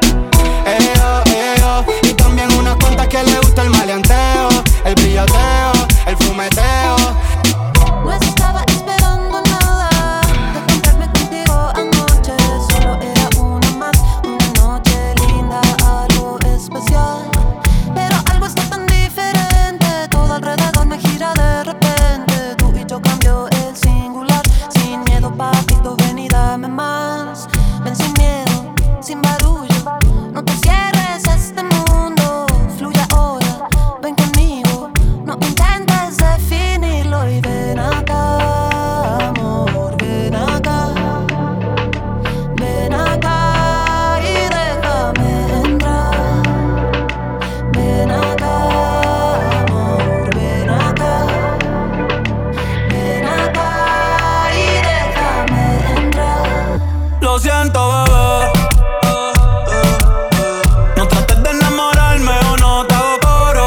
Y también unas cuantas que le gusta el maleanteo, el brilloteo, el fumeteo. No estaba esperando nada de encontrarme contigo anoche. Solo era una más, una noche linda, algo especial. Pero algo está tan diferente, todo alrededor me gira de repente. Tú y yo cambio el singular, sin miedo, papito, ven y dame más. Ven sin miedo, sin barullo, no te cierres a este mundo. Fluye ahora, ven conmigo, no intentes definirlo. Y ven acá, amor, ven acá. Ven acá y déjame entrar. Ven acá, amor, ven acá. Ven acá y déjame entrar. Lo siento, bebé. No trates de enamorarme o no te hago coro.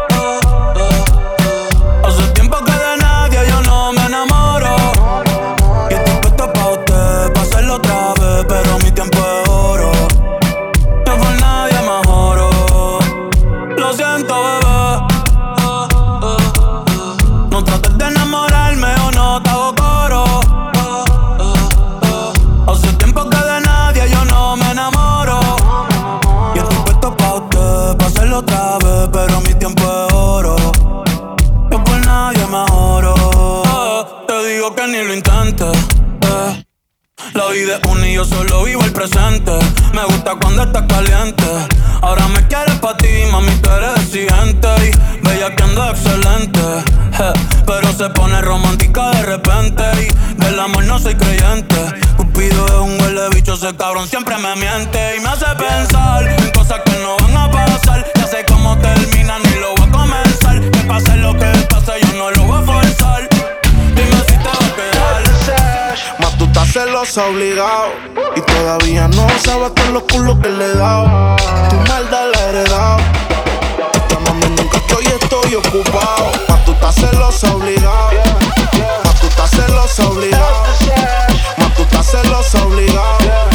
Hace tiempo que de nadie yo no me enamoro. Y estoy puesto pa' usted, pa' hacerlo otra vez, pero mi tiempo es oro. Yo por nadie mejoro. Lo siento, bebé. No trates de enamorarme o no te hago coro. Hace tiempo que de nadie yo no me enamoro. Y estoy puesto pa' usted, pa' hacerlo otra vez, pero mi tiempo es oro. Yo por nadie mejoro. Te digo que ni lo intentes. La vida es una y yo solo vivo el presente. Me gusta cuando estás caliente. Ahora me quieres pa' ti, mami, tú eres exigente. Y bella que ando excelente. Pero se pone romántica de repente. Y del amor no soy creyente. Cupido es un huele bicho, ese cabrón siempre me miente. Y me hace pensar en cosas que no van a pasar. Ya sé cómo termina, ni lo voy a comenzar. Que pase lo que pase, yo no lo voy a forzar. Dime si te va a quedar. Más tú estás celosa obligado. Y todavía no sabe con los culos que le he dado. Tu maldad la he heredado. Esta mami nunca estoy ocupado. Más tú estás celosa obligado. Más tú estás celosa obligado. Más tú estás celosa obligado.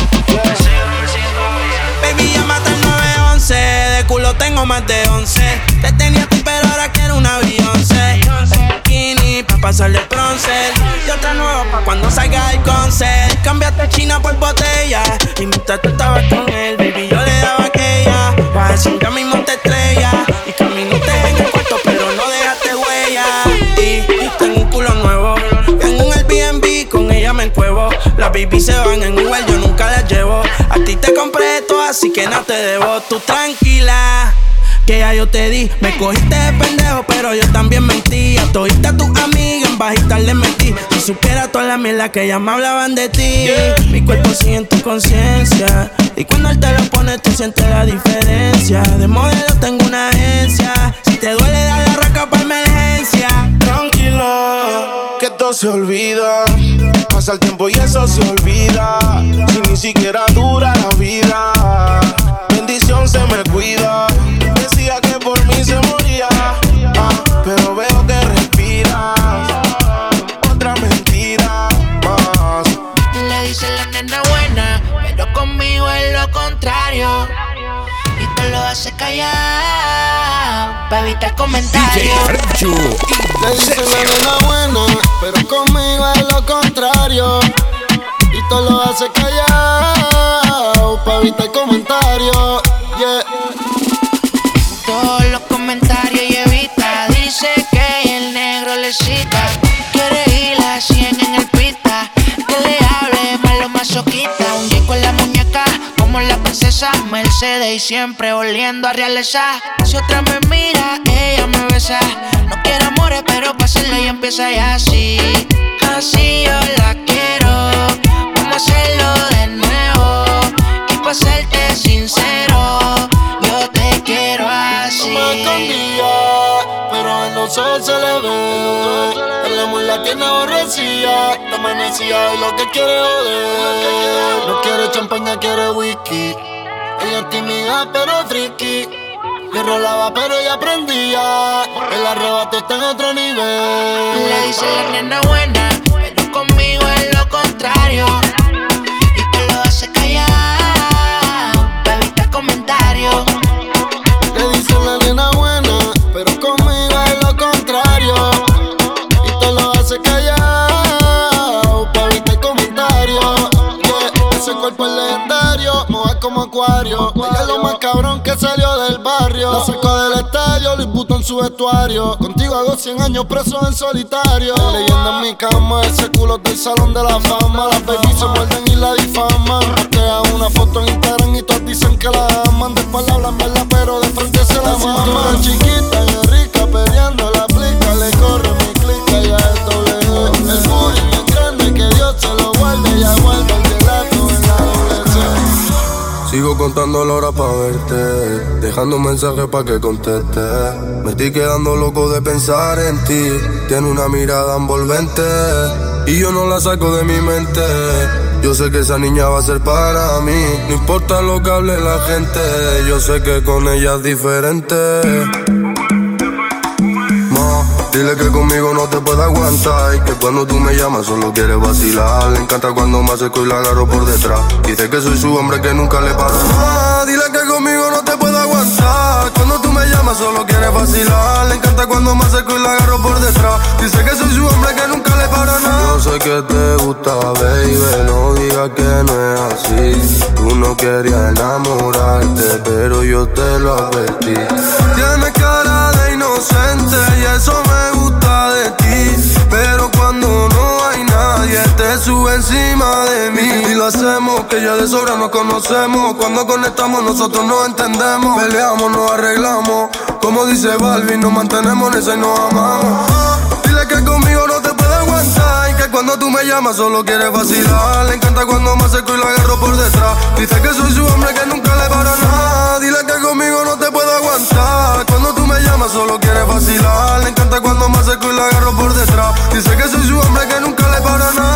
Baby, llámate al 911. De culo tengo más de 11. Te tenía a ti, pero ahora quiero una Beyoncé. Bikini pa' pasarle el bronce. Y otra nueva pa' cuando salga el concert. Cambiaste China por botella. Y mientras tú estabas con él, baby, yo le daba aquella. Va a decir que a mí monte estrella. Y caminaste en el cuarto, pero no dejaste huella. Y tengo un culo nuevo. Tengo un Airbnb, con ella me encuevo. Las baby se van en Uber, yo nunca las llevo. A ti te compré esto, así que no te debo. Tú tranquila, que ya yo te di. Me cogiste de pendejo, pero yo también mentí. A todita tus amigas en bajita le metí. Si supiera toda la mierda que ya me hablaban de ti. Mi cuerpo sigue en tu conciencia. Y cuando él te lo pone, tú sientes la diferencia. De modelo tengo una agencia. Si te duele, dale la raca pa' emergencia. Tranquila, que todo se olvida. Pasa el tiempo y eso se olvida. Si ni siquiera dura la vida. Bendición se me cuida. Decía que por mí se moría, pero veo que respiras. Otra mentira más. Le dice la nena buena, pero conmigo es lo contrario. Y te lo hace callar, pa' evitar comentarios. Le dice la nena buena, pero conmigo es lo contrario. Y todo lo hace callado, pa' evitar comentarios. Yeah. Todos los comentarios y evita. Dice que el negro le cita. Quiere ir a 100 en el pista. Que le hable malo masoquista. Un día con la muñeca como la princesa Mercedes. Y siempre oliendo a realeza. Si otra me mira, ella me besa. No quiero amores, pero pásenlo y empieza ya así. Así yo la quiero. Vamos a hacerlo de nuevo. Y pa' serte sincero, yo te quiero así. No me escondía, pero en los ojos se le ve. El amor la tiene aborrecida. Está amanecida y lo que quiere joder. No quiere champaña, quiere whisky. Ella es tímida pero friki. Le rolaba pero ella aprendía. El arrebato está en otro nivel. Le dice la nena buena, pero conmigo es lo contrario. Y te lo hace callar, pa' evitar comentarios. Le dice la nena buena, pero conmigo es lo contrario. Y te lo hace callado, pa' evitar comentarios. Yeah. Ese cuerpo es legendario, moja como acuario. Ella es lo más cabrón que salió del barrio. La sacó del estadio, Luis Butón en su vestuario. Contigo hago 100 años preso en solitario. Leyenda en mi cama, ese culo del salón de la fama. Las baby se muerden y la difaman. Postea una foto en Instagram y todos dicen que la aman. De palabras verdad, pero de frente se la maman. Chiquita y rica, peleando la plica. Le corre mi clica y ya es doble. El bullying es grande, que Dios se lo guarde. Ya guarda el gelato en la doble C. Sigo contando la hora pa' verte, dejando un mensaje pa' que conteste. Me estoy quedando loco de pensar en ti. Tiene una mirada envolvente y yo no la saco de mi mente. Yo sé que esa niña va a ser para mí. No importa lo que hable la gente, yo sé que con ella es diferente. Dile que conmigo no te puede aguantar y que cuando tú me llamas solo quieres vacilar. Le encanta cuando me acerco y la agarro por detrás. Dice que soy su hombre que nunca le para nada. Dile que conmigo no te puede aguantar. Cuando tú me llamas solo quieres vacilar. Le encanta cuando me acerco y la agarro por detrás. Dice que soy su hombre que nunca le para nada. Yo sé que te gusta, baby, no digas que no es así. Tú no querías enamorarte, pero yo te lo advertí. Tienes cara de inocente y eso me gusta de ti, pero cuando no hay nadie te sube encima de mí. Y lo hacemos que ya de sobra nos conocemos. Cuando conectamos nosotros nos entendemos. Peleamos, nos arreglamos. Como dice Balvin, nos mantenemos en esa y nos amamos. Dile que conmigo no te puede aguantar y que cuando tú me llamas solo quieres vacilar. Le encanta cuando me acerco y la agarro por detrás. Dice que soy su hombre que nunca le para nada. Dile que conmigo no te puedo aguantar. Cuando tú me llamas solo quieres vacilar. Le encanta cuando me acerco y la agarro por detrás. Dice que soy su hombre que nunca le para nada. Ya,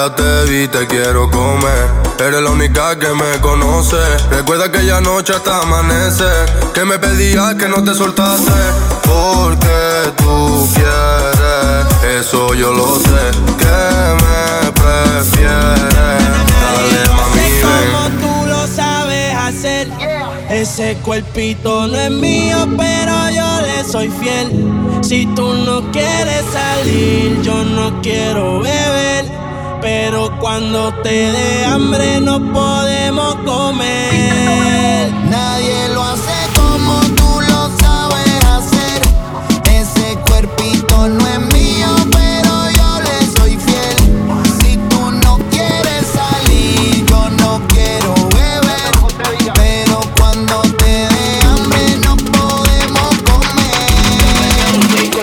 ya te vi, te quiero comer. Eres la única que me conoce. Recuerda aquella noche hasta amanecer, que me pedías que no te soltase. Porque tú quieres, eso yo lo sé. Que me prefieres. Dale mami, ven. Como tú lo sabes hacer. Ese cuerpito no es mío, pero yo le soy fiel. Si tú no quieres salir, yo no quiero beber. Pero cuando te dé hambre no podemos comer. Nadie lo hace como tú lo sabes hacer. Ese cuerpito no es mío, pero yo le soy fiel. Si tú no quieres salir, yo no quiero beber. Pero cuando te dé hambre no podemos comer.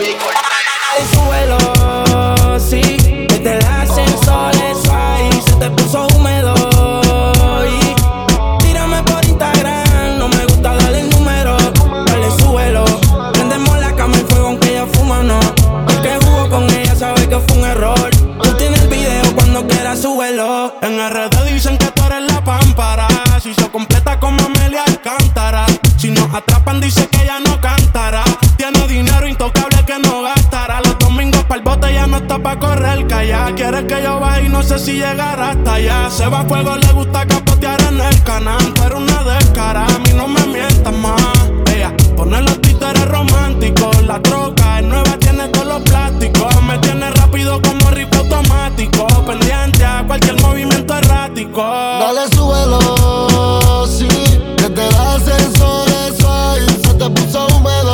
Súbelo, sí, desde el ascensor eso ahí se te puso húmedo. Y tírame por Instagram, no me gusta darle el número. Dale, súbelo, prendemos la cama en fuego aunque ella fuma, no. El que jugó con ella sabe que fue un error. Tú tienes el video, cuando quieras súbelo. En RD dicen que tú eres la pámpara. Si se completa como Amelia Alcántara. Si nos atrapan dice que ella no cantará. Tiene dinero intocable que no gastará. Los domingos pa'l bote ya no está pa' correr calla. Quiere que yo baje y no sé si llegará hasta allá. Se va a fuego, le gusta capotear en el canal. Pero una descara, a mí no me mientas más. Ella pone los títeres románticos. La troca es nueva, tiene todos los plásticos. Me tiene rápido como rifle automático. Pendiente a cualquier movimiento errático. Dale, súbelo, sí. Desde el ascensor eso ahí se te puso húmedo.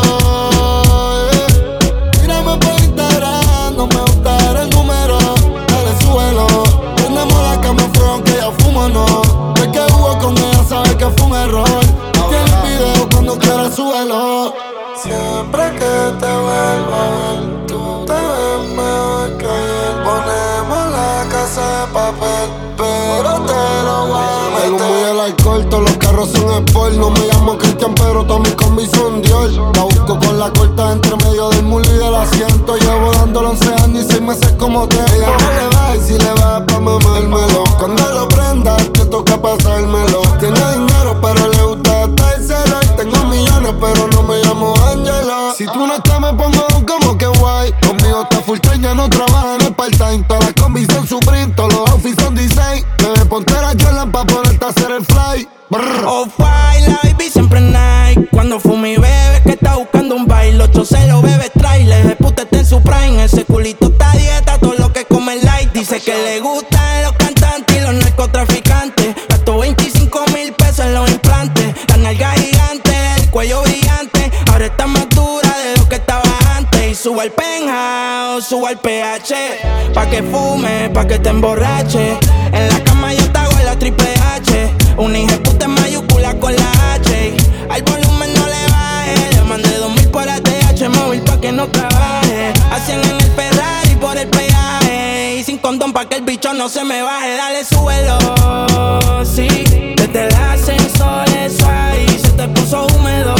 Mírame por Instagram, no me gusta dar el número. Dale, súbelo. Prendemos la cama en fuego aunque ella fuma, no. El que jugó con ella sabe que fue un error. Tiene el video, cuando quieras súbelo. Siempre que te vuelva a ver, tú te ves mejor que ayer. Ponemos la casa de papel, pero te lo voy a meter. El humo y el alcohol, todos los carros son sport. No me llamo Cristian, pero todas mis combis son Dior. La busco con la corta entre medio del mulo y del asiento. Llevo dándolo 11 años y 6 meses como te. Ella no le va y si le va pa' mamármelo. Cuando lo prenda, te toca pasármelo. Tiene dinero, pero le gusta estárselo. Y tengo millones, pero no me llamo Angela. Si tú no estás, me pongo como que guay. Conmigo está full time, ya no trabaja en el part-time. Todas las combis son Supreme, todos los outfits son design. Bebé, ponte la Jordan pa' ponerte a hacer el fly. Off-white, la baby siempre Nike. Cuando fuma y bebe, que está buscando un baile. 8-0, bebe trailer, el puta está en su prime. Ese culito está a dieta, todo lo que come light. Dice que le gustan los cantantes y los narcotraficantes. Gastó 25,000 pesos en los implantes. La nalga gigante, el cuello brillante. Ahora está más dura de lo que estaba antes. Y subo al penthouse, subo al PH. Pa' que fume, pa' que te emborrache. En la cama yo te hago la triple H. Una hija puta en mayúscula con la H. Al volumen no le baje. Le mandé 2,000 por ATH móvil pa' que no trabaje. Hacían en el Ferrari por el peaje. Y sin condón pa' que el bicho no se me baje. Dale, súbelo, sí. Desde el ascensor eso ahí se te puso húmedo.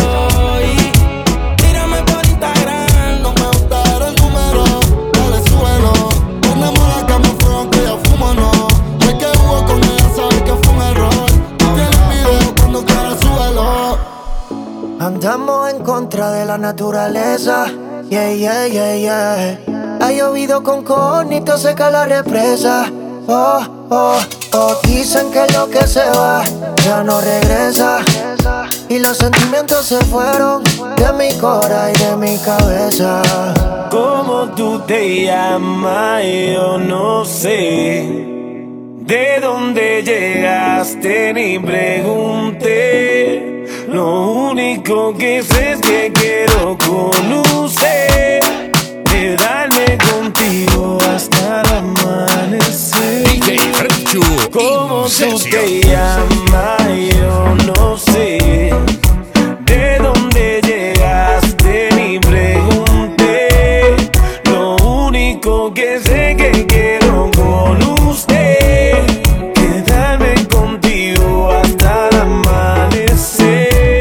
Y tírame por Instagram, no me gusta dar el número. Dale, súbelo. Ponemos la cama en fuego aunque ella fuma, no. El que jugó con ella sabe que fue un error. Tiene el video, cuando quieras súbelo. Andamos en contra de la naturaleza. Yeah, yeah, yeah, yeah. Ha llovido con conito, seca la represa. Oh, oh, oh. Dicen que lo que se va ya no regresa. Y los sentimientos se fueron de mi cora y de mi cabeza. ¿Cómo tú te llamas? Yo no sé. ¿De dónde llegaste? Ni pregunté. Lo único que sé es que quiero conocer. Quedarme contigo hasta el amanecer. DJ Franchu, ¿cómo tú te llamas? Yo no sé. ¿De dónde llegaste? Ni pregunté. Lo único que sé es que quiero con usted. Quedarme contigo hasta el amanecer.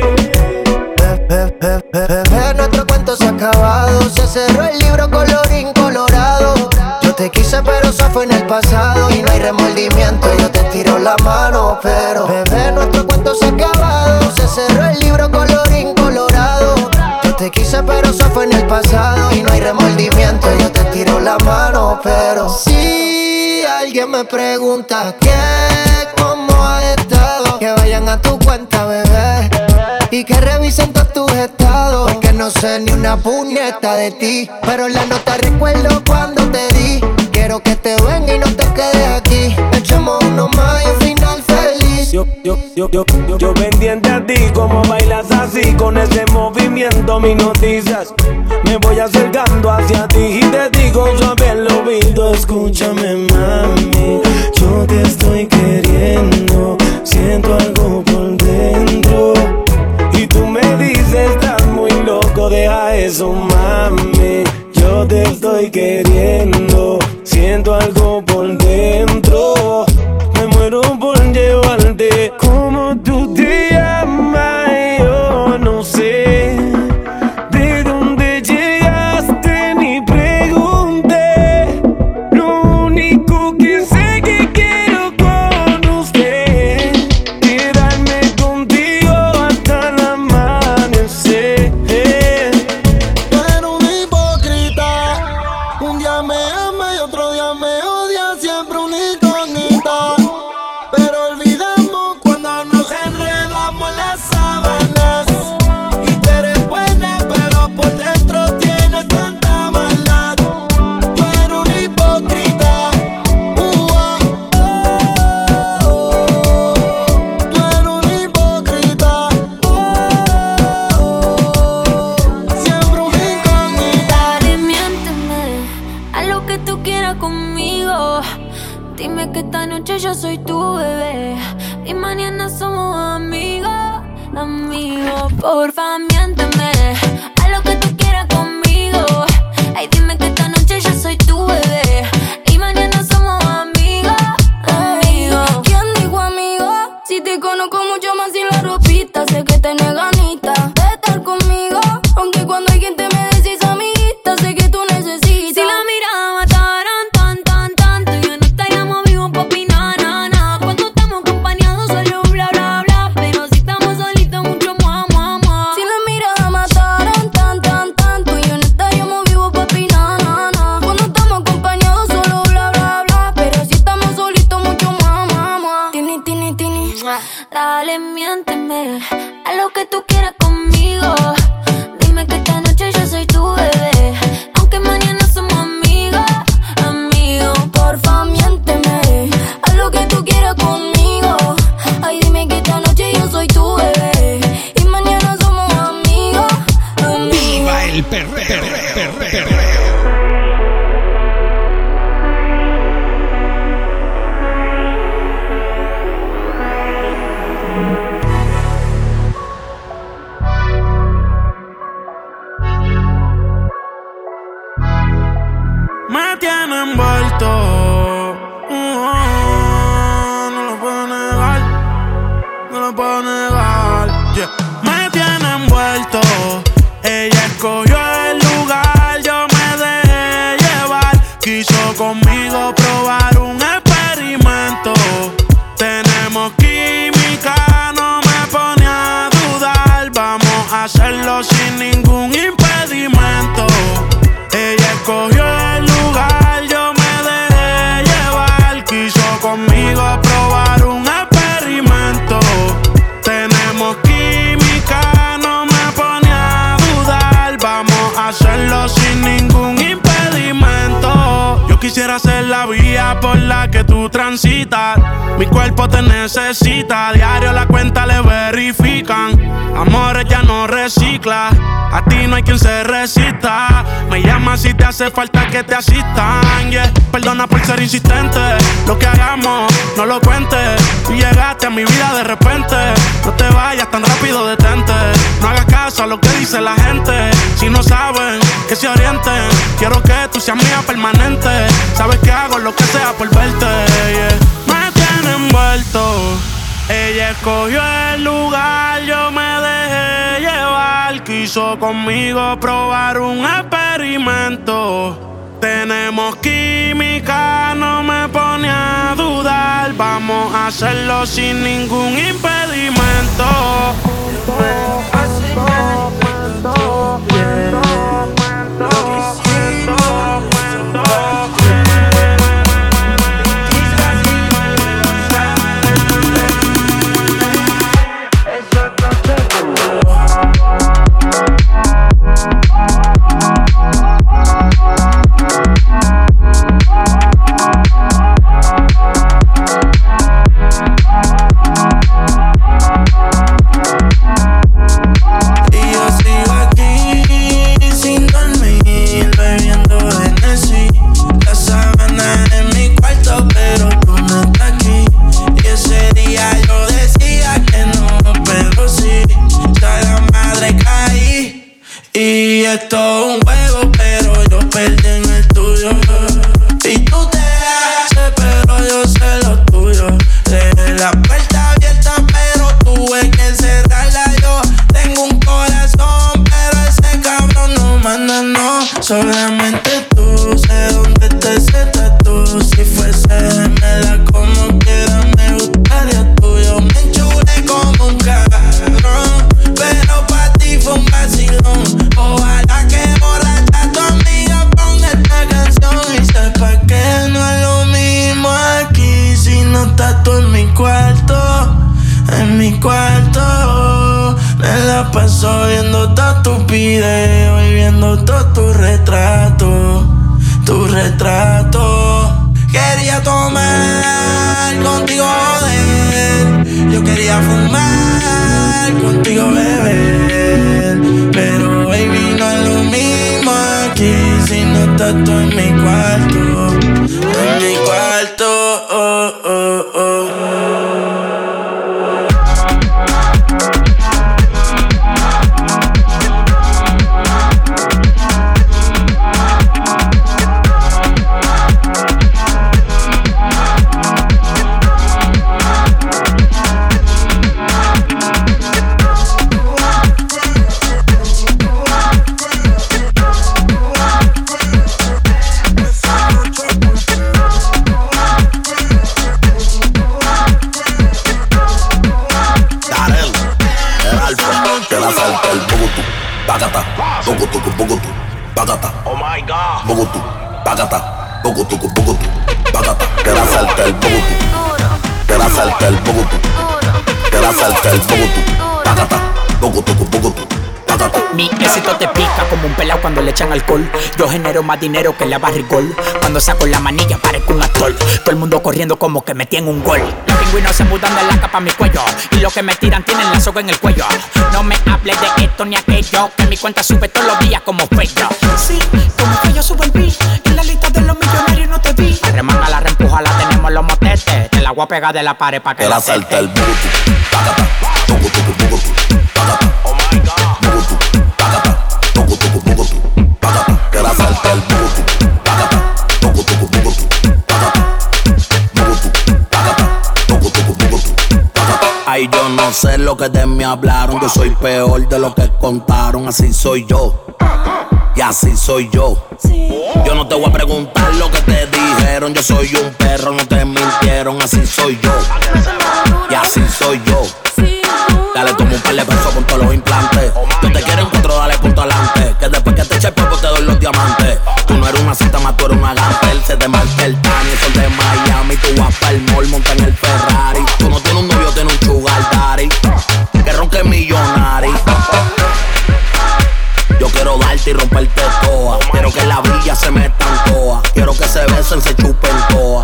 Nuestro cuento se ha acabado. Se cerró el libro colorín colorado. Yo te quise pero eso fue en el pasado. pasado y no hay remordimiento. Yo te tiro la mano, pero bebé, nuestro cuento se ha acabado. Se cerró el libro colorín colorado. Yo te quise pero eso fue en el pasado y no hay remordimiento. Yo te tiro la mano, pero si alguien me pregunta qué, cómo has estado, que vayan a tu cuenta, bebé, y que revisen todos tus estados. Porque no sé ni una puñeta de ti, pero la nota recuerdo cuando te di. Quiero que te venga y no te quedes aquí. Echemos uno más y un final feliz. Yo pendiente a ti, como bailas así, con ese movimiento me noticias. Me voy acercando hacia ti y te digo suave al oído. Escúchame, mami, yo te estoy queriendo. Siento algo por dentro y tú me dices, estás muy loco, deja eso, mami. Yo te estoy queriendo. Siento algo por dentro. Me muero por llevarte. Como tú te llamas, yo no sé. De dónde llegaste ni pregunté. Lo único que sé que quiero con usted, quedarme contigo hasta el amanecer. Tú eres un hipócrita. Un día me ama y otro día me odia. Siempre una incógnita. Pero olvidamos cuando nos enredamos en las sábanas. Y tú eres buena, pero por dentro tienes tanta maldad. Tú eres un hipócrita. Tú eres un hipócrita. Siempre una incógnita. Dale, miénteme, haz lo que tú quieras conmigo. Dime que esta noche yo soy tu bebé y mañana somos amigos, amigos. Porfa, miénteme, haz lo que tú quieras conmigo. Ay, dime que esta noche yo soy tu bebé y mañana somos amigos, amigos. ¿Quién dijo amigo? Si te conozco mucho más sin la ropita, sé que tenés ganitas de estar conmigo. Aunque cuando hay gente me decís amiguita, sé que tú necesitas. Si la mirada mataran tan, tan, tanto, ya no estaríamos vivos, papi, na, na, na. Cuando estamos acompañados solo bla, bla, bla, pero si estamos solitos mucho mua, mua, mua. Si la mirada mataran tan, tan, tanto, yo no estaríamos vivos, papi, na, na, na. Cuando estamos acompañados solo bla, bla, bla, pero si estamos solitos mucho más, más, más. Tini, tini, tini. Dale, miénteme, haz lo que tú quieras conmigo. Dime que esta noche yo soy tu bebé, aunque mañana somos amigos, amigos. Porfa, miénteme, haz lo que tú quieras conmigo. Ay, dime que esta noche yo soy tu bebé y mañana somos amigos, amigos. Viva el perreo. Me tiene envuelto, no lo puedo negar, no lo puedo negar, yeah. Me tiene envuelto, ella escogió el lugar, yo me dejé llevar, quiso conmigo probar un experimento, tenemos química, no me pone a dudar, vamos a hacerlo sin ningún impedimento. Ella escogió el lugar, yo me dejé llevar. Quiso conmigo probar un experimento. Tenemos química, no me pone a dudar. Vamos a hacerlo sin ningún impedimento. Yo quisiera ser la vía por la que tú transitas. Mi cuerpo te necesita. A diario la cuenta le verifican. Amores ya no recicla. A ti no hay quien se resista. Me llama si te hace falta que te asistan, yeah. Perdona por ser insistente. Lo que hagamos, no lo cuentes. Tú llegaste a mi vida de repente. No te vayas tan rápido, detente. No hagas caso a lo que dice la gente. Si no saben, que se orienten. Quiero que tú seas mía permanente. Sabes que hago lo que sea por verte, yeah. Me tiene envuelto. Ella escogió el lugar, yo me dejé llevar. Quiso conmigo probar un experimento. Tenemos química, no me pone a dudar. Vamos a hacerlo sin ningún impedimento. Esto es un juego, pero yo perdí en el tuyo. Y tú te haces, pero yo sé lo tuyo. Dejé la puerta abierta, pero tuve que cerrarla yo. Tengo un corazón, pero ese cabrón no manda, no. Solamente tú, sé dónde te sientas tú. Si fuese gemela como quiera, me gustaría tuyo. Me enchulé como un cabrón, pero pa' ti fue un vacilón. Ojalá que borracha tu amiga ponga esta canción y sepa que no es lo mismo aquí si no estás tú en mi cuarto. En mi cuarto me la paso viendo todos tus videos y viendo todos tus retratos. Tu retrato. Quería tomar contigo, joder. Yo quería fumar contigo, beber. Pero baby, no es lo mismo aquí si no estás tú en mi cuarto. En mi cuarto, oh, oh, oh. Bogotá, Bagata, Bogotá, Bagata. Quiero hacerte el Bogotá, quiero hacerte el Bogotá, quiero hacerte el Bogotá, Bagata, Bogotá, Bagata. Mi éxito te pica como un pelao cuando le echan alcohol. Yo genero más dinero que la barrigol. Cuando saco la manilla parezco un actor. Todo el mundo corriendo como que metí en un gol. Los pingüinos se mudan de la capa a mi cuello y los que me tiran tienen la soga en el cuello. No me hables de esto ni aquello, que mi cuenta sube todos los días como fello. Sí, como que yo subo el beat. En la lista de los millonarios no te vi. La remanga, la reempuja, la tenemos los motetes. Te la voy a pegar de la pared pa' que la salte el Bogotá, Bagata, Bogotá, Bagata. Oh my God. Bogotá, Bagata, Bogotá, Bagata. Quiero hacerte el Bogotá, Bagata, Bogotá, Bagata. Bogotá, Bagata. Ay, yo no sé lo que de mí hablaron. Yo soy peor de lo que contaron. Así soy yo, y así soy yo. Yo no te voy a preguntar lo que te dijeron. Yo soy un perro, no te mintieron. Así soy yo, y así soy yo. Dale, toma un par de pesos con todos los implantes. Yo te quiero en cuatro, dale punto adelante. Que después que te eche el polvo te doy los diamantes. Tú no eres una cinta más, tú eres una Gamper. Se te marca el Tani, son de Miami. Tú vas pa'l mall, monta en el Ferrari. Tú no tienes un novio, tienes un sugar daddy. Que ronque millonario. Yo quiero darte y romperte toa. Quiero que la villa se metan toa. Quiero que se besen, se chupen toa.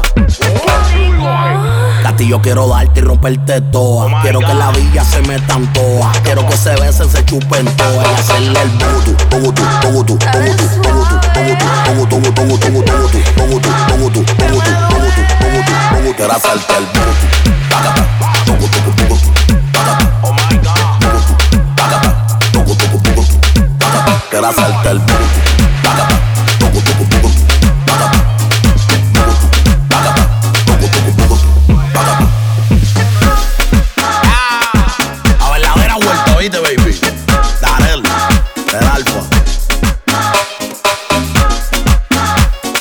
Gati, yo quiero darte y romperte toa. Quiero que la villa se metan toa. Quiero que se besen, se chupen toa. Y hacerle el Bogotá, Bogotá, Bogotá, Bogotá, Bogotá, Bogotá, Bogotá, Bogotá, Bogotá, Bogotá. Quiero hacerte el Bogotá, Bagata, Bogotá, Bogotá, Bagata. Oh my God. Bogotá, Bagata, Bogotá, Bogotá, Bagata. Quiero hacerte el Bogotá, Bagata, Bogotá, Bogotá, Bagata. A ver, la vera vuelta, ¿oíste, baby? Darel, el alfa.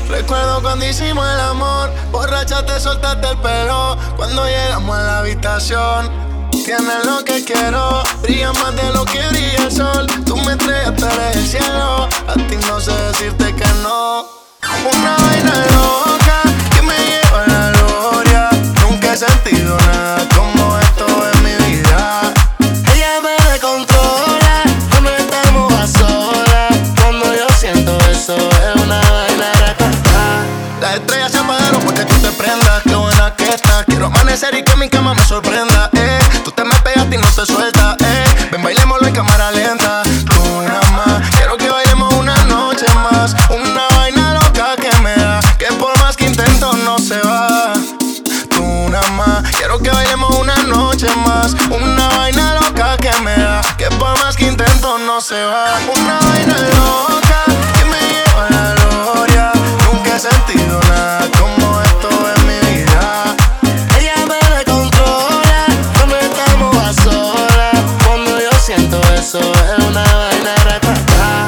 Recuerdo cuando hicimos el amor, borracha te soltaste el pelo. Cuando llegamos a la habitación, tienes lo que quiero, brilla más de lo que brilla el sol. Tú me estrellaste del cielo, a ti no sé decirte que no. Una vaina loca que me lleva a la gloria. Nunca he sentido nada como esto en mi vida. Ella me descontrola cuando estamos a solas. Cuando yo siento eso es una vaina ratata. Las estrellas se apagaron porque tú te prendas. Qué buena que estás. Quiero amanecer y que mi cama me sorprenda. Tú te me pegaste y no te sueltas. Ven, bailémoslo en cámara lenta. Tú nada más. Quiero que bailemos una noche más. Una vaina loca que me da, que por más que intento no se va. Tú nada más. Quiero que bailemos una noche más. Una vaina loca que me da, que por más que intento no se va. Una vaina loca que me lleva a la gloria. Nunca he sentido nada como esto en mi vida. Ella me descontrola cuando estamos a solas. Cuando yo siento eso es una vaina ratata.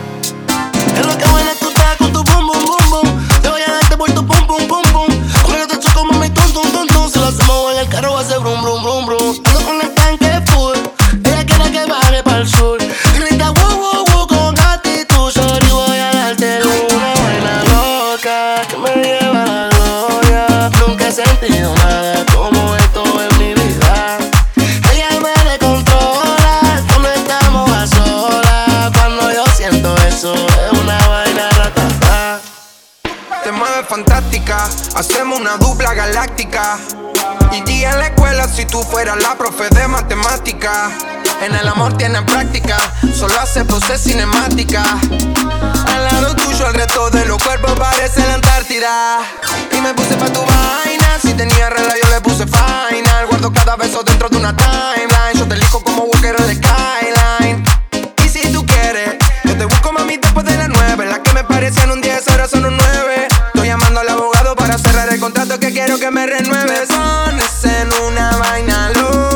Es lo que buena tú estás con tu bum bum bum bum. Te voy a darte por tu pum pum pum pum. Cuando te choco mami tum tum tum tum. Si lo hacemos en el carro va a ser brum brum brum brum. Ando con el tanque full, ella quiere que baje pa'l sur. Grita wow wow wow con actitud. Sorry, voy a darte una vaina loca que me lleva a la gloria. Nunca he sentido nada como esto en mi vida. Ella me descontrola cuando estamos a solas. Cuando yo siento eso es una vaina ratata. Te mueves fantástica, hacemos una dupla galáctica. Iría en la escuela si tú fueras la profe de matemática. En el amor tienes práctica, solo hace poses cinemática. Al lado tuyo el resto de los cuerpos parece la Antártida. Y me puse pa' tu vaina, si tenía regla yo le puse final. Guardo cada beso dentro de una timeline. Yo te elijo como Walker en el Skyline. Y si tú quieres, yo te busco mami después de las 9. Las que me parecían un 10 ahora son un 9. Estoy llamando al abogado para cerrar el contrato que quiero que me renueves. Pones en una vaina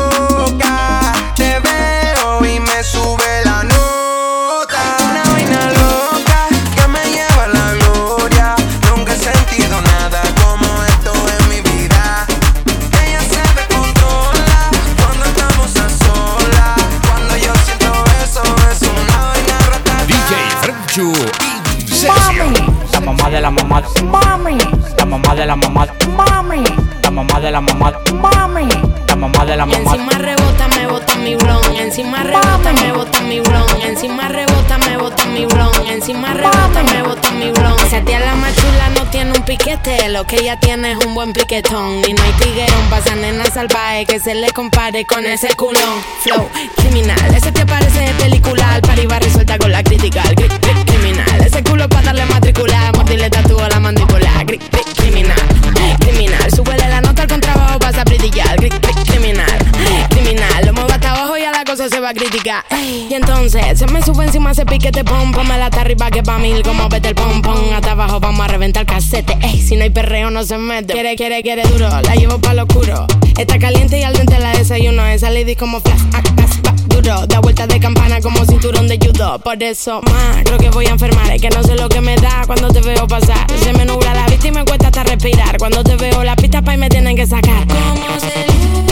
loca, te veo y me sube la nota. Una vaina loca que me lleva a la gloria. Nunca he sentido nada como esto en mi vida. Ella se descontrola cuando estamos a solas. Cuando yo siento eso es una vaina ratata. DJ Franchu Incesio. La mamá de la mamá, mami. La mamá de la mamá, mami. La mamá de la mamá, mami. La mamá de la mamá. Encima rebota, me bota mi blon. Encima rebota, me bota mi blon. Encima rebota, me bota mi blon. Encima rebota, me bota mi blon. Esa tía la más chula no tiene un piquete. Lo que ella tiene es un buen piquetón. Y no hay tiguerón, pasa nena salvaje que se le compare con ese culón. Flow criminal, ese te parece de película. Al party va resuelta con la crítica. Criminal, ese culo pa' darle matricular. Mordirle tatúo a la mandíbula. Criminal, criminal. Súbele la nota al contrabajo, vas a brillar. Criminal, criminal. Lo muevo hasta abajo y a la cosa se va a criticar. Y entonces se me sube encima ese piquete pom. Pómela hasta arriba que pa' mil como vete el pom pom. Hasta abajo vamos a reventar casete. Ey, si no hay perreo no se mete. Quiere duro, la llevo pa' lo oscuro. Está caliente y al dente la desayuno. Esa lady como flash, duro. Da vueltas de campana como cinturón de judo. Por eso, más, creo que voy a enfermar. Es que no sé lo que me da cuando te veo pasar. Se me nubla la vista y me cuesta hasta respirar. Cuando te veo la pista pa' y me tienen que sacar. ¿Cómo se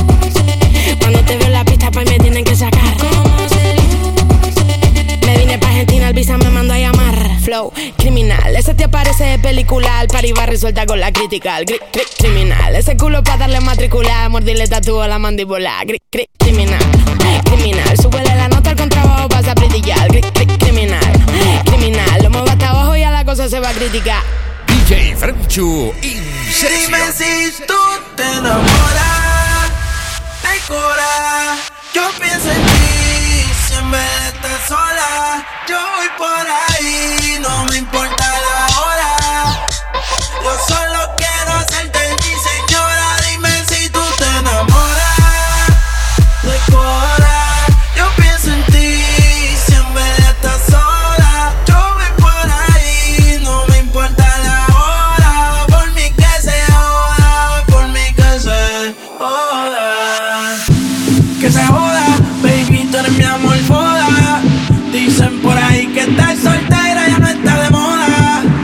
luce? Cuando te veo la pista pa' y me tienen que sacar. ¿Cómo se luce? Me vine pa' Argentina, el visa me mandó a llamar. Flow criminal, ese te aparece de película. Al party va resuelta con la crítica. Criminal, ese culo pa' darle matricular. Mordirle tatúo a la mandíbula. Criminal, criminal. Súbele la nota al contrabajo, vas a brillar. Criminal, criminal. Lo muevo hasta abajo y a la cosa se va a criticar. DJ Franchu Incesio. Dime si tú te enamoras, te cora. Yo pienso en ti, si en vez de estar sola. Yo voy por ahí, no me importa la hora. Yo solo quiero hacerte mi señora. Dime si tú te enamoras, te cora. Yo pienso en ti, si en vez de estar sola. Yo voy por ahí, no me importa la hora. Por mí que se joda, por mí que se joda. Que se joda, baby, tú eres mi amor, foda. Dicen por ahí que estar soltera ya no está de moda.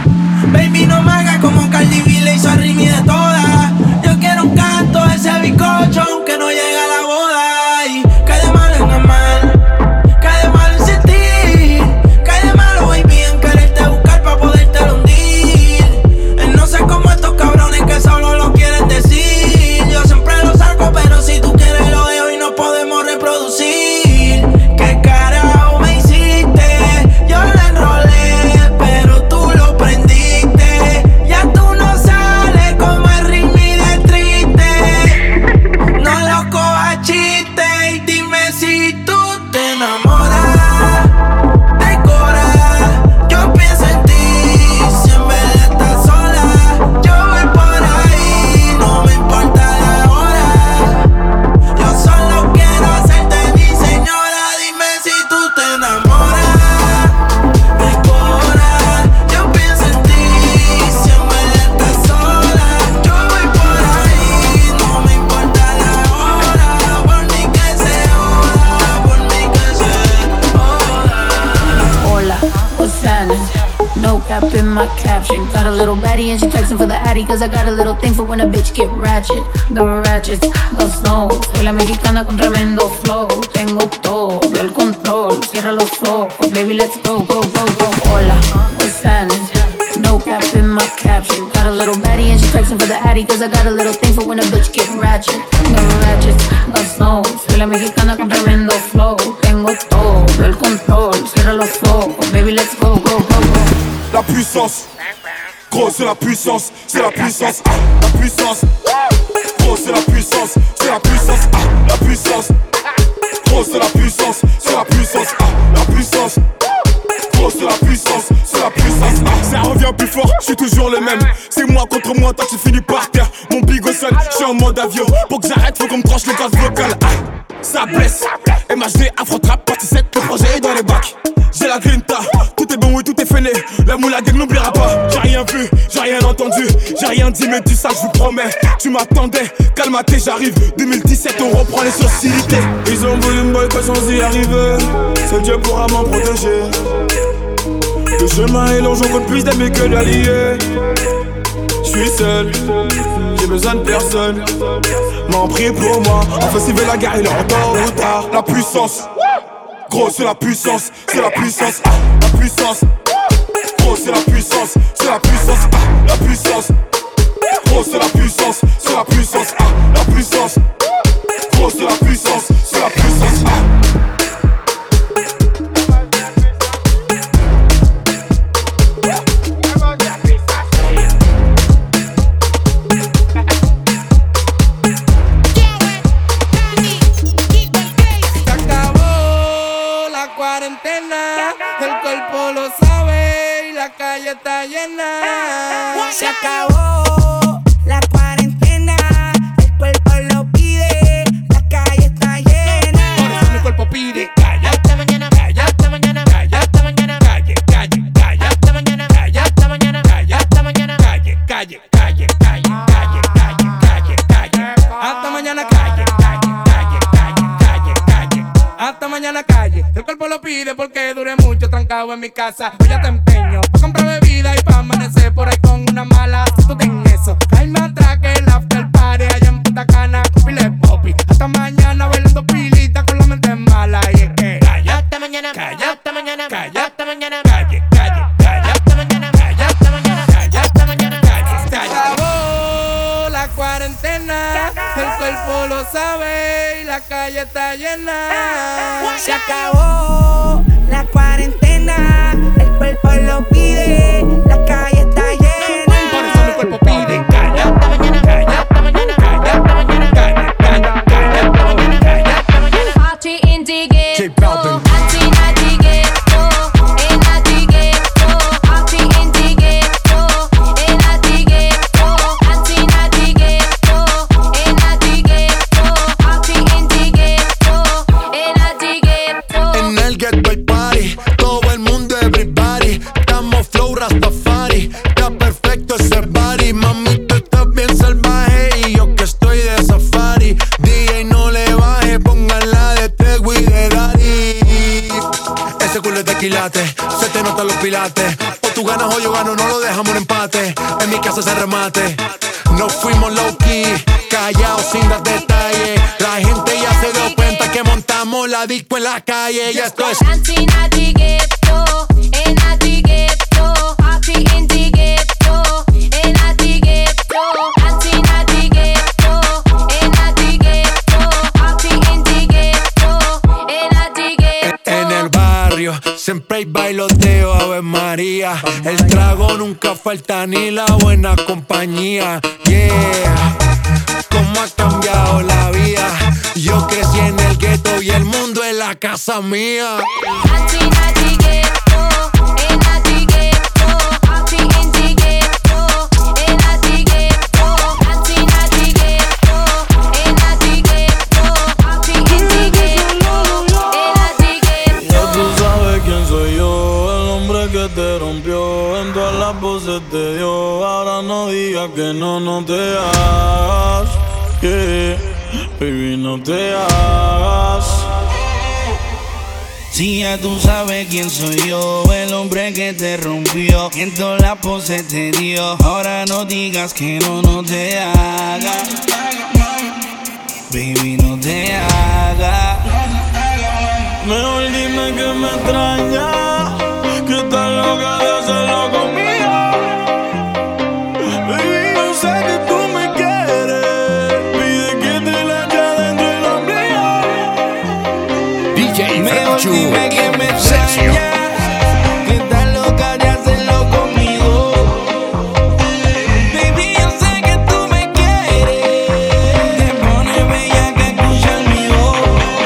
my caption. Got a little baddie and she texting for the addy, cause I got a little thing for when a bitch get ratchet. The ratchets, the snow. Soy la mexicana con tremendo flow. Tengo todo el control. Cierra los ojos, baby, let's go, go, go, go. Hola, what's happening? No cap in my caption. Got a little baddie and she texting for the addy, cause I got a little thing for when a bitch get ratchet. The ratchets, the snow. Soy la mexicana con tremendo flow. Tengo todo el control. Cierra los ojos, baby, let's go, go, go, go. La puissance, gros c'est la puissance, c'est la puissance, la puissance, gros c'est la puissance, c'est la puissance, la puissance, gros c'est la puissance, c'est la puissance, la puissance. C'est la puissance, c'est la puissance. Ça revient plus fort, je suis toujours le même. C'est moi contre moi, toi tu finis par terre. Mon big au sol, je suis en mode avion. Pour que j'arrête, faut qu'on me tranche le gaz vocal. Ça blesse, MHD, Afro-Trap, partie 7, le projet est dans les bacs. J'ai la grinta, tout est bon, oui, tout est fainé. La moula gang n'oubliera pas. J'ai rien vu, j'ai rien entendu, j'ai rien dit, mais dis ça, je vous promets. Tu m'attendais, calme-toi, j'arrive. 2017, on reprend les sociétés. Ils ont voulu me boycotter sans y arriver. Seul Dieu pourra m'en protéger. Le chemin est long, j'en compte plus d'amis que d'alliés. J'suis seul, j'ai besoin de personne. M'en prie pour moi, enfin s'il veut la guerre, il est en tort ou tard. La puissance, gros c'est la puissance, c'est la puissance, la puissance. Gros c'est la puissance, c'est la puissance, la puissance. Gros c'est la puissance, c'est la puissance, la puissance. Gros c'est la puissance, c'est la puissance. El cuerpo lo sabe y la calle está llena. Se acabó la cuarentena, el cuerpo lo pide, la calle está llena. Por eso mi cuerpo pide calle hasta mañana, calle hasta mañana, calle hasta mañana, calle, calle, calle hasta mañana, calle hasta mañana, calle hasta mañana, calle, calle, calle, calle, calle, calle, calle, calle, hasta mañana, calle, calle, calle, calle, calle, calle, hasta mañana, calle. El cuerpo lo pide porque duré mucho trancado en mi casa. Hoy ya te empeño pa' comprar bebida y pa' amanecer por ahí con una mala. Si tú tienes eso, caíme atrás que el after party allá en Punta Cana. Pile popi, hasta mañana bailando pilita con la mente mala. Y es que calle hasta mañana, calle hasta mañana, calle hasta mañana, calle, calle, calle hasta mañana, calle hasta mañana, calle hasta mañana, calle. Se acabó la cuarentena, el cuerpo lo sabe y la calle está llena. Se acabó la cuarentena, el cuerpo lo pide, la calle está llena. Por eso mi cuerpo pide calle hasta mañana, calle hasta mañana, calle hasta mañana, calle, calle, calle hasta mañana, calle hasta mañana. Party in the ghetto, party in the ghetto, in the ghetto, party in the ghetto, in the ghetto, party in the ghetto, in the ghetto, party in the ghetto, in the ghetto. En el ghetto hay party, todo el mundo everybody. Estamos flow Rastafari, está perfecto ese body. Mami, tú estás bien salvaje y yo que estoy de safari. DJ no le baje, pónganla de Tego y de Daddy. Ese culo es de quilate, se te notan los pilates. O tú ganas o yo gano, no lo dejamos en empate. En mi casa se remate. Nos fuimos low key, callados sin dar detalles. La gente ya se dio cuenta que montamos la disco en la calle. Y esto es Party in the ghetto, in the ghetto, party in the ghetto, in the ghetto, party in the ghetto, in the ghetto, party in the ghetto, in the ghetto. en el barrio. Siempre hay bailoteo, Ave María. El trago nunca falta ni la buena compañía. Yeah, cómo ha cambiado la vida. Yo crecí en el gueto y el mundo es la casa mía. Party in the ghetto, in the ghetto, party in the ghetto, in the ghetto, party in the ghetto, in the ghetto, party in the ghetto, in the ghetto. Ya tú sabes quién soy yo, el hombre que te rompió, en todas las voces te dio. Ahora no digas que no te hagas, yeah. Baby, no te hagas. Si ya tú sabes quién soy yo, el hombre que te rompió, en toda la pose te dio. Ahora no digas que no te haga. Baby, no te haga. Mejor dime que me extraña, que estás loca de hacerlo conmigo. Baby, yo sé que tú me quieres, pide que te la eche adentro y lo mío. DJ Mejor Franchu, dime que me Obsession. extraña, que estás loca de hacerlo conmigo. Baby, yo sé que tú me quieres, te pone bella que escuchar mi voz.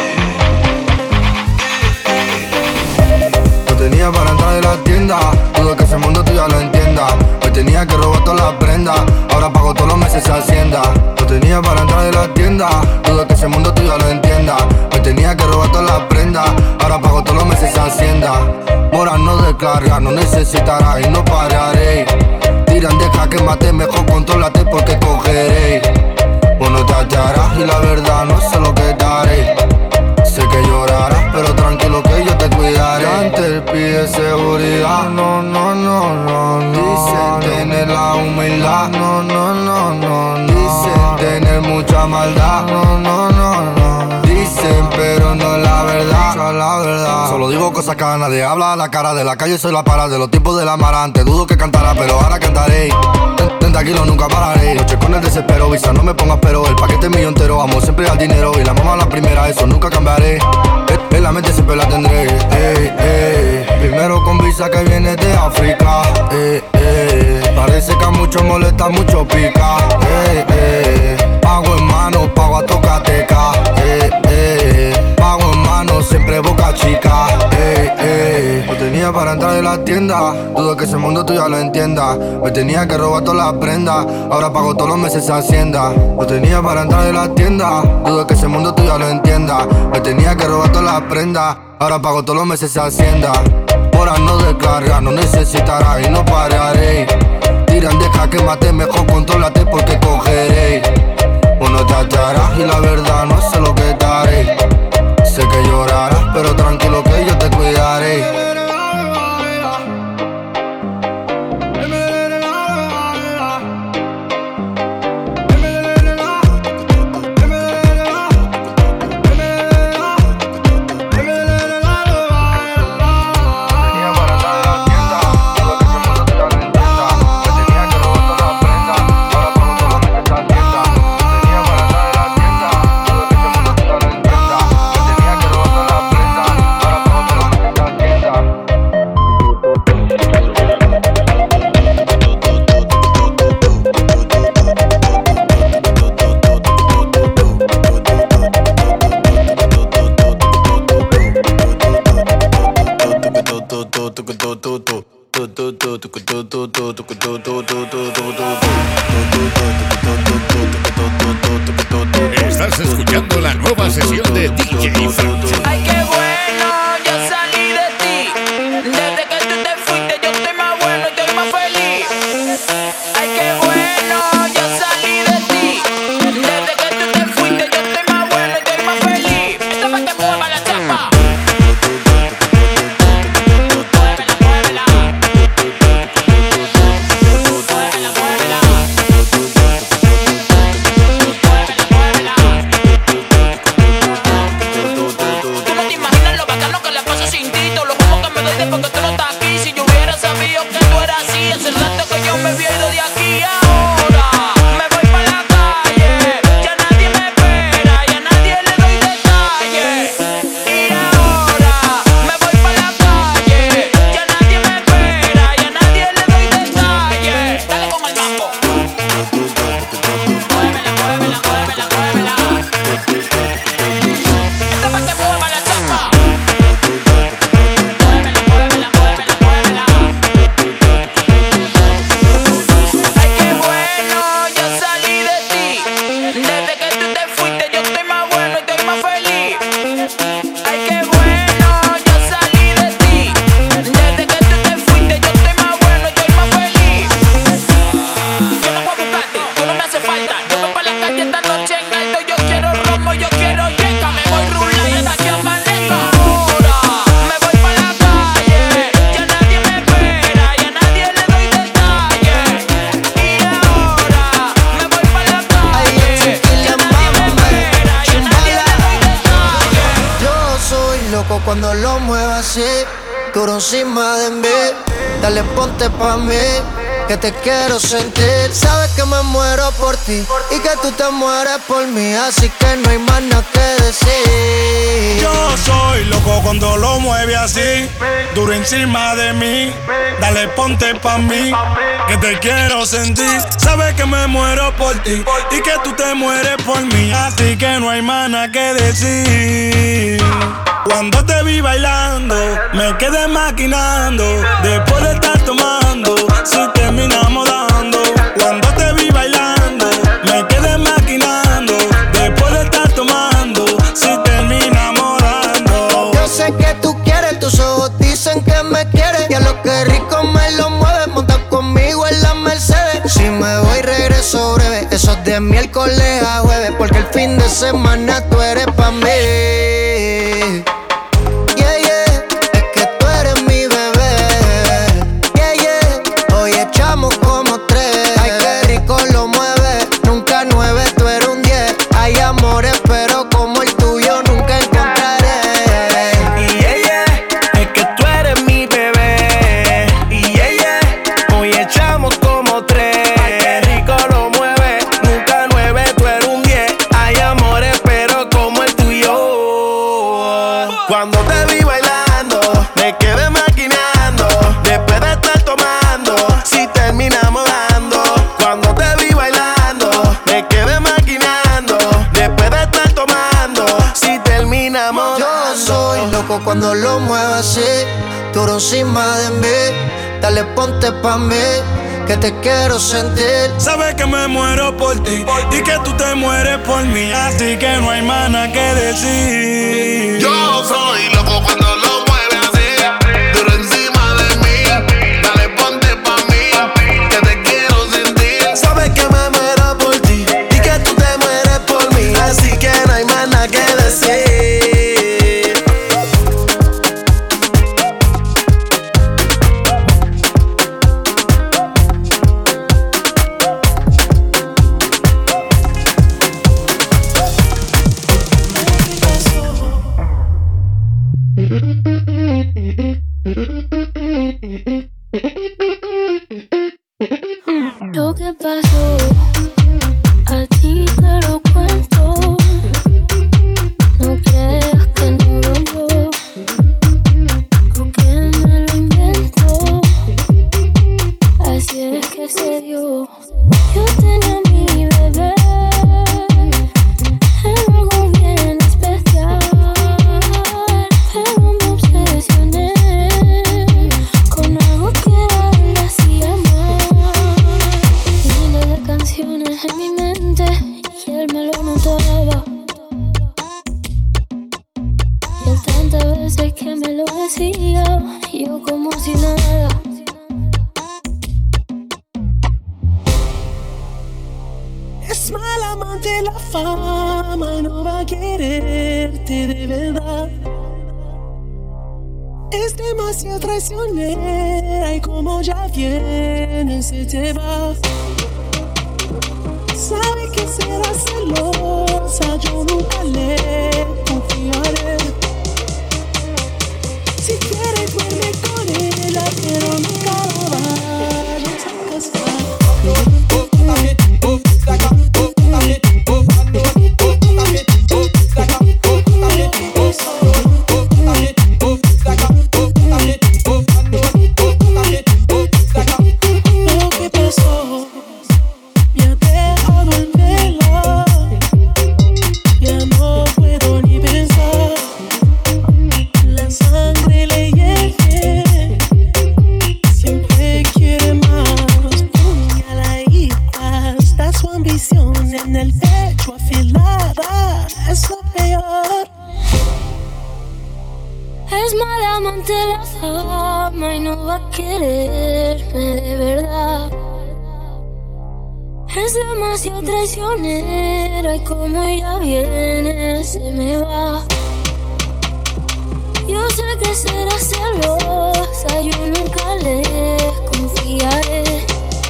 No tenía para entrar de la tienda, dudo que ese mundo tú ya lo entiendas. Me tenía que robar todas las prendas, ahora pago todos los meses esa hacienda. No tenía para entrar de la tienda, dudo que ese mundo tú ya lo entiendas. Me tenía que robar todas las prendas, ahora pago todos los meses esa hacienda. Mora no descarga, no necesitarás y no pararé. Tiran, deja que mate, mejor contrólate porque cogeré. Bueno te hallarás y la verdad no sé lo que daré. Sé que llorarás, pero tranquilo que yo te cuidaré. Antes pide seguridad, no. Dicen tener la humildad, no. Dicen tener mucha maldad, no. Dicen, pero no es la verdad, Solo digo cosas que nadie habla a la cara. De la calle soy la para de los tiempos del amarante. Dudo que cantará, pero ahora cantaré. 30 kilos nunca pararé. Noche con el desespero, visa no me pongas pero. El paquete mío entero, amo siempre al dinero. Y la mamá la primera, eso nunca cambiaré. En la mente siempre la tendré. Primero con visa que viene de África. Parece que a muchos molesta, mucho pica. Pago en mano, pago a tocateca. Pago en mano, siempre boca chica. No tenía para entrar de la tienda, dudo que ese mundo tú ya lo entiendas. Me tenía que robar todas las prendas, ahora pago todos los meses esa hacienda. No tenía para entrar de la tienda, dudo que ese mundo tú ya lo entiendas. Me tenía que robar todas las prendas, ahora pago todos los meses esa hacienda. Ahora no descarga, no necesitarás y no pararé. Tiran, deja que mate, mejor contrólate porque cogeré. Bueno te hallarás y la verdad no sé lo que daré. Sé que llorarás, pero tranquilo que yo te cuidaré. Estás escuchando la nueva sesión de DJ Franchu. Ay, qué bueno, yo salí de ti. Desde que tú te fuiste, yo estoy más bueno y estoy más feliz. Ay, qué bueno, yo salí de ti. Desde que tú te fuiste, yo estoy más bueno y estoy más feliz. Esto es para que mueva la chapa. Tú no te imaginas lo cuando lo muevas así, duro encima de mí. Dale, ponte pa' mí, que te quiero sentir. Sabes que me muero por ti y que tú te mueres por mí, así que no hay más nada que decir. Yo soy loco cuando lo mueve así, duro encima de mí. Dale, ponte pa' mí, que te quiero sentir. Sabes que me muero por ti y que tú te mueres por mí, así que no hay más nada que decir. Cuando te vi bailando, me quedé maquinando. Después de estar tomando, si terminamos dando. Cuando te vi bailando, me quedé maquinando. Después de estar tomando, si terminamos dando. Yo sé que tú quieres, tus ojos dicen que me quieres. Y a lo que rico me lo mueves, monta conmigo en la Mercedes. Si me voy regreso breve, eso es de miércoles a jueves, porque el fin de semana tú eres pa' mí. Cuando lo muevas así, duro encima de mí. Dale, ponte pa' mí, que te quiero sentir. Sabes que me muero por ti y que tú te mueres por mí, así que no hay más nada que decir. Yo soy loco cuando lo mueves así, duro encima de mí. Dale, ponte pa' mí, que te quiero sentir. Sabes que me muero por ti y que tú te mueres por mí, así que no hay más nada que decir. Lo que pasó, a ti te lo cuento. No creas que no volvió, o que me lo invento. Así es que se dio. Yo tenía a mi bebé, era algo bien especial, pero me obsesioné con algo que a él le hacía mal. Miles de canciones en mi mente y él me lo notaba. Y él tantas veces que me lo decía, yo como si nada. Es mal amante la fama y no va a quererte de verdad. Es demasiado traicionera y como ya viene se te va. Sabe que será celosa, yo nunca le confiaré. Si quiere duerme con ella, pero nunca la vayas a casar. Lo que pasó me ha dejado en vela. Ya no puedo ni pensar. La sangre le hierve, siempre quiere más. Puñaladitas, está su ambición en el pecho afilada. Es lo peor. Es mala amante la fama y no va a quererme de verdad. Es demasiado traicionera y como ella viene se me va. Yo sé que será celosa, yo nunca le confiaré.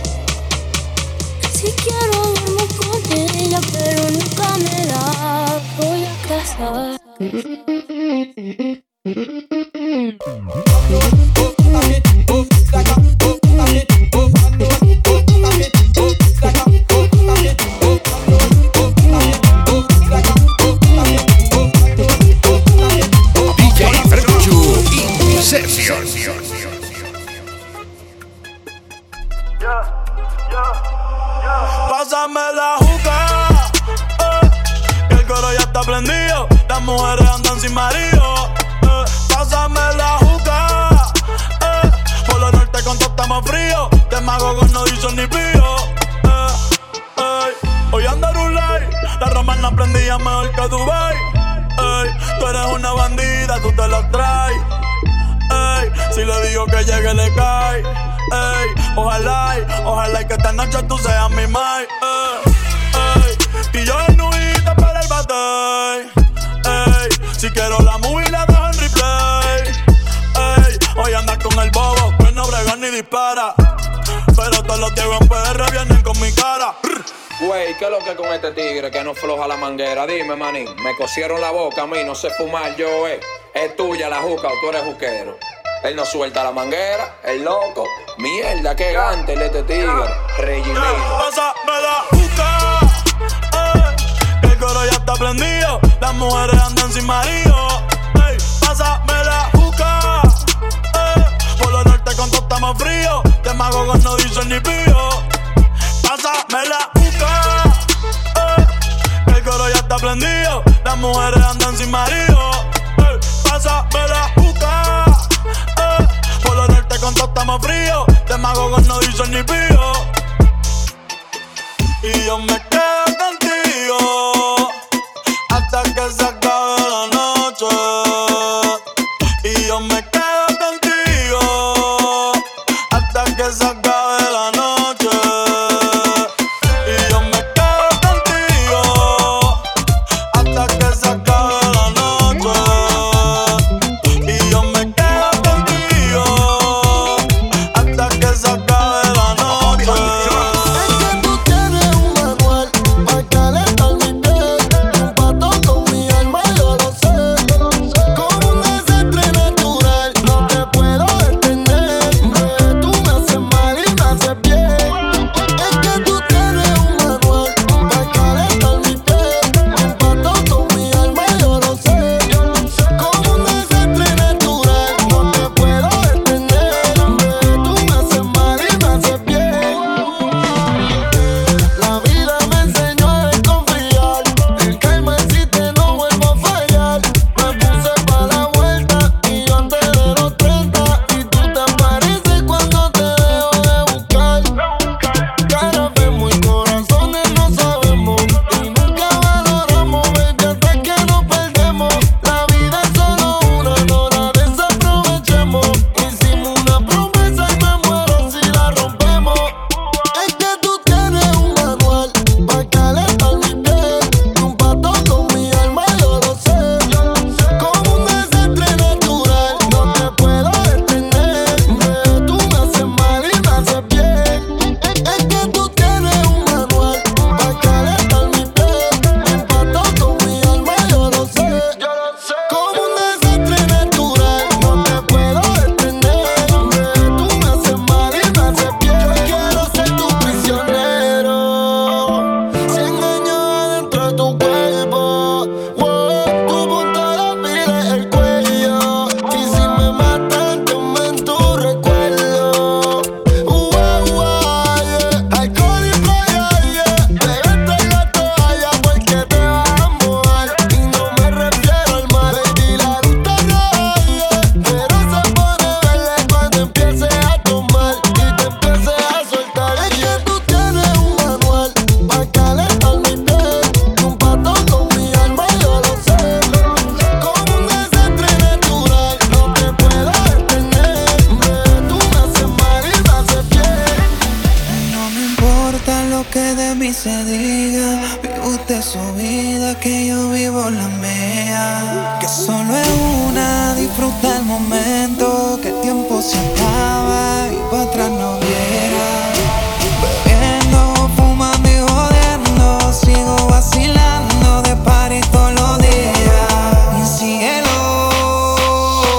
Si quiero duermo con ella, pero nunca me la voy a casar. Pásame la juca, que el coro ya está prendido. Las mujeres andan sin marido. Pásame la juca, por lo norte con todo estamos fríos. De magogos no dicen ni pío. Hoy anda Rulay, la romana prendía mejor que Dubai. Tú eres una bandida, tú te la traes. Si le digo que llegue le cae. Ojalá y que esta noche tú seas mi mai. Y yo en nubita para el batey. Si quiero la movie la dejo en replay. Hoy andas con el bobo que no brega ni dispara. Pero todos los Diego en PR vienen con mi cara. Güey, ¿qué es lo que con este tigre que no floja la manguera? Dime, manín, me cosieron la boca a mí, no sé fumar yo, ¿Es tuya la juca o tú eres juquero? Él no suelta la manguera, el loco. Mierda, qué gante el este tigre. Regimino. Pásame la juca, que el coro ya está prendido. Las mujeres andan sin marido. Pásame la juca, por lo norte con todo estamos fríos. De magogos no dicen ni pío. Pásame la juca, que el coro ya está prendido. Las mujeres andan sin marido. Pásame la juca, por lo norte con todo estamos fríos. De magogos no dicen ni pío. Y yo me quedo contigo hasta que se acabe la noche. Y yo me quedo contigo hasta que se acabe la noche. Y yo me quedo contigo hasta que se acabe la noche. Y yo me quedo contigo hasta que se acabe la noche. Es que tú tienes un manual para calentar mi piel. Un pato con mi alma, yo lo sé. Como un desastre natural, no te puedo detener. Bebé, tú me haces mal y me haces bien. Es que tú tienes un manual para calentar mi piel. Un pato con mi alma, yo lo sé. Como un desastre natural, no te puedo detener. Bebé, tú me haces mal y me haces bien. La vida me enseñó a desconfiar. El karma existe, no vuelvo a fallar. Me puse pa' la vuelta y yo antes de los 30. Y tú te apareces cuando te dejo de buscar. Cara vemos y corazones no sabemos. Y nunca valoramos, baby, hasta que nos perdemos. La vida es solo una, no la desaprovechemos. Hicimos una promesa y me muero si la rompemos. Es que tú tienes un manual para calentar mi piel. Y un pato con mi alma, yo lo sé. Como un desastre natural, no te puedo detener. Bebé, tú me haces mal y me haces bien. Es que tú tienes un manual para calentar mi piel. Un pato con mi alma, yo lo sé. Como un desastre natural, no te puedo detener. Bebé, tú me haces mal y me haces bien. Yo quiero ser tu prisionero. 100 años adentro de tu cuerpo. Tu punto de piel es el cuello. Y si me matan, toma en tu recuerdo. Alcohol y playa, pégate en la toalla porque te vas a mojar. Y no me refiero al mar. Baby, la luz está roja, pero se pone verde cuando empieces a tomar y te empieces a soltar. Es que tú tienes un manual para calentar mi piel. Un pato con mi alma, yo lo sé. Como un desastre natural, no te puedo detener. Bebé, tú me haces mal y me haces bien. No me importa lo que de mí se diga. Vive usted su vida, que yo vivo la mía. Que solo es una, disfruta el momento. Que el tiempo se acaba y para atrás no viera. Bebiendo, fumando y jodiendo. Sigo vacilando de party todos los días. Y síguelo.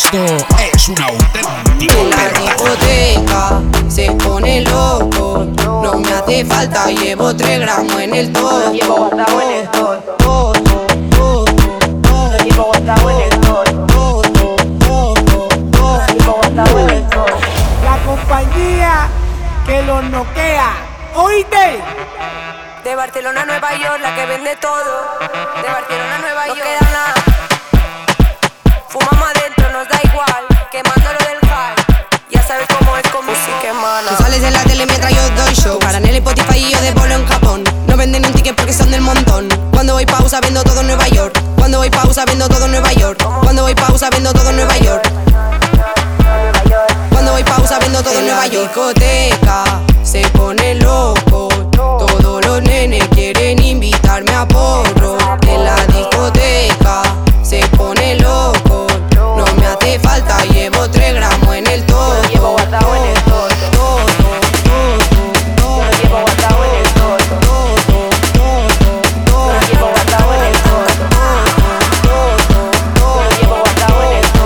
Esto es un auténtico en la discoteca se pone loco. No me hace falta, llevo 3 gramos en el todo. Llevo guardado en el todo. Lo llevo guardado en el todo. La compañía que los noquea. ¿Oíste? De Barcelona a Nueva York, la que vende todo. De Barcelona a Nueva York, no queda nada. Fumamos adentro, nos da igual. Quemándolo del high. Ya sabes cómo es con música hermana. Tú sales en la tele mientras yo doy show. Para en el Spotify y yo de bolo en Japón. No venden un ticket porque son del montón. Cuando voy pausa vendo todo en Nueva York. Cuando voy pausa vendo todo en Nueva York. Cuando voy pausa vendo todo en Nueva York. Cuando voy pausa vendo todo en Nueva York. Discoteca se pone loco. Todos los nenes quieren invitarme a porro. En la discoteca se pone loco. No me hace falta, llevo 3 gramos en el todo. Lo llevo guardado en el todo. Lo llevo guardado en el todo. Lo llevo guardado en el todo. Lo llevo guardado en el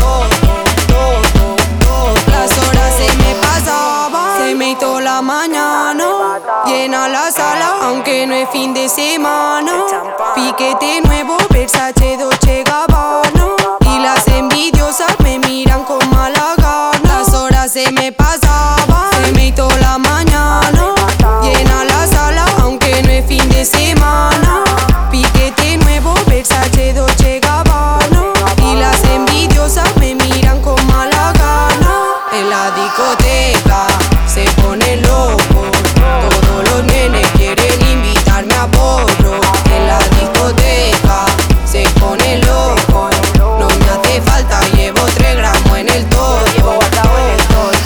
todo. Las horas se me pasaban, se me hizo la mañana. Llena la sala, aunque no es fin de semana. Piquete nuevo, Versace, Dolce Gabbana. Y las envidiosas me miran con mala gana. Las horas se me pasaban, se me hizo la mañana. Llena la sala, aunque no es fin de semana. Piquete nuevo, Versace, Dolce Gabbana. Y las envidiosas me miran con mala gana. En la discoteca se pone loco. Todos los nenes quieren invitarme a porro. En la discoteca se pone loco. No me hace falta, llevo 3 gramos en el todo. Lo llevo guardado en el todo.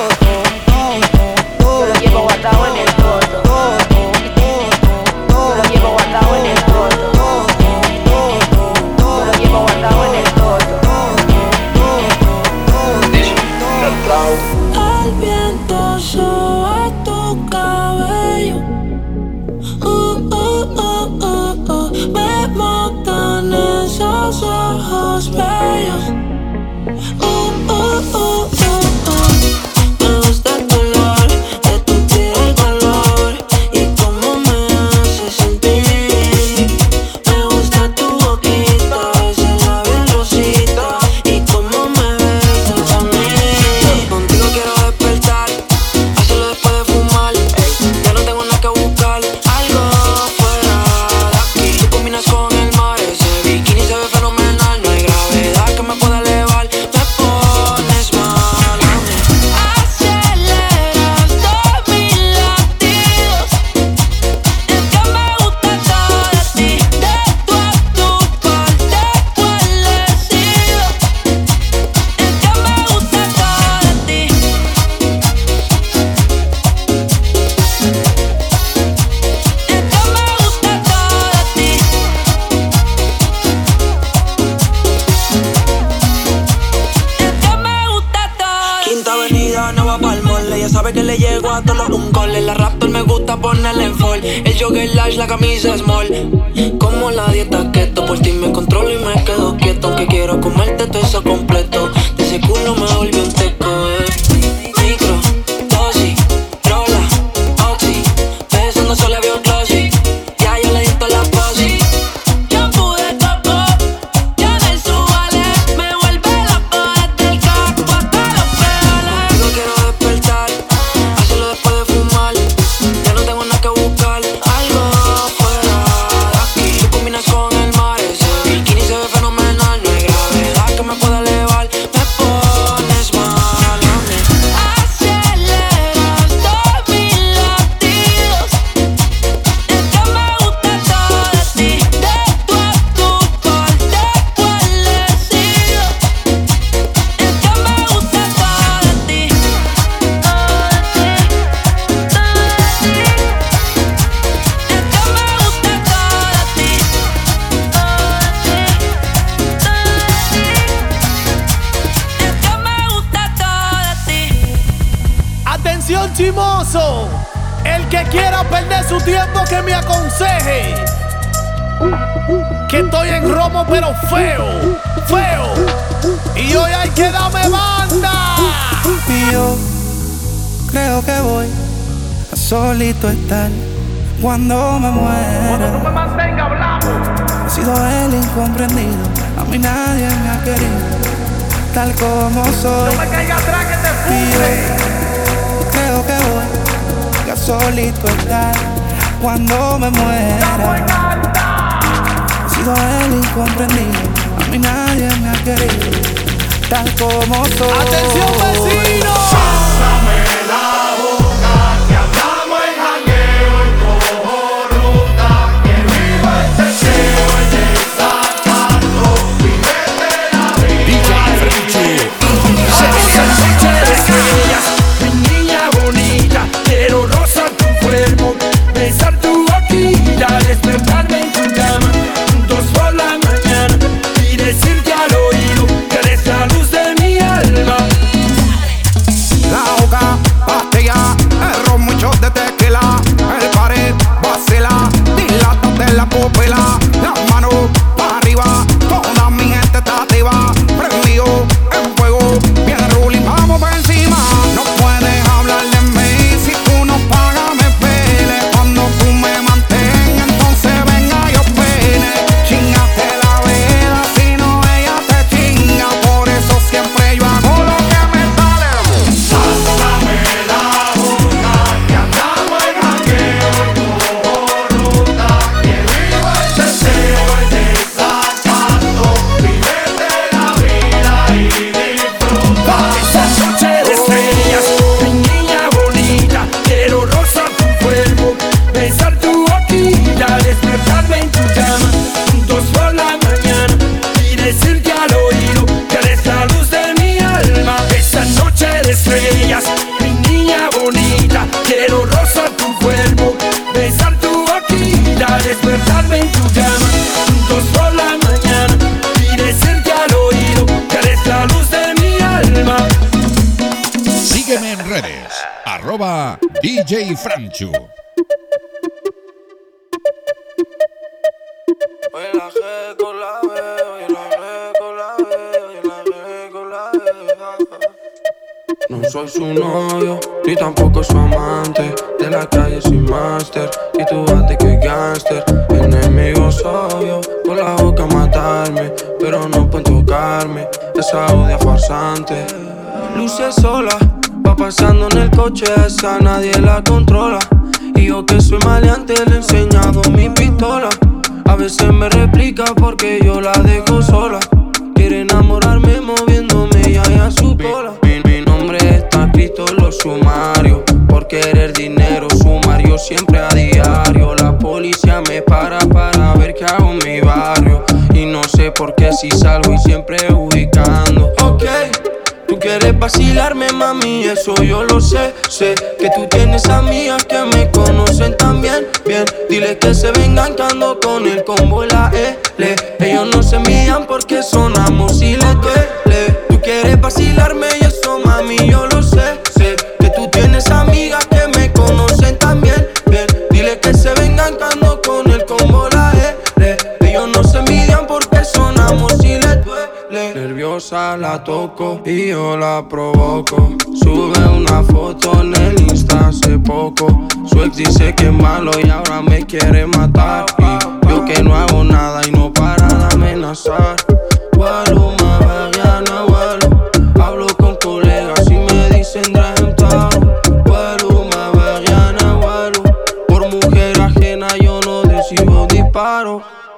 Lo llevo guardado en el todo. Lo llevo guardado en el todo. Lo llevo guardado en el todo. El viento soba tu cabello. Me matan esos ojos bellos. Me gusta el color de tu piel, el color y cómo me hace sentir. Me gusta tu boquita, ese labial rosita y cómo me besas a mí. Contigo quiero despertar, hacerlo después de fumar. Ya no tengo nada que buscar, algo fuera de aquí. Tú combinas con el mar, ese bikini se ve fenomenal. No hay gravedad que me pueda elevar, me pones mal a mí. Aceleras todos mis latidos. Es que me gusta todo de ti, de tu a tu parte, cuál he sido. Es que me gusta todo de ti. Es que me gusta todo de ti. Es que me gusta todo. Quinta Avenida, no va pa'l mall. Ella sabe que le llego a todos un gol. En la Raptor me gusta ponerle en fall. El jogger large, la camisa small. Como la dieta keto, por ti me controlo y me quedo quieto. Aunque quiero comerte todo eso completo. De ese culo me volvió un teco, Micro, dosis, rola, oxi. Besando solo avión glossy. Ya yo le di toda la posi. Shampoo de coco, ya del subale. Me vuelve loco desde el capo hasta los pedales. Contigo quiero despertar, hacerlo después de fumar. Ya no tengo nada que buscar, algo fuera de aquí. Tú combinas con el mar, ese bikini se ve fenomenal. No hay gravedad que me pueda elevar, me pones mal a mí. Aceleras todos mis latidos. Es que me gusta todo de ti, de tu a tu parte, cuál he sido. Es que me gusta todo de ti, todo de ti, todo de ti. Es que me gusta todo de ti, todo de ti, todo de ti. Es que me gusta todo de ti. Atención, chimoso. El que quiera perder su tiempo que me aconseje. que estoy en romo pero feo, feo. Y hoy hay que darme banda. Y yo creo que voy a solito estar cuando me muera. Cuando no me mantenga hablando. He sido el incomprendido, a mí nadie me ha querido tal como soy. No me caiga atrás que te Y yo creo que voy a solito estar cuando me muera. He sido el incomprendido, a mí nadie me ha querido tal como soy. ¡Atención, vecinos! Pásame la boca, que andamos en jangueo y cojo ruta, que viva el deseo, el desacato, vivete la vida. Esa noche de estrellas, mi niña bonita, quiero rozar tu cuerpo, besar tu boquilla, despertarme en tu cama, juntos por la mañana y decirte al oído que eres la luz de mi alma. La boca pastilla, el ron, muchos de tequila, el pared vacila, dilátate la pupila, las manos para arriba, toda mi gente está activa, prendido en fuego, bien ruling, vamos por encima. No puedes hablar de mí, si tú no pagas me pele, cuando tú me mantengas entonces venga yo pene. Chingaste la vela, si no ella te chinga, por eso siempre yo hago lo que me sale. Pásame la boca, que andamos en jangueo y cojo ruta, que viva el deseo, el desacato, vivete la vida y disfruta. Esa noche de estrellas, mi niña bonita, quiero rozar tu cuerpo, besar tu boquilla, despertarme en tu cama, juntos por la mañana y decirte al oído que eres la luz de mi alma. Esa noche de estrellas, mi niña bonita, quiero rozar tu cuerpo, besar tu boquilla, despertarme en tu cama, juntos por la mañana y decirte al oído que eres la luz de mi alma. Sígueme en redes, @DJ Franchu. No soy su novio, ni tampoco su amante. De la calle soy máster, y tú bate que gangster. Enemigos obvios, con la boca matarme, pero no pueden tocarme, esa odia farsante. Luce sola, va pasando en el coche, esa nadie la controla. Y yo que soy maleante le he enseñado mi pistola. A veces me replica porque yo la dejo sola. Quiere enamorarme moviéndome y a su cola. Mi nombre está escrito en los sumarios. Por querer dinero, sumario siempre a diario. La policía me para ver qué hago en mi barrio. Y no sé por qué si salgo y siempre ubicando. Ok, tú quieres vacilarme, mami, eso yo lo sé. Sé que tú tienes amigas que me conocen también. Bien, dile que se vengan que ando con el combo y la L. Ellos no se envidian porque sonamos y les duele. Tú quieres vacilarme y eso, mami, yo lo sé. Sé que tú tienes amigas que me conocen también. Bien, dile que se vengan que ando con el combo y la L. Ellos no se envidian porque sonamos y les duele. Nerviosa la toco y yo la provoco. Sube una foto en el Insta hace poco. Su ex dice que es malo y ahora me quiere matar. Y yo que no hago nada y no para de amenazar. Vuelo, Mariana, vuelo. Hablo con colegas y me dicen Dragon Town. Vuelo, Mariana, vuelo. Por mujer ajena yo no recibo disparo.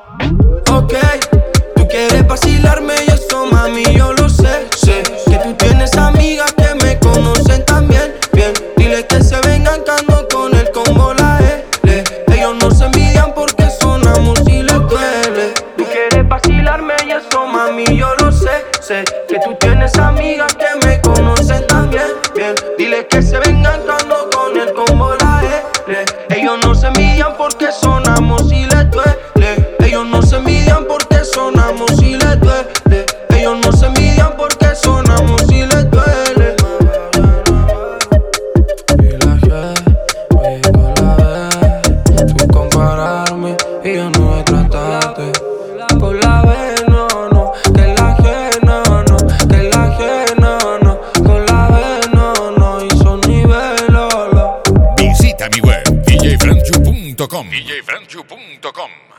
Ok, tú quieres vacilarme y eso, mami, yo lo sé. Sé que tú tienes amigas que me conocen también. Bien, dile que se vengan que ando con el combo la L. Ellos no se envidian porque sonamos y les duele. Tú quieres vacilarme y eso, mami, yo lo sé. Sé que tú tienes amigas que me conocen también. Bien, dile que se vengan que ando con el combo la L. Ellos no se envidian porque sonamos y les duele. Ellos no se envidian porque sonamos y les duele. Ellos no se envidian porque sonamos y les duele. Y la G, oye con la B. Tú compararme y yo no he tratado. djfranchu.com.